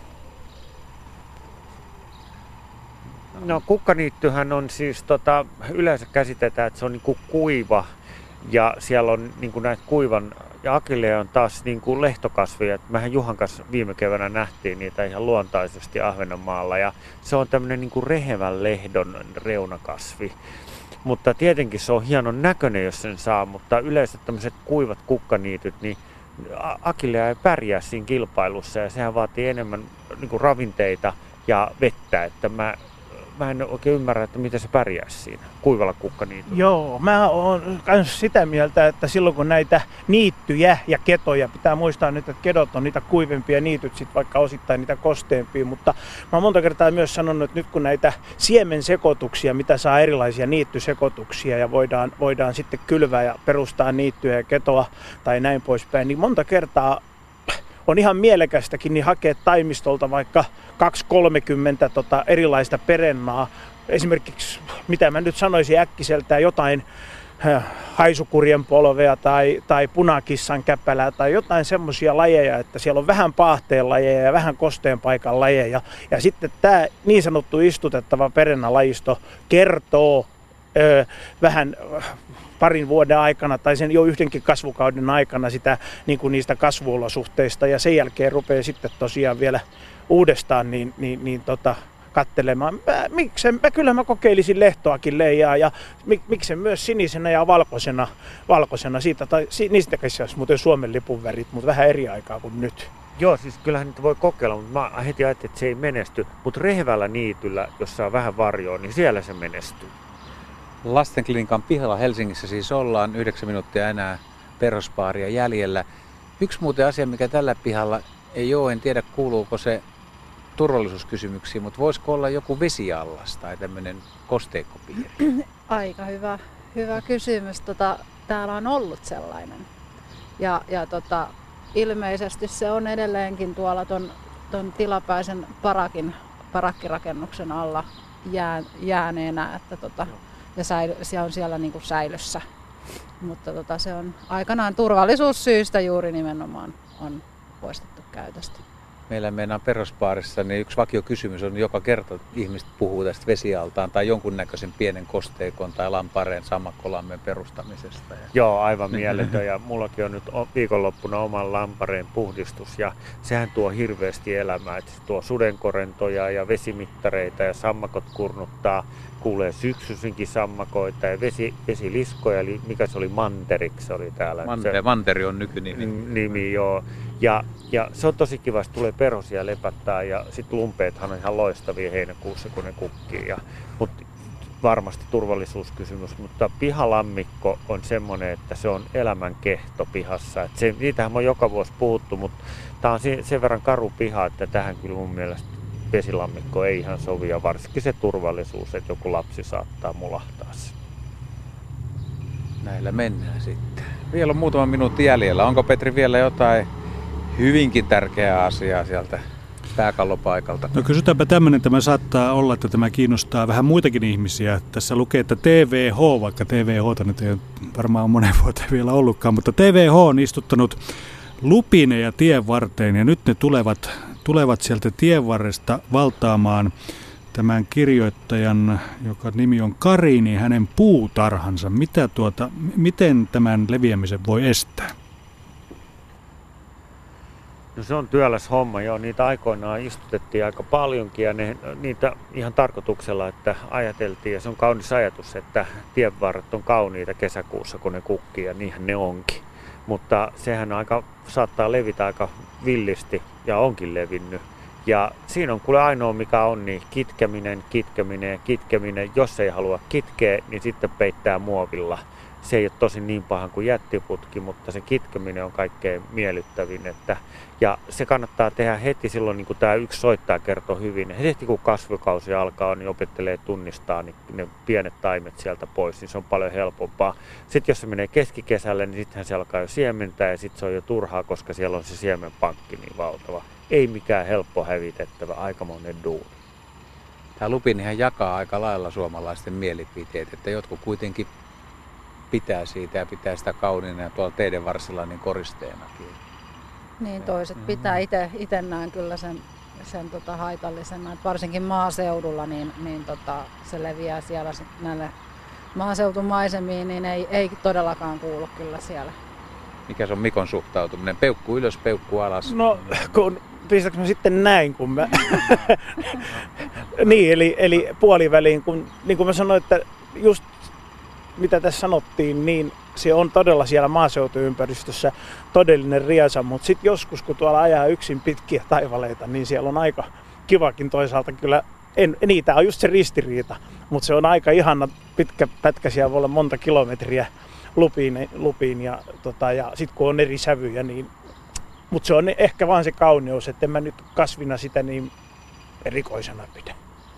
No kukkaniittyhän on siis, yleensä käsitetään, että se on niinku kuiva ja siellä on niinku näitä kuivan ja akileija on taas niinku lehtokasveja. Mehän Juhan kanssa viime keväänä nähtiin niitä ihan luontaisesti Ahvenanmaalla ja se on tämmöinen niinku rehevän lehdon reunakasvi. Mutta tietenkin se on hienon näköinen, jos sen saa, mutta yleensä tämmöiset kuivat kukkaniityt, niin akileija ei pärjää siinä kilpailussa ja sehän vaatii enemmän niinku ravinteita ja vettä, että mä en oikein ymmärrä, että miten se pärjäisi siinä kuivalla kukkaniityllä. Joo, mä oon myös sitä mieltä, että silloin kun näitä niittyjä ja ketoja, pitää muistaa nyt, että kedot on niitä kuivempia, niityt sitten vaikka osittain niitä kosteempia, mutta mä oon monta kertaa myös sanonut, että nyt kun näitä siemensekoituksia, mitä saa erilaisia niittysekoituksia ja voidaan sitten kylvää ja perustaa niittyä ja ketoa tai näin poispäin, niin monta kertaa on ihan mielekästäkin niin hakea taimistolta vaikka 2-30 erilaista perennaa. Esimerkiksi, mitä mä nyt sanoisin äkkiseltään, jotain haisukurjen polvea tai punakissan käpälää tai jotain semmoisia lajeja, että siellä on vähän paahteen lajeja ja vähän kosteen paikan lajeja. Ja sitten tämä niin sanottu istutettava perennälajisto kertoo vähän parin vuoden aikana tai sen jo yhdenkin kasvukauden aikana sitä niin kuin niistä kasvuolosuhteista ja sen jälkeen rupeaa sitten tosiaan vielä uudestaan katselemaan. Kyllä mä kokeilisin lehtoakin leijaa ja miksen myös sinisenä ja valkoisena siitä, tai niistä käsissä muuten Suomen lipun värit, mutta vähän eri aikaa kuin nyt. Joo, siis kyllähän niitä voi kokeilla, mutta mä heti ajattelin, että se ei menesty, mutta rehevällä niityllä, jossa on vähän varjoa, niin siellä se menestyy. Lastenklinikan pihalla Helsingissä siis ollaan 9 minuuttia enää perhosbaaria jäljellä. Yksi muuten asia, mikä tällä pihalla ei ole, en tiedä kuuluuko se turvallisuuskysymyksiin, mutta voisiko olla joku vesiallas tai tämmöinen kosteikkopiiri? Aika hyvä kysymys. Täällä on ollut sellainen. Ja ilmeisesti se on edelleenkin tuolla ton tilapäisen parakkirakennuksen alla jääneenä, että ja se on siellä niin kuin säilössä. Mutta se on aikanaan turvallisuussyistä juuri nimenomaan on poistettu käytöstä. meidän perusbaarissa, niin yksi vakiokysymys on joka kerta ihmiset puhuu tästä vesialtaan tai jonkunnäköisen pienen kosteikon tai lampareen sammakkolammen perustamisesta. Joo, aivan mieletön. Ja mullakin on nyt viikonloppuna oman lampareen puhdistus ja sehän tuo hirveästi elämää. Että se tuo sudenkorentoja ja vesimittareita ja sammakot kurnuttaa. Kuulee syksyisinkin sammakoita ja vesiliskoja, eli mikä se oli, manteriksi oli täällä. Manteri on nykynimi. Nimi, joo. Ja se on tosi kiva, että tulee perhosia lepättää ja sitten lumpeethan on ihan loistavia heinäkuussa, kun ne kukkii. Mutta varmasti turvallisuuskysymys, mutta pihalammikko on semmoinen, että se on elämän kehto pihassa. Niitähän on joka vuosi puhuttu, mutta tämä on sen verran karu piha, että tähän kyllä mun mielestä vesilammikko ei ihan sovi, ja varsinkin se turvallisuus, että joku lapsi saattaa mulahtaa sen. Näillä mennään sitten. Vielä on muutama minuutti jäljellä. Onko, Petri, vielä jotain hyvinkin tärkeää asiaa sieltä pääkallopaikalta? No kysytäänpä tämmöinen, tämä saattaa olla, että tämä kiinnostaa vähän muitakin ihmisiä. Tässä lukee, että TVH, vaikka TVH:ta nyt ei varmaan monen vuoteen vielä ollutkaan, mutta TVH on istuttanut lupineja tien varteen ja nyt ne tulevat sieltä tien varresta valtaamaan tämän kirjoittajan, joka nimi on Kari, niin hänen puutarhansa. Miten tämän leviämisen voi estää? No se on työläs homma, joo. Niitä aikoinaan istutettiin aika paljonkin ja niitä ihan tarkoituksella, että ajateltiin, ja se on kaunis ajatus, että tienvarret on kauniita kesäkuussa, kun ne kukkii, ja niinhän ne onkin. Mutta sehän saattaa levitä aika villisti ja onkin levinnyt. Ja siinä on kuule ainoa mikä on, niin kitkeminen. Jos ei halua kitkeä, niin sitten peittää muovilla. Se ei ole tosin niin pahan kuin jättiputki, mutta se kitkeminen on kaikkein miellyttävin. Ja se kannattaa tehdä heti silloin, niin kuin tämä yksi soittaja kertoo hyvin. Heti kun kasvukausi alkaa, niin opettelee tunnistaa niin ne pienet taimet sieltä pois, niin se on paljon helpompaa. Sitten jos se menee keskikesälle, niin sittenhän se alkaa jo siementää ja sitten se on jo turhaa, koska siellä on se siemenpankki niin valtava. Ei mikään helppo hävitettävä, aikamoinen duuni. Tämä Lupinihan jakaa aika lailla suomalaisten mielipiteet, että jotkut kuitenkin pitää siitä ja pitää sitä kauniina ja tuolla teidän varsilla niin koristeenakin. Niin, toiset pitää. Itse näen kyllä sen haitallisena, että varsinkin maaseudulla niin se leviää siellä näille maaseutumaisemiin, niin ei todellakaan kuulu kyllä siellä. Mikä se on Mikon suhtautuminen? Peukku ylös, peukku alas? No, pistäkö mä sitten näin, kun mä... niin, eli puoliväliin, niin kuin mä sanoin, että just mitä tässä sanottiin, niin se on todella siellä maaseutuympäristössä todellinen riesa, mutta sitten joskus, kun tuolla ajaa yksin pitkiä taivaleita, niin siellä on aika kivakin toisaalta kyllä. Niitä on just se ristiriita, mutta se on aika ihana pitkä pätkä, siellä voi olla monta kilometriä lupiin ja sitten kun on eri sävyjä, niin, mutta se on ehkä vaan se kauneus, että en mä nyt kasvina sitä niin erikoisena pidä.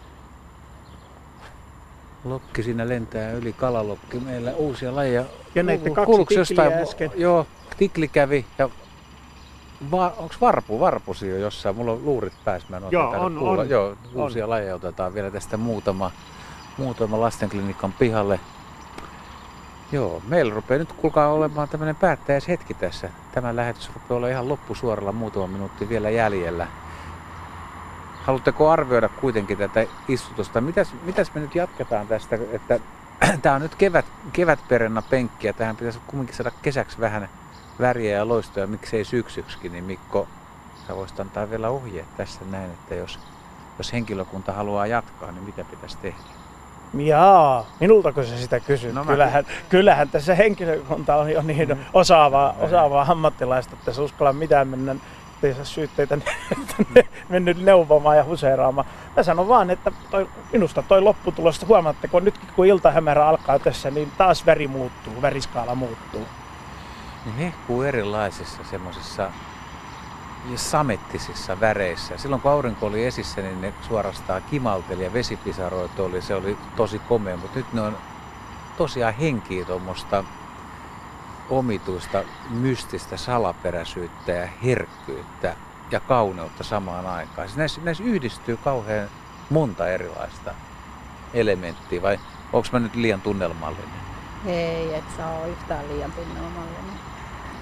Lokki siinä lentää yli, kalalokki. Meillä uusia lajeja. Ja näitä kaksi tikliä äsken. Joo, tikli kävi. Ja onko varpu siinä jossain? Mulla on luurit päässä. Joo, on. Joo, uusia lajeja otetaan vielä tästä muutama lastenklinikan pihalle. Joo, meillä rupeaa nyt kuulkaa olemaan tämmöinen päättäjäishetki tässä. Tämä lähetys rupeaa olla ihan loppusuoralla, muutama minuutti vielä jäljellä. Haluatteko arvioida kuitenkin tätä istutusta? Mitäs me nyt jatketaan tästä, että tämä on nyt kevätperenna penkkiä. Tähän pitäisi kumminkin saada kesäksi vähän väriä ja loistoja, miksei syksyksikin. Niin Mikko, sä voisit antaa vielä ohjeet tässä näin, että jos henkilökunta haluaa jatkaa, niin mitä pitäisi tehdä? Jaa, minultako sä sitä kysyt? No, kyllähän tässä henkilökunta on jo niin osaavaa ammattilaista, että se uskalla mitään mennä. Ei saa syytteitä mennyt neuvomaan ja huseeraamaan. Mä sanon vaan, että minusta toi lopputulos, huomaatteko nyt kun iltahämärä alkaa tässä, niin taas väri muuttuu, väriskaala muuttuu. Niin hehkuu erilaisissa semmoisissa samettisissa väreissä. Silloin kun aurinko oli esissä, niin ne suorastaan kimalteli ja vesipisaroita oli. Se oli tosi komea, mutta nyt ne on tosiaan henkiä tuommoista omituista, mystistä salaperäisyyttä ja herkkyyttä ja kauneutta samaan aikaan. Siis näissä yhdistyy kauhean monta erilaista elementtiä, vai onko mä nyt liian tunnelmallinen? Ei, et sä ole yhtään liian tunnelmallinen.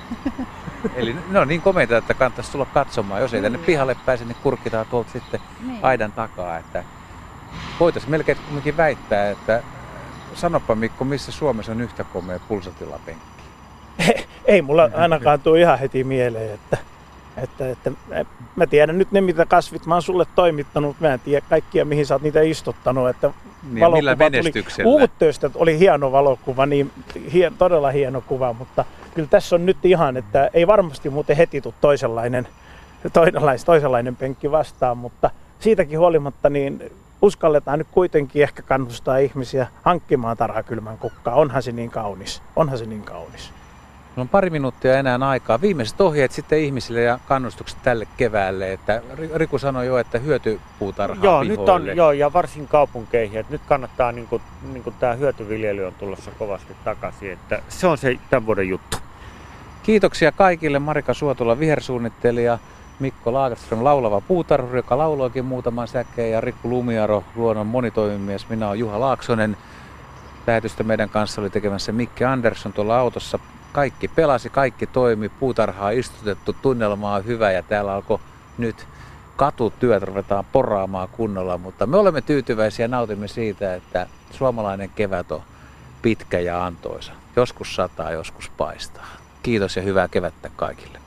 Eli ne on niin komeita, että kannattaisi tulla katsomaan. Jos ei tänne pihalle pääse, niin kurkitaan tuolta sitten aidan takaa. Että voitaisiin melkein kumminkin väittää, että sanopa Mikko, missä Suomessa on yhtä komea pulsatilapenkki? Ei mulla ainakaan tule ihan heti mieleen, että mä tiedän nyt ne mitä kasvit mä oon sulle toimittanut, mä en tiedä kaikkia mihin sä oot niitä istuttanut, että niin, millä menestyksellä? Uuttöistä oli hieno valokuva, niin todella hieno kuva, mutta kyllä tässä on nyt ihan, että ei varmasti muuten heti tule toisenlainen penkki vastaan, mutta siitäkin huolimatta niin uskalletaan nyt kuitenkin ehkä kannustaa ihmisiä hankkimaan tarakylmän kukkaa, onhan se niin kaunis. No on pari minuuttia enää aikaa. Viimeiset ohjeet sitten ihmisille ja kannustukset tälle keväälle. Että Riku sanoi jo, että hyötypuutarhaa pihoille. Nyt on, ja varsin kaupunkeihin. Että nyt kannattaa, niin kuin tämä hyötyviljely on tulossa kovasti takaisin. Että se on se tämän vuoden juttu. Kiitoksia kaikille. Marika Suotula, vihersuunnittelija, Mikko Lagerström, laulava puutarhuri, joka lauloikin muutaman säkeen, ja Riku Lumiaro, luonnon monitoimimies. Minä olen Juha Laaksonen. Lähetystä meidän kanssa oli tekemässä Mikki Andersson tuolla autossa. Kaikki pelasi, kaikki toimi, puutarhaa istutettu, tunnelma on hyvä ja täällä alkoi nyt katutyöt, ruvetaan poraamaan kunnolla, mutta me olemme tyytyväisiä ja nautimme siitä, että suomalainen kevät on pitkä ja antoisa. Joskus sataa, joskus paistaa. Kiitos ja hyvää kevättä kaikille.